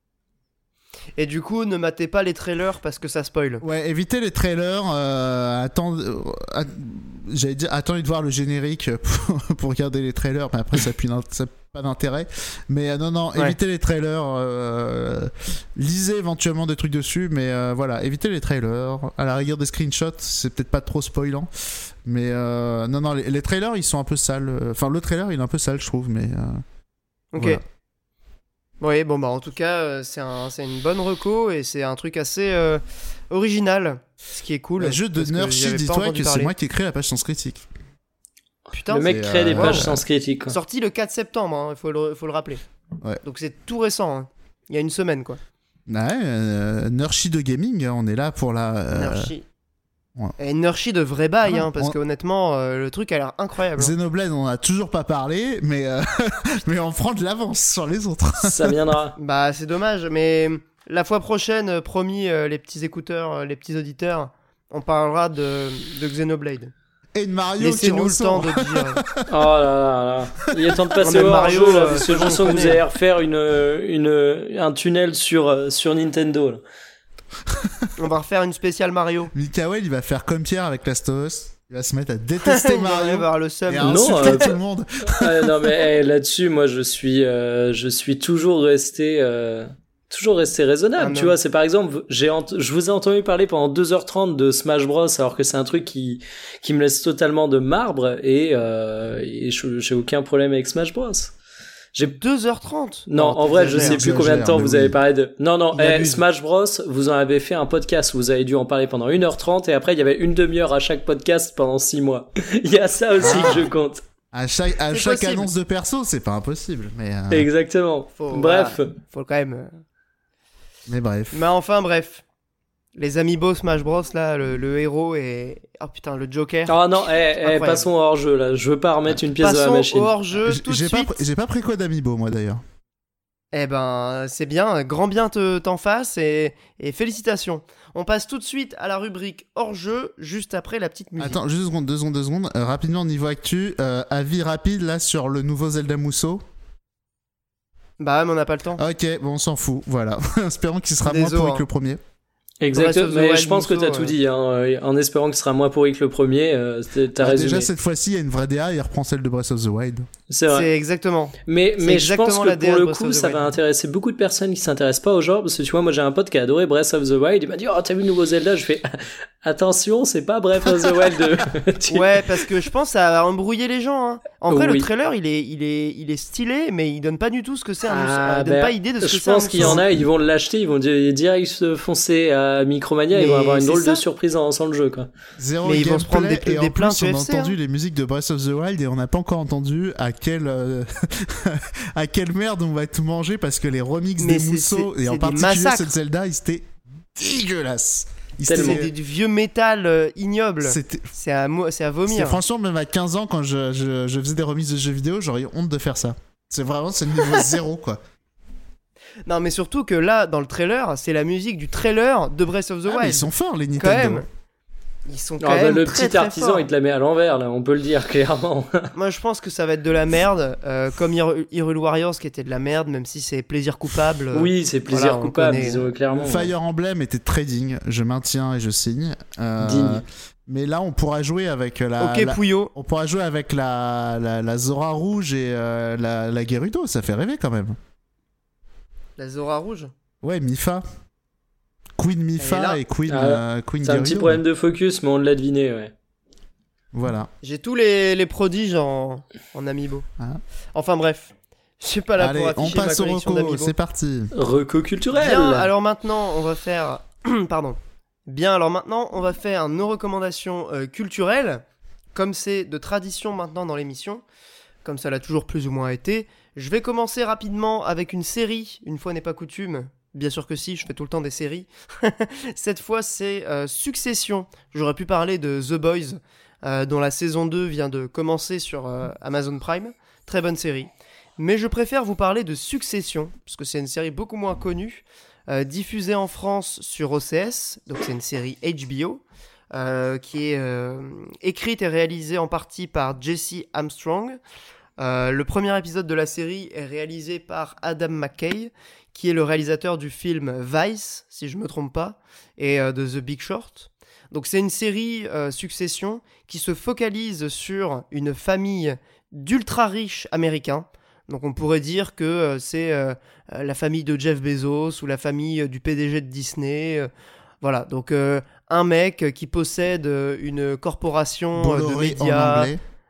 Et du coup, ne matez pas les trailers parce que ça spoil. Ouais, évitez les trailers, euh, attendez, euh, att- j'allais dire, attendez de voir le générique pour, pour regarder les trailers, mais après ça n'a plus d'int- ça a pas d'intérêt. Mais euh, non, non, Ouais. évitez les trailers. Euh, lisez éventuellement des trucs dessus, mais euh, voilà, évitez les trailers. À la rigueur des screenshots, c'est peut-être pas trop spoilant. Mais euh, non, non, les, les trailers ils sont un peu sales. Enfin, le trailer il est un peu sale, je trouve, mais. Euh, Ok. voilà. Oui, bon, bah en tout cas, euh, c'est un, c'est une bonne reco et c'est un truc assez euh, original, ce qui est cool. Le jeu de parce que j'y Nurshi, avais pas dis-toi entendu que c'est parler. moi qui ai créé la page Sens Critique. Putain, Le mec c'est, crée euh, des ouais, pages ouais. sens critique. Quoi. sorti le quatre septembre, hein, il faut le, faut le rappeler. Ouais. Donc c'est tout récent, hein. Il y a une semaine, quoi. Ouais, euh, Nurshi de gaming, on est là pour la. euh, Nurshi. ouais. Et Nurshi de vrai bail, Ouais, hein, parce on- que honnêtement, euh, le truc a l'air incroyable. hein. Xenoblade, on en a toujours pas parlé, mais, euh, mais on prend de l'avance sur les autres. Ça viendra. Bah c'est dommage, mais la fois prochaine, euh, promis, euh, les petits écouteurs, euh, les petits auditeurs, on parlera de, de Xenoblade. Et de Mario qui Laissez-nous le temps ressort. de dire. Oh là là là. Il est temps de passer Non, mais au Mario, hors-jeu, là, euh, parce que ça, je j'en sens que vous connais. allez refaire une, une, un tunnel sur, euh, sur Nintendo. Là. On va refaire une spéciale Mario. Mikael, il va faire comme Pierre avec Last of Us. Il va se mettre à détester Il va Mario avoir le seum. et à Non, insulter euh, tout le monde. Ah, non mais eh, là-dessus, moi je suis, euh, je suis toujours resté, euh, toujours resté raisonnable. Ah, tu non. vois, c'est par exemple, j'ai, ent- je vous ai entendu parler pendant deux heures trente de Smash Bros, alors que c'est un truc qui, qui me laisse totalement de marbre et, euh, et je- j'ai aucun problème avec Smash Bros. J'ai deux heures trente. Non, en vrai, je t'exagères. sais plus combien de temps mais vous oui. avez parlé de. Non, non, Il eh, abuse. Smash Bros, vous en avez fait un podcast. Vous avez dû en parler pendant une heure trente et après, il y avait une demi-heure à chaque podcast pendant six mois. Il y a ça aussi Ah. que je compte. À chaque, à C'est chaque possible. annonce de perso, c'est pas impossible. Mais, euh, Exactement. Faut- Bref. voilà, faut quand même. euh, mais bref. Mais enfin, bref. Les amiibo Smash Bros, là, le, le héros et. Oh putain, le Joker. Ah non, eh, eh, Incroyable. passons au hors-jeu, là. Je veux pas remettre une pièce de la Passons machine. au hors-jeu J'ai- tout de J'ai pas, suite. pr- j'ai pas pris quoi d'Amiibo, moi d'ailleurs. Eh ben, c'est bien, grand bien te, t'en fasse et, et félicitations. On passe tout de suite à la rubrique hors-jeu, juste après la petite musique. Attends, juste deux secondes, deux secondes, deux secondes. Euh, rapidement, niveau actu, euh, avis rapide là sur le nouveau Zelda Musso. Bah, mais on n'a pas le temps. Ok, bon, on s'en fout, voilà. Espérons qu'il sera Désolé, moins pourri hein. que le premier. Exactement. Breath of the Mais Wild, je pense que Musso, t'as tout ouais. dit, hein. euh, En espérant que ce sera moins pourri que le premier. euh, t'as- T'as Ah, résumé. déjà, cette fois-ci, il y a une vraie D A et il reprend celle de Breath of the Wild. C'est vrai. C'est exactement. Mais, C'est mais je pense exactement que la D A pour de le Breath coup, of the ça Wild. va intéresser beaucoup de personnes qui s'intéressent pas au genre, parce que tu vois, moi j'ai un pote qui a adoré Breath of the Wild, il m'a dit, oh, t'as vu le nouveau Zelda? Je fais, attention, c'est pas Breath of the Wild de... Tu- Ouais, parce que je pense que ça va embrouiller les gens. Hein. En vrai, Oui. le trailer, il est, il, est, il est stylé, mais il donne pas du tout ce que c'est un Ah, Musso. Il donne ben, pas idée de ce que je c'est un pense qu'il y en Musso. a, ils vont l'acheter, ils vont di- direct se foncer à Micromania, ils Mais vont avoir une c'est drôle ça. de surprise en lançant le jeu, quoi. Zéro Mais ils vont se prendre gameplay, des- et des en plaintes plus, on a U F C, entendu hein. les musiques de Breath of the Wild et on n'a pas encore entendu à quelle euh, à quelle merde on va tout manger parce que les remixes Mais des c'est- Musso c'est- et en c'est des particulier massacres. cette Zelda, ils étaient dégueulasses. Ils Tellement. étaient- C'est des- du vieux métal euh, ignoble. C'était C'est à, mo- c'est à c'est- vomir. franchement, même à quinze ans, quand je, je, je faisais des remixes de jeux vidéo, j'aurais eu honte de faire ça. C'est vraiment, c'est le niveau zéro, quoi. Non, mais surtout que là, dans le trailer, c'est la musique du trailer de Breath of the Ah, mais Wild. ils sont forts, les Quand Nintendo. même. Ils sont quand Ah, bah, même le très, petit très artisan, forts. il te la met à l'envers, là, on peut le dire clairement. Moi, je pense que ça va être de la merde, euh, comme Hyrule Hyrule Warriors qui était de la merde, même si c'est plaisir coupable. euh, Oui, c'est plaisir voilà, on coupable, connaît. disons clairement. Fire Emblem était très digne, je maintiens et je signe. Euh, Digne. Mais là, on pourra jouer avec la. Ok, la- Pouillot. On pourra jouer avec la, la, la Zora rouge et euh, la, la Gerudo, ça fait rêver quand même. La Zora rouge. Ouais, Mifa. Queen Elle est Mifa là. et Queen, Ah, euh, Queen C'est un Gerudo. petit problème de focus, mais on l'a deviné, ouais. Voilà. J'ai tous les, les prodiges en, en amiibo. Ah. Enfin bref. Je suis pas là Allez, pour on afficher ma passe au collection reco, d'amiibo. c'est parti. Reco culturel. Bien, alors maintenant, on va faire... Pardon. Bien, alors maintenant, on va faire nos recommandations euh, culturelles, comme c'est de tradition maintenant dans l'émission, comme ça l'a toujours plus ou moins été. Je vais commencer rapidement avec une série, une fois n'est pas coutume. Bien sûr que si, je fais tout le temps des séries. Cette fois, c'est euh, Succession. J'aurais pu parler de The Boys, euh, dont la saison deux vient de commencer sur euh, Amazon Prime. Très bonne série. Mais je préfère vous parler de Succession, parce que c'est une série beaucoup moins connue, euh, diffusée en France sur O C S, donc c'est une série H B O, euh, qui est euh, écrite et réalisée en partie par Jesse Armstrong. Euh, le premier épisode de la série est réalisé par Adam McKay, qui est le réalisateur du film Vice, si je me trompe pas, et euh, de The Big Short. Donc c'est une série euh, Succession qui se focalise sur une famille d'ultra riches américains. Donc on pourrait dire que euh, c'est euh, la famille de Jeff Bezos ou la famille euh, du P D G de Disney. Euh, voilà, donc euh, un mec qui possède euh, une corporation euh, de médias...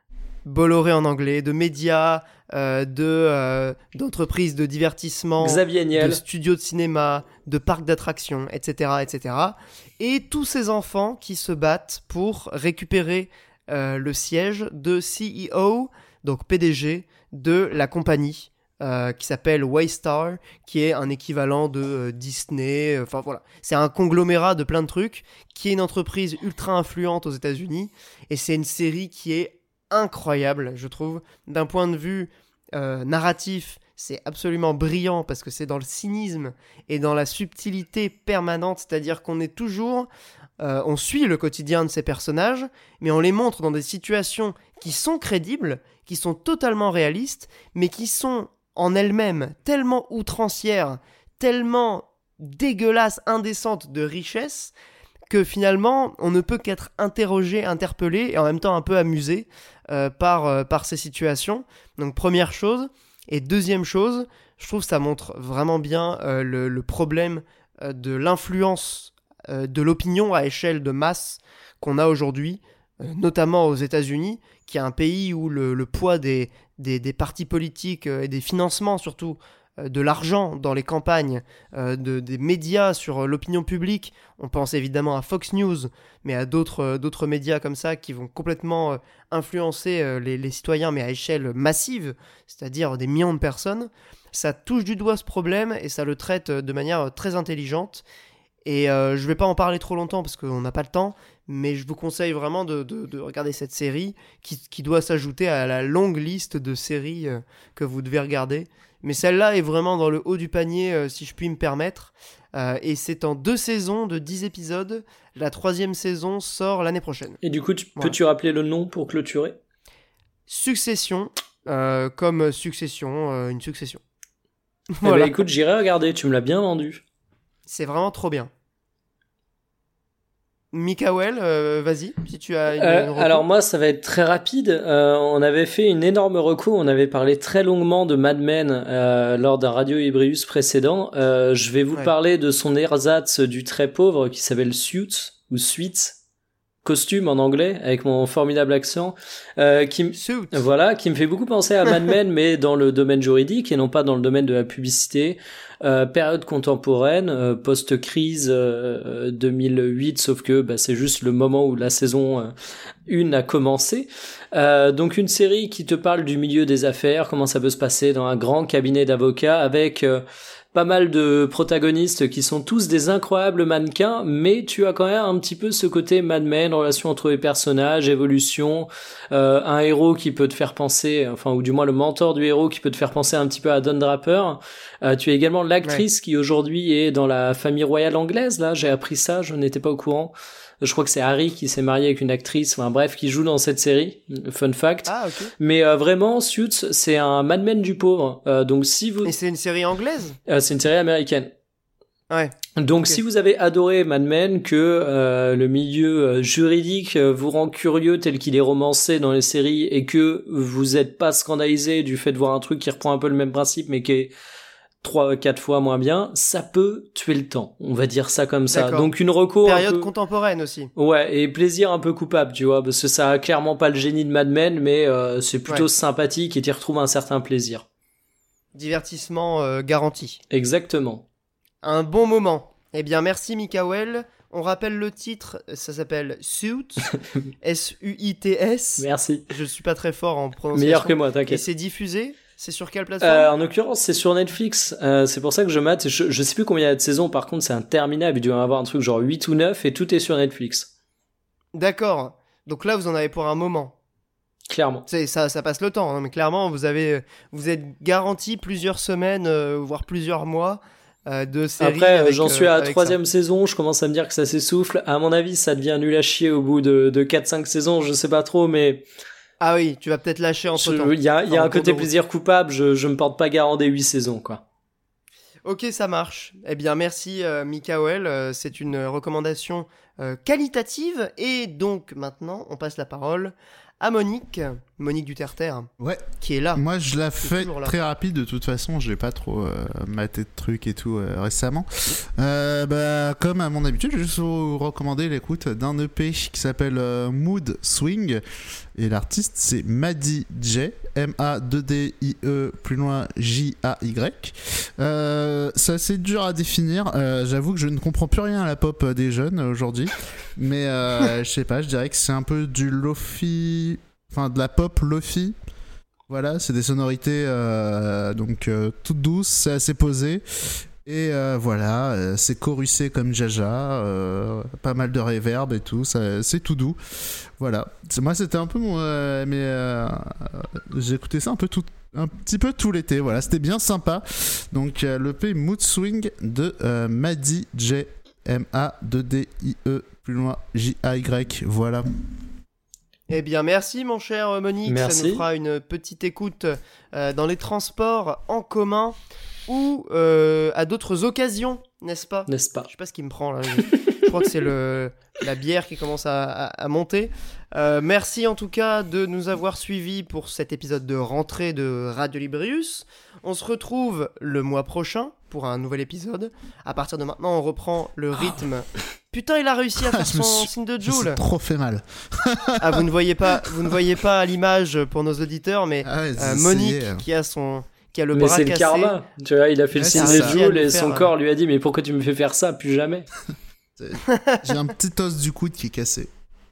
Bolloré en anglais, de médias, euh, de, euh, d'entreprises de divertissement, Xavier Niel. de studios de cinéma, de parcs d'attractions, et cetera, et cetera. Et tous ces enfants qui se battent pour récupérer euh, le siège de C E O, donc P D G, de la compagnie euh, qui s'appelle Waystar, qui est un équivalent de euh, Disney. Enfin euh, voilà, c'est un conglomérat de plein de trucs, qui est une entreprise ultra influente aux États-Unis. Et c'est une série qui est incroyable, je trouve. D'un point de vue euh, narratif, c'est absolument brillant parce que c'est dans le cynisme et dans la subtilité permanente, c'est-à-dire qu'on est toujours... Euh, on suit le quotidien de ces personnages, mais on les montre dans des situations qui sont crédibles, qui sont totalement réalistes, mais qui sont en elles-mêmes tellement outrancières, tellement dégueulasses, indécentes de richesse, que finalement, on ne peut qu'être interrogé, interpellé, et en même temps un peu amusé euh, par, euh, par ces situations. Donc première chose. Et deuxième chose, je trouve que ça montre vraiment bien euh, le, le problème euh, de l'influence euh, de l'opinion à échelle de masse qu'on a aujourd'hui, euh, notamment aux États-Unis, qui est un pays où le, le poids des, des, des partis politiques euh, et des financements surtout, de l'argent dans les campagnes, euh, de, des médias sur l'opinion publique. On pense évidemment à Fox News, mais à d'autres, euh, d'autres médias comme ça qui vont complètement euh, influencer euh, les, les citoyens, mais à échelle massive, c'est-à-dire des millions de personnes. Ça touche du doigt ce problème et ça le traite de manière très intelligente. Et euh, je ne vais pas en parler trop longtemps parce qu'on n'a pas le temps, mais je vous conseille vraiment de, de, de regarder cette série qui, qui doit s'ajouter à la longue liste de séries euh, que vous devez regarder. Mais celle-là est vraiment dans le haut du panier, euh, si je puis me permettre. Euh, et c'est en deux saisons de dix épisodes. La troisième saison sort l'année prochaine. Et du coup, tu, voilà. Peux-tu rappeler le nom pour clôturer ? Succession, euh, comme succession, euh, une succession. Voilà. Eh ben, écoute, j'irai regarder, tu me l'as bien vendu. C'est vraiment trop bien. Mikael, euh, vas-y, si tu as une, euh, une alors moi, ça va être très rapide. Euh, on avait fait une énorme reco, on avait parlé très longuement de Mad Men euh, lors d'un Radio Ibrius précédent. Euh, je vais vous ouais. parler de son ersatz du très pauvre qui s'appelle Suits ou Suits, costume en anglais avec mon formidable accent, euh, qui m... voilà, qui me fait beaucoup penser à Mad Men, mais dans le domaine juridique et non pas dans le domaine de la publicité. Euh, période contemporaine, euh, post-crise euh, deux mille huit, sauf que bah, c'est juste le moment où la saison euh, un a commencé. Euh, donc une série qui te parle du milieu des affaires, comment ça peut se passer dans un grand cabinet d'avocats avec euh, pas mal de protagonistes qui sont tous des incroyables mannequins, mais tu as quand même un petit peu ce côté Mad Men, relation entre les personnages, évolution, euh, un héros qui peut te faire penser, enfin ou du moins le mentor du héros qui peut te faire penser un petit peu à Don Draper. Euh, tu as également l'actrice ouais. qui aujourd'hui est dans la famille royale anglaise, là, j'ai appris ça, je n'étais pas au courant. Je crois que c'est Harry qui s'est marié avec une actrice, enfin bref, qui joue dans cette série, fun fact. Ah, ok. Mais euh, vraiment, Suits, c'est un Mad Men du pauvre. Euh, donc si vous... Et c'est une série anglaise ? euh, C'est une série américaine. Ouais. Donc okay. si vous avez adoré Mad Men, que euh, le milieu euh, juridique euh, vous rend curieux tel qu'il est romancé dans les séries et que vous êtes pas scandalisé du fait de voir un truc qui reprend un peu le même principe mais qui est trois quatre fois moins bien, ça peut tuer le temps, on va dire ça comme ça. D'accord. Donc une reco période peu... contemporaine aussi. Ouais, et plaisir un peu coupable, tu vois, parce que ça a clairement pas le génie de Mad Men, mais euh, c'est plutôt ouais. sympathique et t'y retrouves un certain plaisir. Divertissement euh, garanti. Exactement. Un bon moment. Eh bien, merci Mikael. On rappelle le titre, ça s'appelle Suits, S U I T S. Merci. Je suis pas très fort en prononciation. Meilleur que moi, t'inquiète. Et c'est diffusé ? C'est sur quelle plateforme ? euh, En l'occurrence, c'est sur Netflix. Euh, c'est pour ça que je mate. Je, je sais plus combien il y a de saisons. Par contre, c'est interminable. Il doit y en avoir un truc genre huit ou neuf et tout est sur Netflix. D'accord. Donc là, vous en avez pour un moment. Clairement. C'est, ça, ça passe le temps. Hein, mais clairement, vous, avez, vous êtes garanti plusieurs semaines, euh, voire plusieurs mois euh, de séries. Après, avec, j'en suis à la euh, troisième saison. Je commence à me dire que ça s'essouffle. À mon avis, ça devient nul à chier au bout de, de quatre cinq saisons. Je sais pas trop, mais... Ah oui, tu vas peut-être lâcher entre temps. Il y a, y a un côté plaisir coupable, je, je me porte pas garant des huit saisons, quoi. Ok, ça marche. Eh bien, merci euh, Mikael. Euh, c'est une recommandation euh, qualitative. Et donc, maintenant, on passe la parole à Monique, Monique du Terre-Terre, Ouais. qui est là. Moi, je la C'est fais toujours là. très rapide. De toute façon, j'ai pas trop euh, maté de trucs et tout euh, récemment. Euh, bah, comme à mon habitude, je vais juste vous recommander l'écoute d'un E P qui s'appelle euh, Mood Swing. Et l'artiste, c'est Maddie J, M A deux D I E, plus loin J A Y. Euh, c'est assez dur à définir. Euh, j'avoue que je ne comprends plus rien à la pop des jeunes aujourd'hui. Mais euh, je sais pas, je dirais que c'est un peu du lofi, enfin de la pop lofi. Voilà, c'est des sonorités euh, donc euh, toutes douces, c'est assez posé. Et euh, voilà, euh, c'est chorusé comme Jaja, euh, pas mal de reverb et tout, ça, c'est tout doux. Voilà, c'est, moi c'était un peu mon... Euh, mais euh, j'ai écouté ça un peu tout, un petit peu tout l'été, voilà, c'était bien sympa. Donc euh, l'E P Mood Swing de euh, Maddie J, M A deux D I E, plus loin J A Y, voilà. Eh bien, merci mon cher Monique. Merci. Ça nous fera une petite écoute euh, dans les transports en commun ou euh, à d'autres occasions, n'est-ce pas ? N'est-ce pas ? Je sais pas ce qui me prend là. Je, je crois que c'est le, la bière qui commence à, à, à monter. Euh, merci en tout cas de nous avoir suivis pour cet épisode de rentrée de Radio Librius. On se retrouve le mois prochain pour un nouvel épisode. À partir de maintenant, on reprend le rythme. Putain, il a réussi à faire Je me son suis- signe de Je me suis Joule. trop fait mal. Ah, vous ne voyez pas, vous ne voyez pas à l'image pour nos auditeurs, mais Ah ouais, euh, c'est- Monique c'est- qui a son, qui a le Mais bras c'est le cassé. karma. Tu vois, il a fait le Ouais, signe c'est de ça. Joule À et nous son faire, corps lui a dit mais pourquoi tu me fais faire ça ? Plus jamais. J'ai un petit os du coude qui est cassé.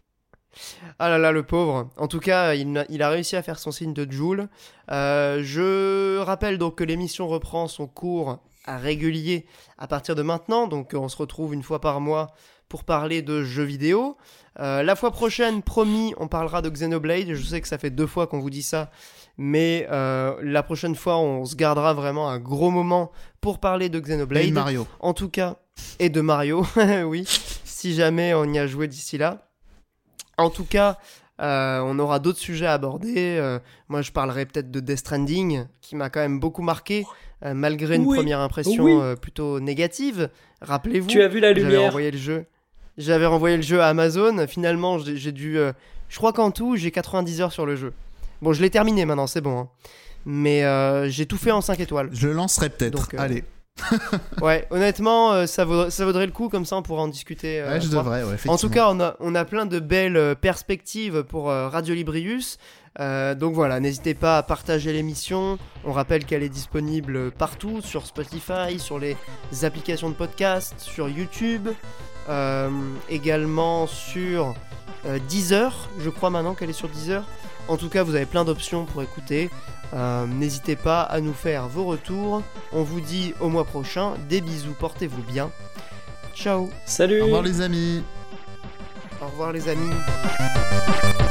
Ah là là, le pauvre. En tout cas, il, n'a- il a réussi à faire son signe de Joule. Euh, je rappelle donc que l'émission reprend son cours à régulier à partir de maintenant. Donc on se retrouve une fois par mois pour parler de jeux vidéo. Euh, la fois prochaine, promis, on parlera de Xenoblade. Je sais que ça fait deux fois qu'on vous dit ça, mais euh, la prochaine fois, on se gardera vraiment un gros moment pour parler de Xenoblade. Et Mario. En tout cas, et de Mario, oui, si jamais on y a joué d'ici là. En tout cas, euh, on aura d'autres sujets à aborder. Euh, moi, je parlerai peut-être de Death Stranding, qui m'a quand même beaucoup marqué, euh, malgré une Oui. première impression Oui. euh, plutôt négative. Rappelez-vous, Tu as vu la j'avais lumière. renvoyé le jeu. J'avais renvoyé le jeu à Amazon. Finalement, j'ai, j'ai dû... euh, je crois qu'en tout, j'ai quatre-vingt-dix heures sur le jeu. Bon, je l'ai terminé maintenant, c'est bon. hein. Mais euh, j'ai tout fait en cinq étoiles. Je le lancerai peut-être. Donc, euh, Allez. Ouais, honnêtement, euh, ça, vaudrait, ça vaudrait le coup, comme ça on pourra en discuter. euh, Ouais, je à trois. devrais, ouais, effectivement. En tout cas, on a, on a plein de belles euh, perspectives pour euh, Radio Librius. Euh, donc voilà, n'hésitez pas à partager l'émission. On rappelle qu'elle est disponible partout, sur Spotify, sur les applications de podcast, sur YouTube, euh, également sur euh, Deezer. Je crois maintenant qu'elle est sur Deezer. En tout cas, vous avez plein d'options pour écouter. Euh, n'hésitez pas à nous faire vos retours. On vous dit au mois prochain. Des bisous, portez-vous bien. Ciao. Salut. Au revoir les amis. Au revoir les amis.